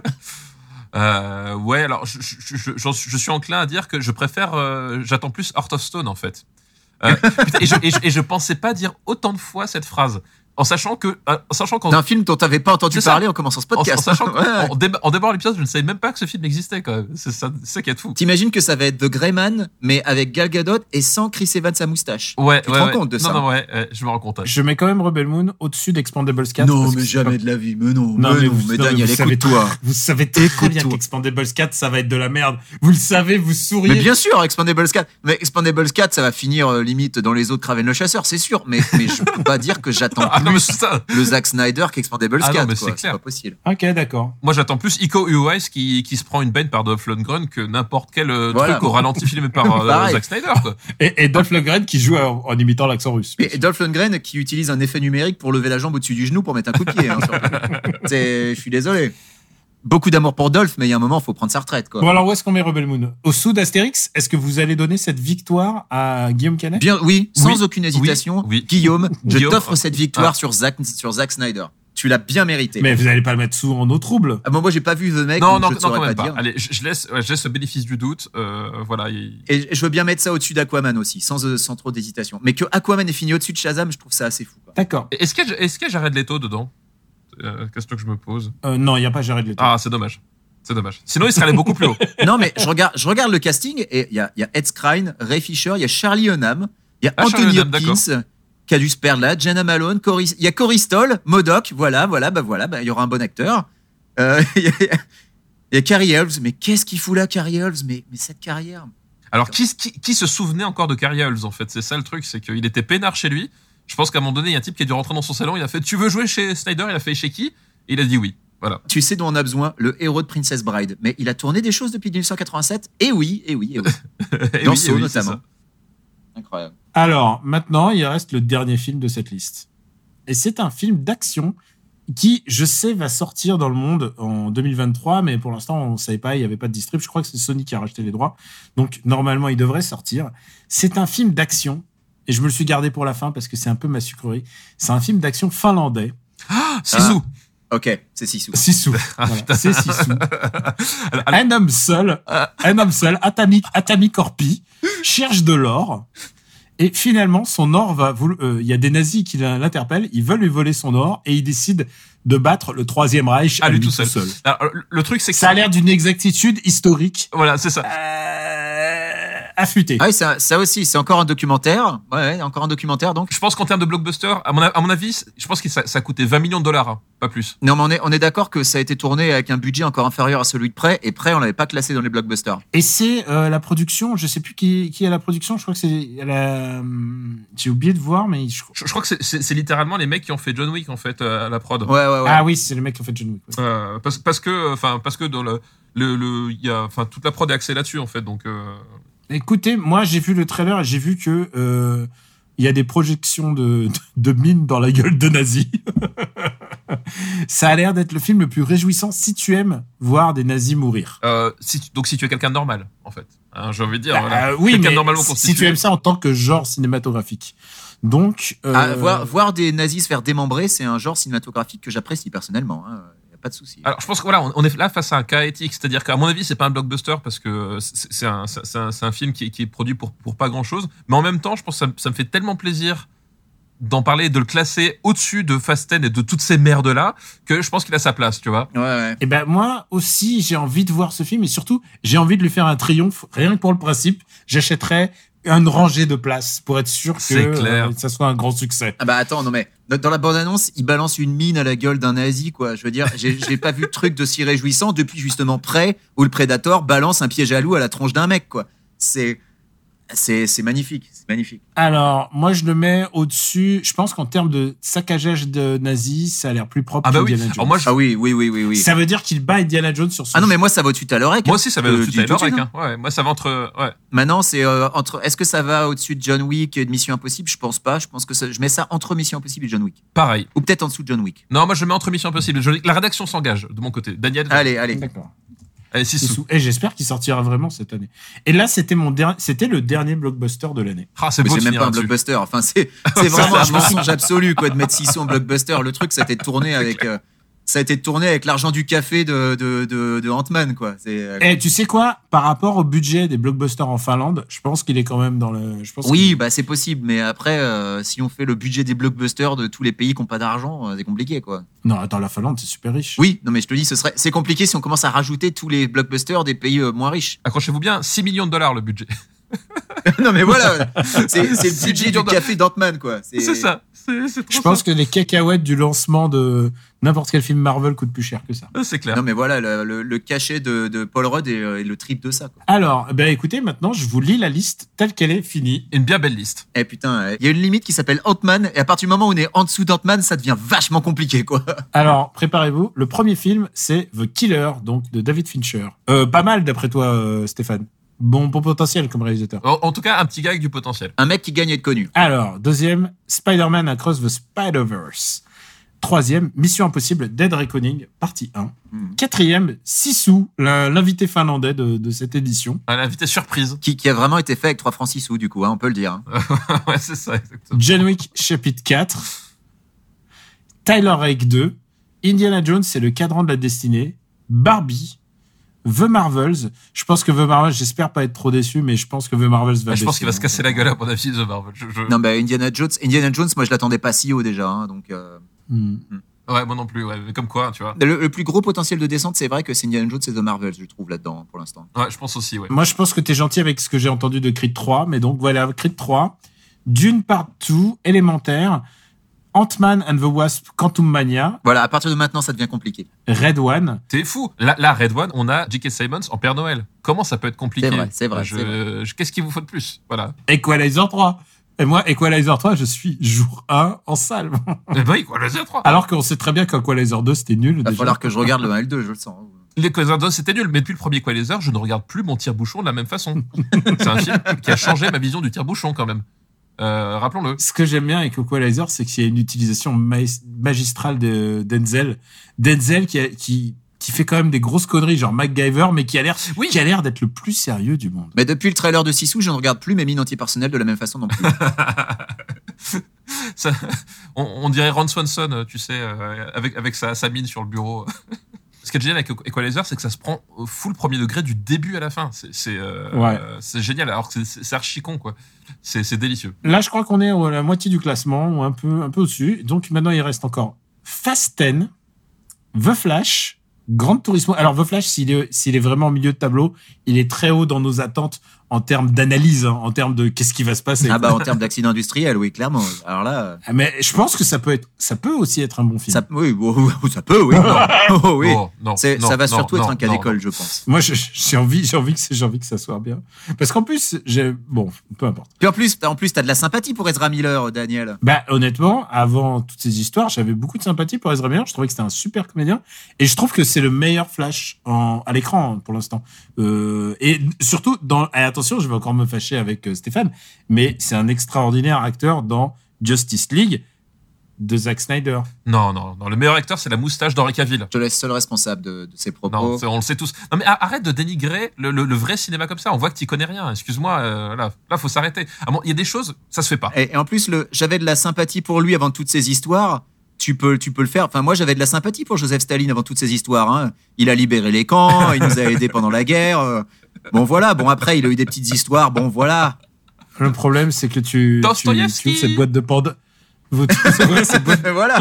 Speaker 6: Euh, ouais, alors je, je, je, j'en suis- je suis enclin à dire que je préfère, euh, j'attends plus Heart of Stone en fait. Euh, putain, et, je, et, je, et je pensais pas dire autant de fois cette phrase, en sachant que, euh, en sachant qu'en
Speaker 5: D'un film dont t'avais pas entendu
Speaker 6: C'est ça.
Speaker 5: parler en commençant ce
Speaker 6: en, en
Speaker 5: podcast.
Speaker 6: sachant
Speaker 5: Ouais, ouais.
Speaker 6: qu'en déba- en démarrant l'épisode, je ne savais même pas que ce film existait quand même. C'est ça, c'est ça qui est fou.
Speaker 5: T'imagines que ça va être The Grey Man, mais avec Gal Gadot et sans Chris Evans à moustache.
Speaker 6: Ouais,
Speaker 5: Tu te
Speaker 6: ouais,
Speaker 5: rends
Speaker 6: ouais.
Speaker 5: compte de
Speaker 6: non,
Speaker 5: ça?
Speaker 6: Non, ouais, ouais, je me rends compte. Ouais.
Speaker 4: Je mets quand même Rebel Moon au-dessus d'Expandables quatre. parce que c'est pas-
Speaker 5: de la vie, mais non,
Speaker 4: Non, mais, vous,
Speaker 5: mais
Speaker 4: non, mais
Speaker 5: Daniel,
Speaker 4: vous savez
Speaker 5: écoute-toi.
Speaker 4: Vous savez très bien
Speaker 5: Écoute-toi.
Speaker 4: qu'Expandables quatre, ça va être de la merde. Vous le savez, vous souriez.
Speaker 5: Mais bien sûr, Expandables quatre. Mais Expandables quatre, ça va finir euh, limite dans les autres Kraven le chasseur, c'est sûr. Mais, mais je peux pas dire que j'attends
Speaker 6: Ah non, mais
Speaker 5: plus
Speaker 6: c'est ça.
Speaker 5: le Zack Snyder qu'Expandables
Speaker 6: Ah non,
Speaker 5: quatre.
Speaker 6: mais
Speaker 5: quoi.
Speaker 6: c'est clair.
Speaker 5: pas possible.
Speaker 4: Ok, d'accord.
Speaker 6: Moi, j'attends plus Iko Uwais qui, qui se prend une baigne par Dolph Lundgren que n'importe quel euh,
Speaker 5: Voilà.
Speaker 6: truc au ralenti filmé par euh,
Speaker 5: Pareil.
Speaker 6: Zack Snyder. Quoi.
Speaker 4: Et, et Dolph Lundgren qui joue en, en imitant l'accent russe.
Speaker 5: Et Dolph Lundgren qui utilise un effet numérique pour lever la jambe au-dessus du genou pour mettre un coup de pied. Hein, surtout. C'est- je suis désolé. Beaucoup d'amour pour Dolph, mais il y a un moment, il faut prendre sa retraite. Quoi.
Speaker 4: Bon, alors où est-ce qu'on met Rebel Moon? Au sous d'Astérix, est-ce que vous allez donner cette victoire à Guillaume Canet?
Speaker 5: Bien, oui, sans
Speaker 6: Oui,
Speaker 5: aucune hésitation.
Speaker 6: oui, oui.
Speaker 5: Guillaume, je
Speaker 6: Guillaume,
Speaker 5: t'offre cette victoire
Speaker 6: ah.
Speaker 5: sur, Zack, sur Zack Snyder. Tu l'as bien mérité.
Speaker 4: Mais vous n'allez pas le mettre sous en eau trouble.
Speaker 5: Ah, bon, moi, j'ai pas vu The Meg,
Speaker 6: Non,
Speaker 5: donc
Speaker 6: non,
Speaker 5: je
Speaker 6: non,
Speaker 5: ne saurais
Speaker 6: quand même
Speaker 5: pas
Speaker 6: pas.
Speaker 5: dire.
Speaker 6: Allez, je, je laisse, ouais, je laisse le bénéfice du doute. Euh, voilà. il-
Speaker 5: Et je veux bien mettre ça au-dessus d'Aquaman aussi, sans, euh, sans trop d'hésitation. Mais que Aquaman ait fini au-dessus de Shazam, je trouve ça assez fou. Quoi.
Speaker 4: D'accord.
Speaker 6: Est-ce qu'il y a, est-ce qu'il y a Jared Leto dedans euh, Question que je me pose.
Speaker 4: Euh, non, il n'y a pas Jared Leto.
Speaker 6: Ah, c'est dommage. C'est dommage. Sinon, il serait allé beaucoup plus haut.
Speaker 5: Non, mais je regarde, je regarde le casting et il y a, il y a Ed Skrein, Ray Fisher, il y a Charlie Hunnam, il y a
Speaker 6: Ah,
Speaker 5: Anthony
Speaker 6: Charlie Hunnam,
Speaker 5: Hopkins, qui a dû se perdre là, Jenna Malone, Cory- il y a Cory Stoll, Modoc, voilà, voilà, bah voilà, bah, il y aura un bon acteur. Euh, il y a, il y a Cary Elves, mais qu'est-ce qu'il fout là, Cary Elves, mais, mais cette carrière.
Speaker 6: Alors, qui, qui, qui se souvenait encore de Cary Elves, en fait? C'est ça le truc, c'est qu'il était peinard chez lui. Je pense qu'à un moment donné, il y a un type qui a dû rentrer dans son salon, il a fait « Tu veux jouer chez Snyder ?» Il a fait « Chez qui ?» Et il a dit oui. Voilà.
Speaker 5: Tu sais dont on a besoin, le héros de Princess Bride. Mais il a tourné des choses depuis dix-neuf cent quatre-vingt-sept. Et oui, et oui, et oui.
Speaker 6: Et
Speaker 5: Dans
Speaker 6: oui,
Speaker 5: Saw
Speaker 6: et oui, c'est
Speaker 5: notamment.
Speaker 6: ça.
Speaker 5: Incroyable.
Speaker 4: Alors, maintenant, il reste le dernier film de cette liste. Et c'est un film d'action qui, je sais, va sortir dans le monde en deux mille vingt-trois, mais pour l'instant, on ne savait pas, il n'y avait pas de distrib. Je crois que c'est Sony qui a racheté les droits. Donc, normalement, il devrait sortir. C'est un film d'action, et je me le suis gardé pour la fin parce que c'est un peu ma sucrerie. C'est un film d'action finlandais.
Speaker 6: Sisu.
Speaker 5: Ok, c'est Sisu.
Speaker 4: Sisu.
Speaker 6: Ah,
Speaker 4: Voilà,
Speaker 6: putain.
Speaker 4: c'est Sisu.
Speaker 6: Alors,
Speaker 4: Un homme seul, un homme seul, Atami, Atami Korpi, cherche de l'or. Et finalement, son or va. voul- euh, Il y a des nazis qui l'interpellent, ils veulent lui voler son or et il décide de battre le Troisième Reich
Speaker 6: à
Speaker 4: à
Speaker 6: lui
Speaker 4: lui
Speaker 6: tout seul. Alors, le- le truc, c'est que
Speaker 4: Ça a l'air d'une exactitude historique
Speaker 6: Voilà, c'est ça.
Speaker 4: euh, affûtée.
Speaker 5: Ah oui, ça, ça aussi, c'est encore un documentaire. Ouais, ouais, encore un documentaire donc.
Speaker 6: Je pense qu'en termes de blockbuster, à mon, a- à mon avis, je pense que ça, ça a coûté vingt millions de dollars, hein, pas plus.
Speaker 5: Non, mais on est, on est d'accord que ça a été tourné avec un budget encore inférieur à celui de Prêt, et Prêt, on l'avait pas classé dans les blockbusters.
Speaker 4: Et c'est euh, la production, je sais plus qui, qui est la production, je crois que c'est la. hum, J'ai oublié de voir, mais je...
Speaker 6: Je, je crois que c'est- c'est c'est littéralement les mecs qui ont fait John Wick, en fait, euh, à la prod.
Speaker 5: Ouais, ouais, ouais.
Speaker 4: Ah oui, c'est le mec qui a fait John Wick. ouais.
Speaker 6: Euh, parce, parce que, enfin, parce que dans le, le, le, il y a, enfin, toute la prod est axée là-dessus, en fait, donc. Euh...
Speaker 4: Écoutez, moi j'ai vu le trailer et j'ai vu que euh, il y a des projections de, de, de mines dans la gueule de nazis. Ça a l'air d'être le film le plus réjouissant si tu aimes voir des nazis mourir.
Speaker 6: Euh, si tu- donc si tu es quelqu'un de normal, en fait. Hein, j'ai envie de dire.
Speaker 4: Bah,
Speaker 6: voilà.
Speaker 4: euh, oui,
Speaker 6: Quelqu'un
Speaker 4: mais
Speaker 6: de normalement
Speaker 4: si
Speaker 6: constitué.
Speaker 4: tu aimes ça en tant que genre cinématographique. Donc, euh,
Speaker 5: Ah, voir, voir des nazis se faire démembrer, c'est un genre cinématographique que j'apprécie personnellement. Hein. Y a pas de souci.
Speaker 6: Alors, je pense que voilà, on- on est là face à un cas éthique, c'est-à-dire qu'à mon avis, c'est pas un blockbuster parce que c'est c'est un, c'est un, c'est un film qui est, qui est produit pour, pour pas grand-chose, mais en même temps, je pense que ça, me- ça me fait tellement plaisir d'en parler, de le classer au-dessus de Fast ten et de toutes ces merdes-là, que je pense qu'il a sa place, tu vois.
Speaker 5: Ouais, ouais.
Speaker 4: et ben moi aussi, j'ai envie de voir ce film et surtout, j'ai envie de lui faire un triomphe. Rien que pour le principe, j'achèterais une rangée de places pour être sûr que
Speaker 6: C'est clair.
Speaker 4: euh, ça soit un grand succès.
Speaker 5: Ah bah attends, non mais dans- dans la bande-annonce, il balance une mine à la gueule d'un nazi, quoi. Je veux dire, j'ai j'ai pas vu de truc de si réjouissant depuis justement Prey, où le Predator balance un piège à loup à la tronche d'un mec, quoi. C'est c'est c'est magnifique, c'est magnifique.
Speaker 4: Alors, moi, je le mets au-dessus. Je pense qu'en termes de saccageage de nazis, ça a l'air plus propre
Speaker 6: Ah bah oui.
Speaker 4: qu'Indiana Jones.
Speaker 6: Alors moi, je-
Speaker 5: Ah oui, oui, oui, oui, oui.
Speaker 4: Ça veut dire qu'il bat Indiana Jones sur son
Speaker 5: Ah non mais moi ça va au-dessus de Talorec.
Speaker 6: moi aussi, ça va
Speaker 5: Euh,
Speaker 6: au-dessus de
Speaker 5: du-
Speaker 6: Taylor
Speaker 5: tout de suite,
Speaker 6: Rake, hein. Ouais, moi, ça va entre. Ouais.
Speaker 5: Maintenant, c'est euh, entre. Est-ce que ça va au-dessus de John Wick et de Mission Impossible? Je pense pas. Je pense que ça- je mets ça entre Mission Impossible et John Wick,
Speaker 6: Pareil.
Speaker 5: ou peut-être en dessous de John Wick.
Speaker 6: Non, moi, je le mets entre Mission Impossible. Je- La rédaction s'engage de mon côté. Daniel.
Speaker 5: Allez, allez.
Speaker 4: D'accord.
Speaker 6: Allez, six sous.
Speaker 4: Et j'espère qu'il sortira vraiment cette année. Et là, c'était mon dernier, c'était le dernier blockbuster de l'année.
Speaker 6: Ah, c'est
Speaker 5: Mais
Speaker 6: beau
Speaker 5: c'est
Speaker 6: de
Speaker 5: même
Speaker 6: finir
Speaker 5: pas un
Speaker 6: là-dessus.
Speaker 5: blockbuster. Enfin, c'est c'est vraiment un mensonge absolu, quoi, de mettre six sous en blockbuster. Le truc, ça a été tourné avec. euh, ça a été tourné avec l'argent du café de, de, de, de Ant-Man, quoi. C'est, euh,
Speaker 4: Et tu sais quoi? Par rapport au budget des blockbusters en Finlande, je pense qu'il est quand même dans le. Je pense
Speaker 5: Oui, bah c'est possible, mais après, euh, si on fait le budget des blockbusters de tous les pays qui n'ont pas d'argent, euh, c'est compliqué, quoi.
Speaker 4: que- Non, attends, la Finlande, c'est super riche.
Speaker 5: Oui, non, mais je te dis, ce serait, c'est compliqué si on commence à rajouter tous les blockbusters des pays euh, moins riches.
Speaker 6: Accrochez-vous bien, six millions de dollars le budget.
Speaker 5: non, mais voilà, c'est, c'est le
Speaker 6: C'est
Speaker 5: budget du
Speaker 6: millions de-
Speaker 5: café d'Ant-Man, quoi.
Speaker 6: C'est ça. C'est c'est trop
Speaker 4: Je pense
Speaker 6: ça.
Speaker 4: que les cacahuètes du lancement de n'importe quel film Marvel coûtent plus cher que ça.
Speaker 6: Euh, C'est clair.
Speaker 5: Non, mais voilà, le, le- le cachet de, de Paul Rudd est, euh, est le triple de ça, quoi.
Speaker 4: Alors, ben écoutez, maintenant, je vous lis la liste telle qu'elle est finie.
Speaker 6: Une bien belle liste.
Speaker 5: Eh putain, il y a une limite qui s'appelle Ant-Man, et à partir du moment où on est en dessous d'Ant-Man, ça devient vachement compliqué, quoi.
Speaker 4: Alors, préparez-vous. Le premier film, c'est The Killer, donc de David Fincher. Euh, pas mal d'après toi, euh, Stéphane. Bon, bon potentiel comme réalisateur.
Speaker 6: En, en tout cas, un petit gars avec du potentiel.
Speaker 5: Un mec qui gagne à être connu.
Speaker 4: Alors, deuxième, Spider-Man Across the Spider-Verse. Troisième, Mission Impossible Dead Reckoning, partie un.
Speaker 5: Mhm.
Speaker 4: Quatrième, Sisu, l'in- l'invité finlandais de, de cette édition.
Speaker 6: Un invité surprise.
Speaker 5: Qui, qui a vraiment été fait avec trois francs six sous, du coup, hein, on peut le dire. hein.
Speaker 6: ouais, c'est ça, exactement.
Speaker 4: John Wick, chapitre quatre. Tyler Rake deux. Indiana Jones, c'est le cadran de la destinée. Barbie. The Marvels. Je pense que The Marvels, j'espère pas être trop déçu, mais je pense que The Marvels va
Speaker 6: Ah, je pense
Speaker 4: déçu,
Speaker 6: qu'il va se
Speaker 4: hein.
Speaker 6: casser la gueule à mon avis, The Marvel. Je- je-
Speaker 5: Non, bah, Indiana Jones, Indiana Jones, moi, je l'attendais pas si haut déjà, hein, donc. euh,
Speaker 4: Hmm.
Speaker 6: Ouais, moi non plus. Ouais. Mais comme quoi, tu vois.
Speaker 5: Le, le plus gros potentiel de descente, c'est vrai que c'est Indiana Jones et The Marvels, je trouve, là-dedans, pour l'instant.
Speaker 6: Ouais, je pense aussi, ouais.
Speaker 4: Moi, je pense que t'es gentil avec ce que j'ai entendu de Creed trois, mais donc voilà, Creed trois, Dune Part deux, Élémentaire, Ant-Man and the Wasp, Quantum Mania,
Speaker 5: Voilà, à partir de maintenant, ça devient compliqué.
Speaker 4: Red One.
Speaker 6: T'es fou. Là, là, Red One, on a J K. Simmons en Père Noël. Comment ça peut être compliqué?
Speaker 5: C'est vrai, c'est vrai,
Speaker 6: Je-
Speaker 5: c'est vrai.
Speaker 6: je- Qu'est-ce qu'il vous faut de plus? Voilà.
Speaker 4: Equalizer trois. Et moi, Equalizer trois, je suis jour un en salle.
Speaker 6: Eh ben, quoi, le Z trois.
Speaker 4: Alors qu'on sait très bien qu'Equalizer deux, c'était nul.
Speaker 5: Il va
Speaker 4: déjà.
Speaker 5: falloir que je regarde le un et le deux, je le sens.
Speaker 6: L'Equalizer deux, c'était nul, mais depuis le premier Equalizer, je ne regarde plus mon tire-bouchon de la même façon. C'est un film qui a changé ma vision du tire-bouchon, quand même. Euh, rappelons-le.
Speaker 4: Ce que j'aime bien avec Equalizer, c'est qu'il y a une utilisation maïs- magistrale de Denzel. Denzel qui, a- qui, qui fait quand même des grosses conneries, genre MacGyver, mais qui a l'air,
Speaker 6: Oui.
Speaker 4: qui a l'air d'être le plus sérieux du monde.
Speaker 5: Mais depuis le trailer de Sissou, je ne regarde plus mes mines antipersonnelles de la même façon non plus.
Speaker 6: Ça, on, on dirait Ron Swanson, tu sais, euh, avec, avec sa, sa mine sur le bureau. Ce qui est génial avec Equalizer, c'est que ça se prend au full premier degré du début à la fin. C'est c'est euh,
Speaker 4: Ouais.
Speaker 6: euh, c'est génial, alors que c'est- c'est c'est archi con, quoi. C'est c'est délicieux.
Speaker 4: Là, je crois qu'on est à la moitié du classement, ou un peu, un peu au-dessus. Donc maintenant, il reste encore Fast dix, The Flash, Gran Turismo. Alors, The Flash, s'il est, s'il est vraiment au milieu de tableau, il est très haut dans nos attentes en termes d'analyse, hein, en termes de qu'est-ce qui va se passer.
Speaker 5: Ah bah en termes d'accident industriel, oui, clairement. Alors là, euh,
Speaker 4: Ah, mais je pense que ça peut être, ça peut aussi être un bon film.
Speaker 5: ça, oui, oh, oh, ça peut, oui. Oh, oui.
Speaker 6: Oh, non,
Speaker 5: C'est-
Speaker 6: non,
Speaker 5: ça va
Speaker 6: non,
Speaker 5: surtout
Speaker 6: non,
Speaker 5: être un cas
Speaker 6: non,
Speaker 5: d'école,
Speaker 6: non.
Speaker 5: je pense.
Speaker 4: Moi, je- j'ai envie, j'ai envie que, c'est- j'ai envie que ça soit bien. Parce qu'en plus, j'ai, bon, peu importe.
Speaker 5: Puis en plus, t'as- en plus, t'as de la sympathie pour Ezra Miller, Daniel.
Speaker 4: Bah, honnêtement, avant toutes ces histoires, j'avais beaucoup de sympathie pour Ezra Miller. Je trouvais que c'était un super comédien. Et je trouve que c'est le meilleur Flash en, à l'écran, hein, pour l'instant. Euh, et surtout, dans, et attention, je vais encore me fâcher avec euh, Stéphane, mais c'est un extraordinaire acteur dans Justice League. de Zack Snyder.
Speaker 6: Non, non, non. Le meilleur acteur, c'est la moustache d'Henry Cavill.
Speaker 5: Je te laisse seul responsable de, de ces propos.
Speaker 6: Non, c'est- on le sait tous. Non, mais a- arrête de dénigrer le, le- le vrai cinéma comme ça. On voit que tu connais rien. Excuse-moi, euh, là, là, faut s'arrêter. Ah bon, il y a des choses, ça se fait pas.
Speaker 5: Et, et en plus, le, j'avais de la sympathie pour lui avant toutes ces histoires. Tu peux, tu peux le faire. Enfin, moi, j'avais de la sympathie pour Joseph Staline avant toutes ces histoires. Hein. Il a libéré les camps, il nous a aidés pendant la guerre. euh. Bon, voilà. Bon, après, il a eu des petites histoires. Bon, voilà.
Speaker 4: Le problème, c'est que tu, tu,
Speaker 6: Dostoïevski.
Speaker 4: tu ouvres cette boîte de Pandore. Vous, vous ouvrez cette boîte,
Speaker 5: voilà.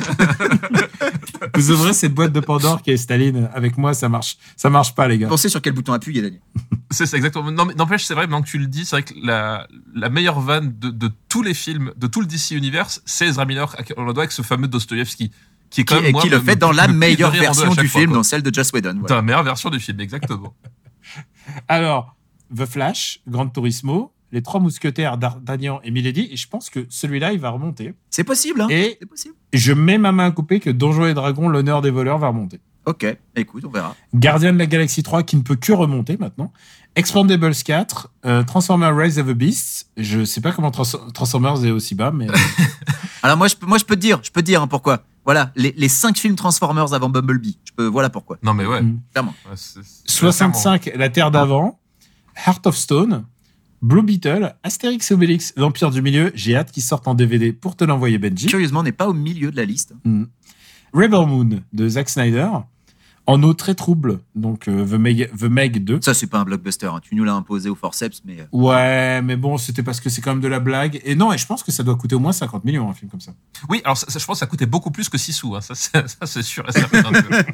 Speaker 4: vous ouvrez cette boîte de Pandore qui est Staline. Avec moi, ça marche, ça marche pas, les gars.
Speaker 5: Pensez sur quel bouton appuyer, Daniel.
Speaker 6: C'est ça, exactement. Non, mais n'empêche, c'est vrai, maintenant que tu le dis, c'est vrai que la, la meilleure vanne de, de tous les films, de tout le D C Universe, c'est Ezra Miller. On le doit avec ce fameux Dostoïevski, qui est quand
Speaker 5: Qui,
Speaker 6: même, moi,
Speaker 5: qui le
Speaker 6: me-
Speaker 5: fait
Speaker 6: me-
Speaker 5: dans la
Speaker 6: me plie de
Speaker 5: meilleure
Speaker 6: rire en deux à
Speaker 5: version
Speaker 6: chaque
Speaker 5: du
Speaker 6: fois,
Speaker 5: film,
Speaker 6: quoi.
Speaker 5: dans celle de Joss Whedon.
Speaker 6: Dans
Speaker 5: Voilà.
Speaker 6: la meilleure version du film, exactement.
Speaker 4: Alors, The Flash, Gran Turismo, Les Trois Mousquetaires d'Artagnan et Milady, et je pense que celui-là, il va remonter.
Speaker 5: C'est possible, hein.
Speaker 4: Et
Speaker 5: C'est possible.
Speaker 4: je mets ma main à couper que Donjons et Dragons, l'honneur des voleurs, va remonter.
Speaker 5: Ok, écoute, on verra.
Speaker 4: Gardien de la Galaxie trois, qui ne peut que remonter maintenant. Expandables quatre, euh, Transformers Rise of the Beasts. Je sais pas comment Trans- Transformers est aussi bas, mais...
Speaker 5: Alors moi, je peux, moi, je peux te dire, je peux te dire hein, pourquoi. Voilà, les, les cinq films Transformers avant Bumblebee. Je peux, voilà pourquoi.
Speaker 6: Non, mais ouais.
Speaker 4: Mm.
Speaker 5: Clairement.
Speaker 6: Ouais, c'est- c'est-
Speaker 4: soixante-cinq, La Terre d'avant. Heart of Stone. Blue Beetle. Astérix et Obélix, L'Empire du Milieu. J'ai hâte qu'ils sortent en D V D pour te l'envoyer, Benji.
Speaker 5: Curieusement, on n'est pas au milieu de la liste.
Speaker 4: Mm. Rebel Moon de Zack Snyder. En eau très trouble, donc euh, The, Meg, The Meg deux.
Speaker 5: Ça, c'est pas un blockbuster. Hein. Tu nous l'as imposé au forceps, mais euh,
Speaker 4: Ouais, mais bon, c'était parce que c'est quand même de la blague. Et non, et je pense que ça doit coûter au moins cinquante millions, un film comme ça.
Speaker 6: Oui, alors ça, ça, je pense que ça coûtait beaucoup plus que six sous. Hein. Ça, c'est, ça, c'est sûr et certain.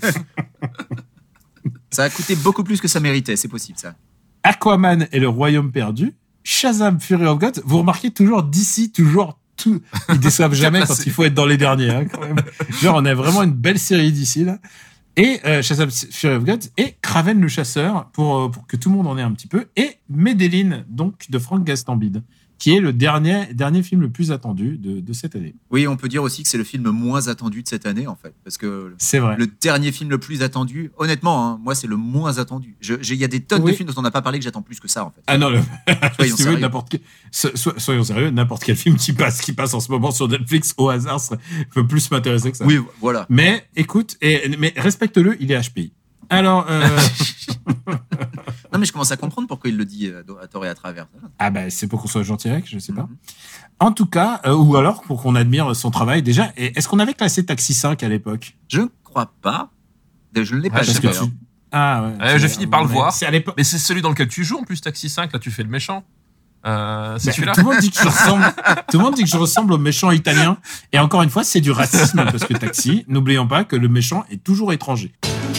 Speaker 5: ça a coûté beaucoup plus que ça méritait. C'est possible, ça.
Speaker 4: Aquaman et le Royaume perdu. Shazam, Fury of God. Vous remarquez toujours d'ici, toujours tout. Ils déçoivent jamais quand il faut être dans les derniers, hein, quand même. Genre, on a vraiment une belle série d'ici, là. Et euh, Shazam, Fury of God. Et Kraven le chasseur, pour, euh, pour que tout le monde en ait un petit peu. Et Medellin, donc, de Frank Gastambide, qui est le dernier, dernier film le plus attendu de, de cette année.
Speaker 5: Oui, on peut dire aussi que c'est le film moins attendu de cette année, en fait. Parce que
Speaker 4: C'est vrai.
Speaker 5: le dernier film le plus attendu, honnêtement, hein, moi, c'est le moins attendu. Je- j'ai- Il y a des tonnes
Speaker 4: Oui.
Speaker 5: de films dont on n'a pas parlé que j'attends plus que ça, en fait.
Speaker 4: Ah non, le...
Speaker 5: Soyons
Speaker 4: si tu veux,
Speaker 5: sérieux.
Speaker 4: n'importe quel... so- so- soyons sérieux, n'importe quel film qui passe, qui passe en ce moment sur Netflix au hasard serait- peut plus m'intéresser que ça.
Speaker 5: Oui, voilà.
Speaker 4: Mais écoute, et, mais respecte-le, il est H P I. Alors, euh,
Speaker 5: Non, mais je commence à comprendre pourquoi il le dit euh, à tort et à travers.
Speaker 4: ah bah c'est pour qu'on soit gentil avec, je sais pas.
Speaker 5: Mhm.
Speaker 4: En tout cas, euh, ou alors pour qu'on admire son travail déjà. Et est-ce qu'on avait classé Taxi cinq à l'époque?
Speaker 5: Je ne crois pas. Je ne l'ai pas
Speaker 6: Ouais,
Speaker 5: vu,
Speaker 6: parce que
Speaker 5: d'ailleurs.
Speaker 4: tu... Ah ouais.
Speaker 6: Ouais, j'ai fini par le
Speaker 4: mais
Speaker 6: voir.
Speaker 4: C'est à l'époque.
Speaker 6: Mais c'est celui dans lequel tu joues en plus, Taxi cinq. Là, tu fais le méchant. Euh, c'est
Speaker 4: Bah,
Speaker 6: celui-là.
Speaker 4: tout le monde dit que je ressemble. Tout le monde dit que je ressemble au méchant italien. Et encore une fois, c'est du racisme parce que Taxi. N'oublions pas que le méchant est toujours étranger.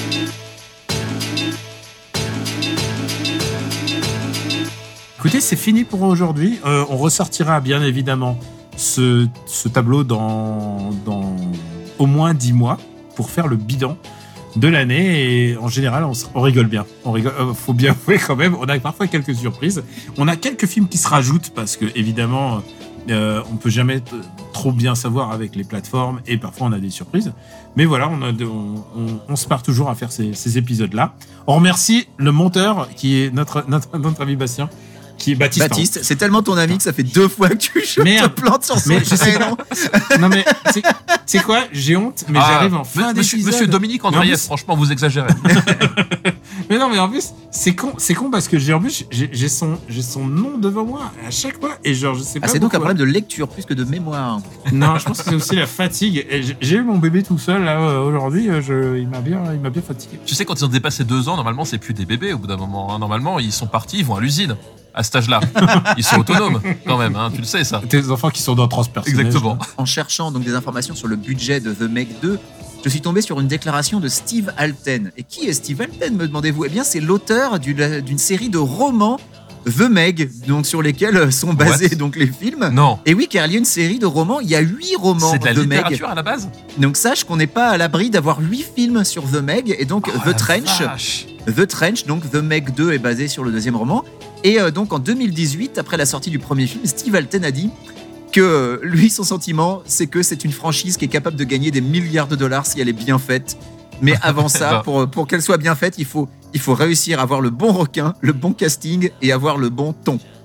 Speaker 4: Écoutez, c'est fini pour aujourd'hui. Euh, on ressortira bien évidemment ce, ce tableau dans, dans au moins dix mois pour faire le bilan de l'année. Et en général, on, se- on rigole bien. On rigole. euh, faut bien avouer quand même. On a parfois quelques surprises. On a quelques films qui se rajoutent parce que évidemment, euh, on peut jamais t- trop bien savoir avec les plateformes et parfois on a des surprises. Mais voilà, on, a de- on, on- on se part toujours à faire ces, ces épisodes-là. On remercie le monteur qui est notre notre, notre ami Bastien, qui est Baptiste. pardon.
Speaker 5: Baptiste, c'est tellement ton ami que ça fait deux fois que tu je
Speaker 4: Merde.
Speaker 5: te plantes sur son
Speaker 4: Mais je sais
Speaker 5: prénom.
Speaker 4: Non mais c'est c'est quoi? J'ai honte, mais
Speaker 6: Ah,
Speaker 4: j'arrive en fin
Speaker 6: monsieur,
Speaker 4: d'épisode.
Speaker 6: monsieur Dominique
Speaker 4: Mais en
Speaker 6: Andreev,
Speaker 4: plus-
Speaker 6: franchement, vous exagérez.
Speaker 4: Mais non, mais en plus, c'est con, c'est con parce que j'ai en plus j'ai j'ai son j'ai son nom devant moi à chaque fois et genre je sais
Speaker 5: Ah,
Speaker 4: pas.
Speaker 5: c'est donc un
Speaker 4: pourquoi.
Speaker 5: problème de lecture plus que de mémoire.
Speaker 4: Non, je pense que c'est aussi la fatigue. Et j'ai- J'ai eu mon bébé tout seul là euh, aujourd'hui. euh, Je, il m'a bien, il m'a bien fatigué.
Speaker 6: Tu sais, quand ils ont dépassé deux ans, normalement, c'est plus des bébés au bout d'un moment. hein. Normalement, ils sont partis, ils vont à l'usine. À cet âge-là, ils sont autonomes quand même. Hein. Tu le sais, ça.
Speaker 4: Tes enfants qui sont dans transpersonnage.
Speaker 6: Exactement.
Speaker 5: En cherchant donc des informations sur le budget de The Meg deux, je suis tombé sur une déclaration de Steve Alten. Et qui est Steve Alten, me demandez-vous? Eh bien, c'est l'auteur d'une d'une série de romans The Meg, donc sur lesquels sont basés
Speaker 6: What
Speaker 5: donc les films.
Speaker 6: Non.
Speaker 5: Et oui, car il y a une série de romans, il y a huit romans
Speaker 6: C'est de la
Speaker 5: The Meg.
Speaker 6: littérature à la base.
Speaker 5: Donc sache qu'on n'est pas à l'abri d'avoir huit films sur The Meg. Et donc
Speaker 6: Oh,
Speaker 5: The
Speaker 6: la
Speaker 5: Trench,
Speaker 6: vache.
Speaker 5: The Trench, donc The Meg deux est basé sur le deuxième roman. Et euh, donc en deux mille dix-huit, après la sortie du premier film, Steve Alten a dit que euh, lui, son sentiment, c'est que c'est une franchise qui est capable de gagner des milliards de dollars si elle est bien faite. Mais avant ça, pour, pour qu'elle soit bien faite, il faut, il faut réussir à avoir le bon requin, le bon casting et avoir le bon ton.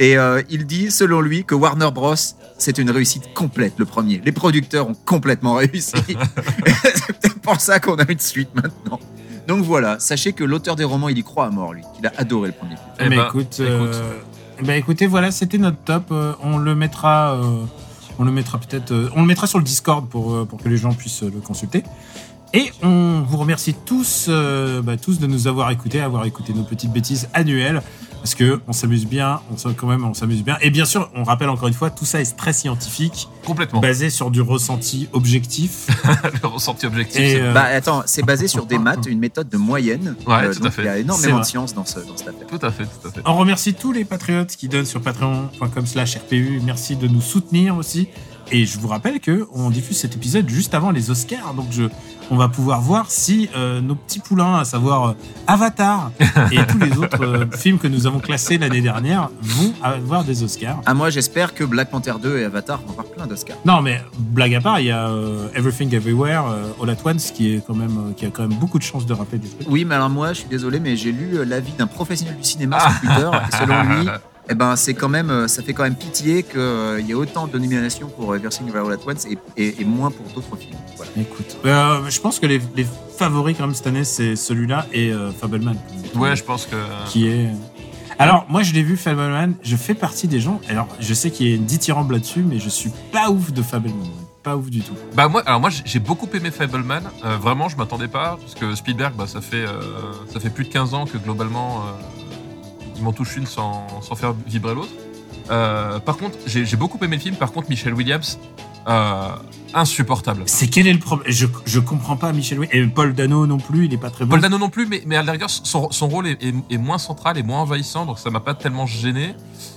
Speaker 5: Et euh, il dit, selon lui, que Warner Bros, c'est une réussite complète, le premier. Les producteurs ont complètement réussi. C'est peut-être pour ça qu'on a une suite maintenant. Donc voilà, sachez que l'auteur des romans, il y croit à mort, lui. Il a adoré le premier film.
Speaker 4: Eh ben,
Speaker 6: bah,
Speaker 4: écoute,
Speaker 6: écoute.
Speaker 4: euh, eh ben, écoutez, voilà, c'était notre top. Euh, on le mettra, euh, on le mettra peut-être, euh, on le mettra sur le Discord pour euh, pour que les gens puissent euh, le consulter. Et on vous remercie tous, euh, bah, tous de nous avoir écoutés, avoir écouté nos petites bêtises annuelles, parce que on s'amuse bien, on s'amuse quand même, on s'amuse bien. Et bien sûr, on rappelle encore une fois, tout ça est très scientifique,
Speaker 6: Complètement.
Speaker 4: basé sur du ressenti objectif.
Speaker 6: Le ressenti objectif.
Speaker 4: Et,
Speaker 6: c'est-
Speaker 4: euh,
Speaker 5: Bah attends, c'est basé sur des maths, une méthode de moyenne.
Speaker 6: Ouais, tout à
Speaker 5: donc
Speaker 6: fait.
Speaker 5: il y a
Speaker 4: C'est
Speaker 5: énormément
Speaker 4: vrai.
Speaker 5: de science dans, ce, dans cette affaire.
Speaker 6: Tout à fait, tout à fait.
Speaker 4: On remercie tous les patriotes qui donnent sur patreon point com slash R P U. Merci de nous soutenir aussi. Et je vous rappelle que on diffuse cet épisode juste avant les Oscars, donc je, on va pouvoir voir si euh, nos petits poulains, à savoir euh, Avatar et tous les autres euh, films que nous avons classés l'année dernière, vont avoir des Oscars.
Speaker 5: Ah, moi j'espère que Black Panther deux et Avatar vont avoir plein d'Oscars.
Speaker 4: Non, mais blague à part, il y a euh, Everything Everywhere euh, All at Once qui est quand même, euh, qui a quand même beaucoup de chances de rappeler des trucs.
Speaker 5: Oui, mais alors moi, je suis désolé, mais j'ai lu euh, l'avis d'un professionnel du cinéma sur Twitter. Et selon lui, eh ben, c'est quand même, euh, ça fait quand même pitié qu'il euh, y ait autant de nominations pour Everything Everywhere All at Once et, et, et moins pour d'autres films. Voilà.
Speaker 4: Écoute, euh, je pense que les, les favoris quand même cette année, c'est celui-là et euh, Fableman.
Speaker 6: Ouais, je pense que.
Speaker 4: Qui est. Alors, moi, je l'ai vu, Fableman. Je fais partie des gens. Alors, je sais qu'il y a une dithyrambe là-dessus, mais je suis pas ouf de Fableman. Pas ouf du tout.
Speaker 6: Bah moi, alors moi j'ai- j'ai beaucoup aimé Fableman. Euh, vraiment, je m'attendais pas parce que Spielberg, bah ça fait euh, ça fait plus de quinze ans que globalement euh, il m'en touche une sans, sans faire vibrer l'autre. Euh, par contre, j'ai j'ai beaucoup aimé le film. Par contre, Michelle Williams, euh, insupportable.
Speaker 4: C'est quel est le problème je, je comprends pas Michel Williams. Et Paul Dano non plus, il est pas très bon.
Speaker 6: Paul Dano non plus, mais, mais à la rigueur, son, son rôle est, est- est moins central et moins envahissant, donc ça m'a pas tellement gêné.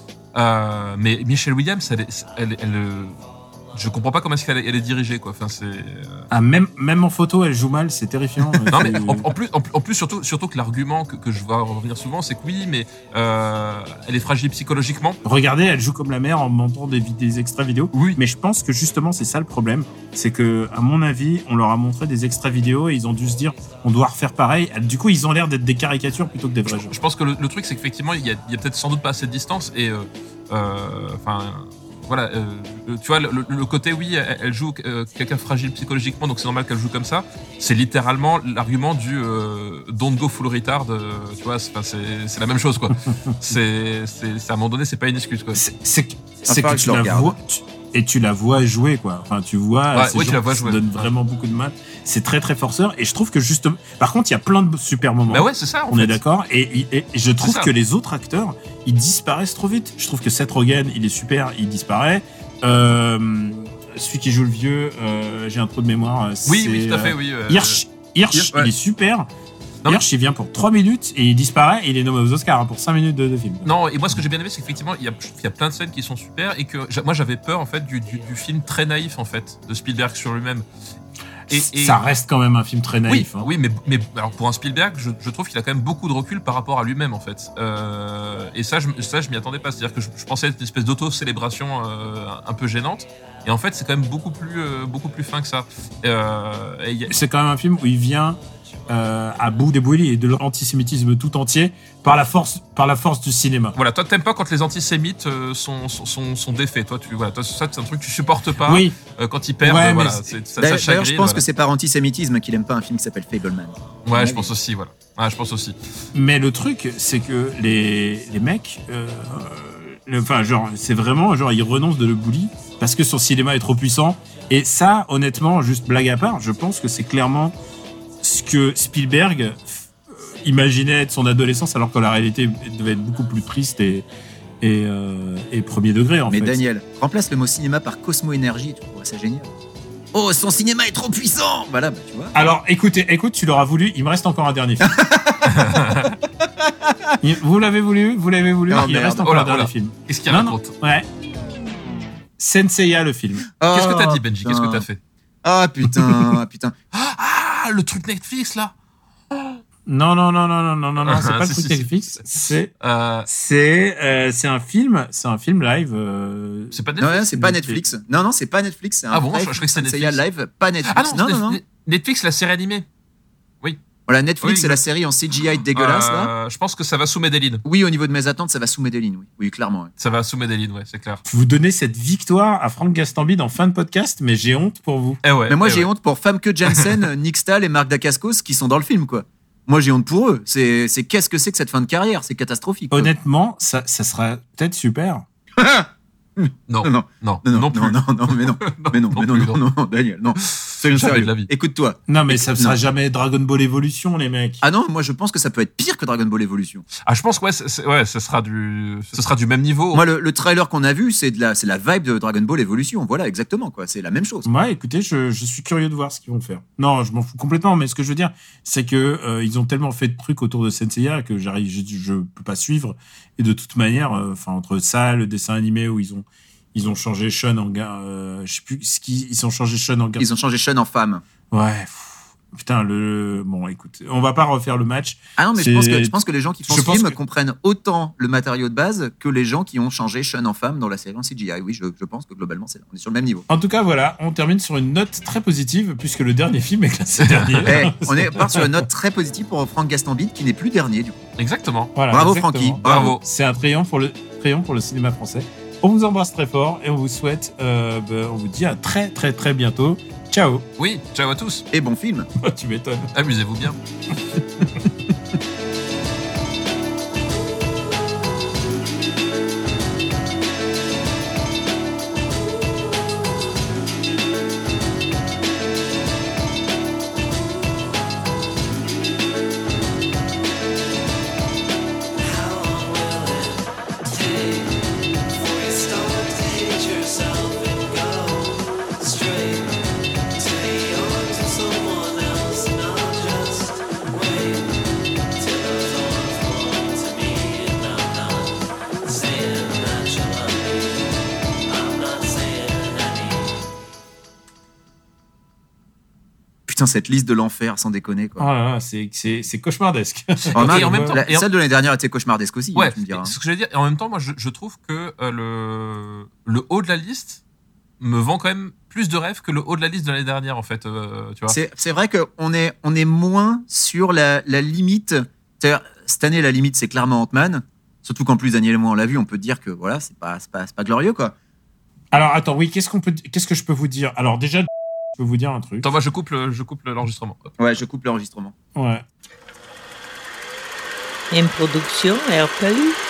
Speaker 6: Euh, mais Michelle Williams, elle, est- elle, elle, euh, je comprends pas comment est-ce qu'elle est, elle est dirigée, quoi. Enfin, c'est. euh,
Speaker 4: Ah, même, même en photo, elle joue mal, c'est terrifiant.
Speaker 6: Non mais
Speaker 4: C'est-
Speaker 6: en, en plus, en, en plus surtout, surtout que l'argument que, que je vois revenir souvent, c'est que oui, mais euh, elle est fragile psychologiquement.
Speaker 4: Regardez, elle joue comme la mère en montrant des, vid- des extraits vidéo.
Speaker 6: Oui.
Speaker 4: Mais je pense que justement, c'est ça le problème. C'est que, à mon avis, on leur a montré des extraits vidéo et ils ont dû se dire, on doit refaire pareil. Du coup, ils ont l'air d'être des caricatures plutôt que des vrais gens.
Speaker 6: Je pense que le, le truc, c'est qu'effectivement, il y a, il y a peut-être sans doute pas assez de distance et, euh, euh, enfin, voilà, euh, tu vois, le, le côté, oui, elle, elle joue euh, quelqu'un fragile psychologiquement, donc c'est normal qu'elle joue comme ça. C'est littéralement l'argument du euh, don't go full retard, euh, tu vois, c'est, enfin, c'est, c'est la même chose, quoi. c'est, c'est, c'est, à un moment donné, c'est pas une excuse, quoi.
Speaker 4: C'est c'est que, c'est
Speaker 5: falloir
Speaker 4: que
Speaker 5: que je
Speaker 4: tu
Speaker 5: le
Speaker 4: la
Speaker 5: regarde.
Speaker 4: vois, tu- et tu la vois jouer, quoi. Enfin, tu vois,
Speaker 6: Ouais,
Speaker 4: ces
Speaker 6: oui, tu
Speaker 4: gens
Speaker 6: la vois
Speaker 4: qui se
Speaker 6: jouer.
Speaker 4: donnent vraiment beaucoup de mal. C'est très, très forceur. Et je trouve que justement, par contre, il y a plein de super moments.
Speaker 6: Bah ouais, c'est ça, en
Speaker 4: On
Speaker 6: fait.
Speaker 4: est d'accord. Et, et- et je trouve
Speaker 6: ça.
Speaker 4: que les autres acteurs, ils disparaissent trop vite. Je trouve que Seth Rogen, il est super, il disparaît. Euh, celui qui joue le vieux, euh, j'ai un trou de mémoire.
Speaker 6: Oui,
Speaker 4: c'est,
Speaker 6: oui, tout à fait,
Speaker 4: euh,
Speaker 6: oui. euh,
Speaker 4: Hirsch, Hirsch,
Speaker 6: Hirsch, ouais.
Speaker 4: il est super.
Speaker 6: Non,
Speaker 4: Hirsch, il vient pour trois minutes et il disparaît et il est nommé aux Oscars hein, pour cinq minutes de, de film.
Speaker 6: Non, et moi ce que j'ai bien aimé, c'est qu'effectivement, il y a, il y a plein de scènes qui sont super et que j'a- moi j'avais peur en fait du, du, du film très naïf en fait de Spielberg sur lui-même. Et, et-
Speaker 4: Ça reste quand même un film très
Speaker 6: oui,
Speaker 4: naïf. hein.
Speaker 6: oui, mais, mais alors pour un Spielberg, je, je trouve qu'il a quand même beaucoup de recul par rapport à lui-même en fait. Euh, et ça, je, ça, je m'y attendais pas. C'est-à-dire que je, je pensais être une espèce d'auto-célébration euh, un peu gênante. Et en fait, c'est quand même beaucoup plus, euh, beaucoup plus fin que ça. Euh, et il y a-
Speaker 4: C'est quand même un film où il vient euh, à bout des bouillies et de l'antisémitisme tout entier par la force, par la force du cinéma.
Speaker 6: Voilà, toi t'aimes pas quand les antisémites euh, sont, sont, sont, sont défaits. Toi, tu, voilà, toi, ça c'est un truc que tu supportes pas.
Speaker 4: Oui,
Speaker 6: Euh, quand ils perdent,
Speaker 4: Ouais,
Speaker 6: euh,
Speaker 4: mais
Speaker 6: voilà,
Speaker 4: c'est-
Speaker 6: c'est- ça,
Speaker 5: D'ailleurs,
Speaker 6: ça
Speaker 5: d'ailleurs, je
Speaker 6: chagrine,
Speaker 5: pense
Speaker 6: voilà.
Speaker 5: que c'est par antisémitisme qu'il aime pas un film qui s'appelle Fableman.
Speaker 6: Ouais, je
Speaker 5: Oui.
Speaker 6: pense aussi, voilà. Ouais, je pense aussi.
Speaker 4: mais le truc, c'est que les, les mecs, euh, le- enfin, genre, c'est vraiment, genre, ils renoncent de le bully parce que son cinéma est trop puissant. Et ça, honnêtement, juste blague à part, je pense que c'est clairement ce que Spielberg euh, imaginait être son adolescence, alors que la réalité devait être beaucoup plus triste et, et, euh, et premier degré, en
Speaker 5: Mais
Speaker 4: fait.
Speaker 5: Daniel, remplace le mot cinéma par Cosmo-énergie, tu trouveras ça génial. Oh, son cinéma est trop puissant. Voilà, bah, tu vois.
Speaker 4: Alors, écoutez, écoute, tu l'auras voulu. Il me reste encore un dernier film. Il- vous l'avez voulu, vous l'avez voulu.
Speaker 5: Oh,
Speaker 4: il
Speaker 5: merde.
Speaker 4: reste encore
Speaker 6: Oh là,
Speaker 4: un dernier
Speaker 6: oh là.
Speaker 4: film.
Speaker 6: Qu'est-ce qu'il
Speaker 4: Non,
Speaker 6: raconte
Speaker 4: non, ouais. Senseiya, le film.
Speaker 6: Qu'est-ce que t'as
Speaker 5: Oh,
Speaker 6: dit, Benji? Qu'est-ce que
Speaker 5: putain.
Speaker 6: t'as fait?
Speaker 5: Ah putain, ah, putain.
Speaker 6: Ah, le truc Netflix, là.
Speaker 4: Non, non, non, non, non, non, non, non, c'est pas le
Speaker 6: Si,
Speaker 4: truc
Speaker 6: si, si.
Speaker 4: Netflix. C'est,
Speaker 6: Euh,
Speaker 4: c'est, euh, c'est un film, c'est un film live. euh,
Speaker 6: c'est pas
Speaker 5: Non,
Speaker 6: Netflix.
Speaker 5: non, c'est pas Netflix. Non, non, c'est pas Netflix. C'est un
Speaker 6: Ah bon,
Speaker 5: vrai
Speaker 6: je- je croyais que c'était
Speaker 5: Senseiya
Speaker 6: Netflix.
Speaker 5: live, pas Netflix.
Speaker 6: Ah non,
Speaker 5: non, non, non.
Speaker 6: Net- Netflix, la série animée. Oui.
Speaker 5: Voilà, Netflix,
Speaker 6: Oui,
Speaker 5: c'est la série en C G I dégueulasse, là.
Speaker 6: Euh, je pense que ça va sous Medellin.
Speaker 5: Oui, au niveau de mes attentes, ça va sous Medellin, oui. Oui, clairement. Ouais.
Speaker 6: Ça va sous Medellin, ouais, c'est clair.
Speaker 4: Vous donnez cette victoire à Franck Gastambide en fin de podcast, mais j'ai honte pour vous.
Speaker 6: Eh ouais,
Speaker 5: Mais moi,
Speaker 6: eh
Speaker 5: j'ai
Speaker 6: ouais.
Speaker 5: honte pour Famke Janssen, Nick Stahl et Marc Dacascos qui sont dans le film, quoi. Moi, j'ai honte pour eux. C'est, c'est qu'est-ce que c'est que cette fin de carrière? C'est catastrophique. Quoi.
Speaker 4: Honnêtement, ça, ça sera peut-être super.
Speaker 6: Non,
Speaker 5: Non, non,
Speaker 6: non,
Speaker 5: non, non,
Speaker 6: non plus.
Speaker 5: non, non, non, mais non, mais non, mais non,
Speaker 6: plus,
Speaker 5: non, non, non, Daniel, non. Soyons
Speaker 6: Jamais
Speaker 5: sérieux.
Speaker 6: de la vie.
Speaker 5: Écoute-toi.
Speaker 4: Non, mais ça ne sera
Speaker 5: Non.
Speaker 4: jamais Dragon Ball Evolution, les mecs.
Speaker 5: Ah non, moi, je pense que ça peut être pire que Dragon Ball Evolution.
Speaker 6: Ah, je pense que ouais, c'est- c'est- ouais, ce sera du, ce sera du même niveau.
Speaker 5: Moi, le, le trailer qu'on a vu, c'est de la, c'est la vibe de Dragon Ball Evolution. Voilà, exactement, quoi. C'est la même chose.
Speaker 4: Ouais, écoutez, je, je suis curieux de voir ce qu'ils vont faire. Non, je m'en fous complètement, mais ce que je veux dire, c'est que euh, ils ont tellement fait de trucs autour de Senseiya que j'arrive, je, je peux pas suivre. Et de toute manière, enfin euh, entre ça, le dessin animé où ils ont ils ont changé Sean en gars, euh, je sais plus ce qu'ils ils ont changé Sean en gars.
Speaker 5: Ils ont changé Sean en femme.
Speaker 4: Ouais. pff, Putain, le bon, écoute, on va pas refaire le match.
Speaker 5: Ah non, mais je
Speaker 4: C'est-
Speaker 5: pense, que, je pense que les gens qui font
Speaker 4: je
Speaker 5: ce
Speaker 4: pense
Speaker 5: film
Speaker 4: que-
Speaker 5: comprennent autant le matériau de base que les gens qui ont changé Sean en femme dans la série en C G I. Oui, je, je pense que globalement, c'est, on est sur le même niveau.
Speaker 4: En tout cas, voilà, on termine sur une note très positive puisque le dernier film est classé dernier.
Speaker 5: Eh, on est part sur une note très positive pour Franck Gastambide qui n'est plus dernier du coup.
Speaker 6: Exactement.
Speaker 4: Voilà,
Speaker 5: Bravo,
Speaker 4: exactement.
Speaker 5: Francky,
Speaker 6: bravo.
Speaker 4: C'est un triomphe pour le triomphe pour le cinéma français. On vous embrasse très fort et on vous souhaite, euh, bah, on vous dit à très très très bientôt. Ciao.
Speaker 6: Oui, ciao à tous.
Speaker 5: Et bon film.
Speaker 4: Tu m'étonnes.
Speaker 6: Amusez-vous bien.
Speaker 5: Putain, cette liste de l'enfer, sans déconner quoi.
Speaker 4: Oh là là, c'est c'est c'est cauchemardesque.
Speaker 5: Remarque,
Speaker 6: et en même temps-
Speaker 5: la-
Speaker 6: et en-
Speaker 5: celle de l'année dernière était cauchemardesque aussi,
Speaker 6: Ouais,
Speaker 5: tu me diras.
Speaker 6: ce que j'allais dire. Et en même temps, moi, je, je trouve que euh, le, le haut de la liste me vend quand même plus de rêves que le haut de la liste de l'année dernière, en fait. euh, tu vois.
Speaker 5: C'est, c'est vrai qu'on est, on est moins sur la, la limite. C'est-à-dire, cette année, la limite, c'est clairement Ant-Man. Surtout qu'en plus, Daniel et moi, on l'a vu, on peut dire que voilà, c'est pas, c'est pas, c'est pas glorieux, quoi.
Speaker 4: Alors attends, oui, qu'est-ce qu'on peut, qu'est-ce que je peux vous dire? Alors déjà, je peux vous dire un truc.
Speaker 6: Attends, moi, je coupe, le- je coupe le- l'enregistrement.
Speaker 5: Ouais, je coupe l'enregistrement.
Speaker 4: Ouais.
Speaker 7: Une production R P U.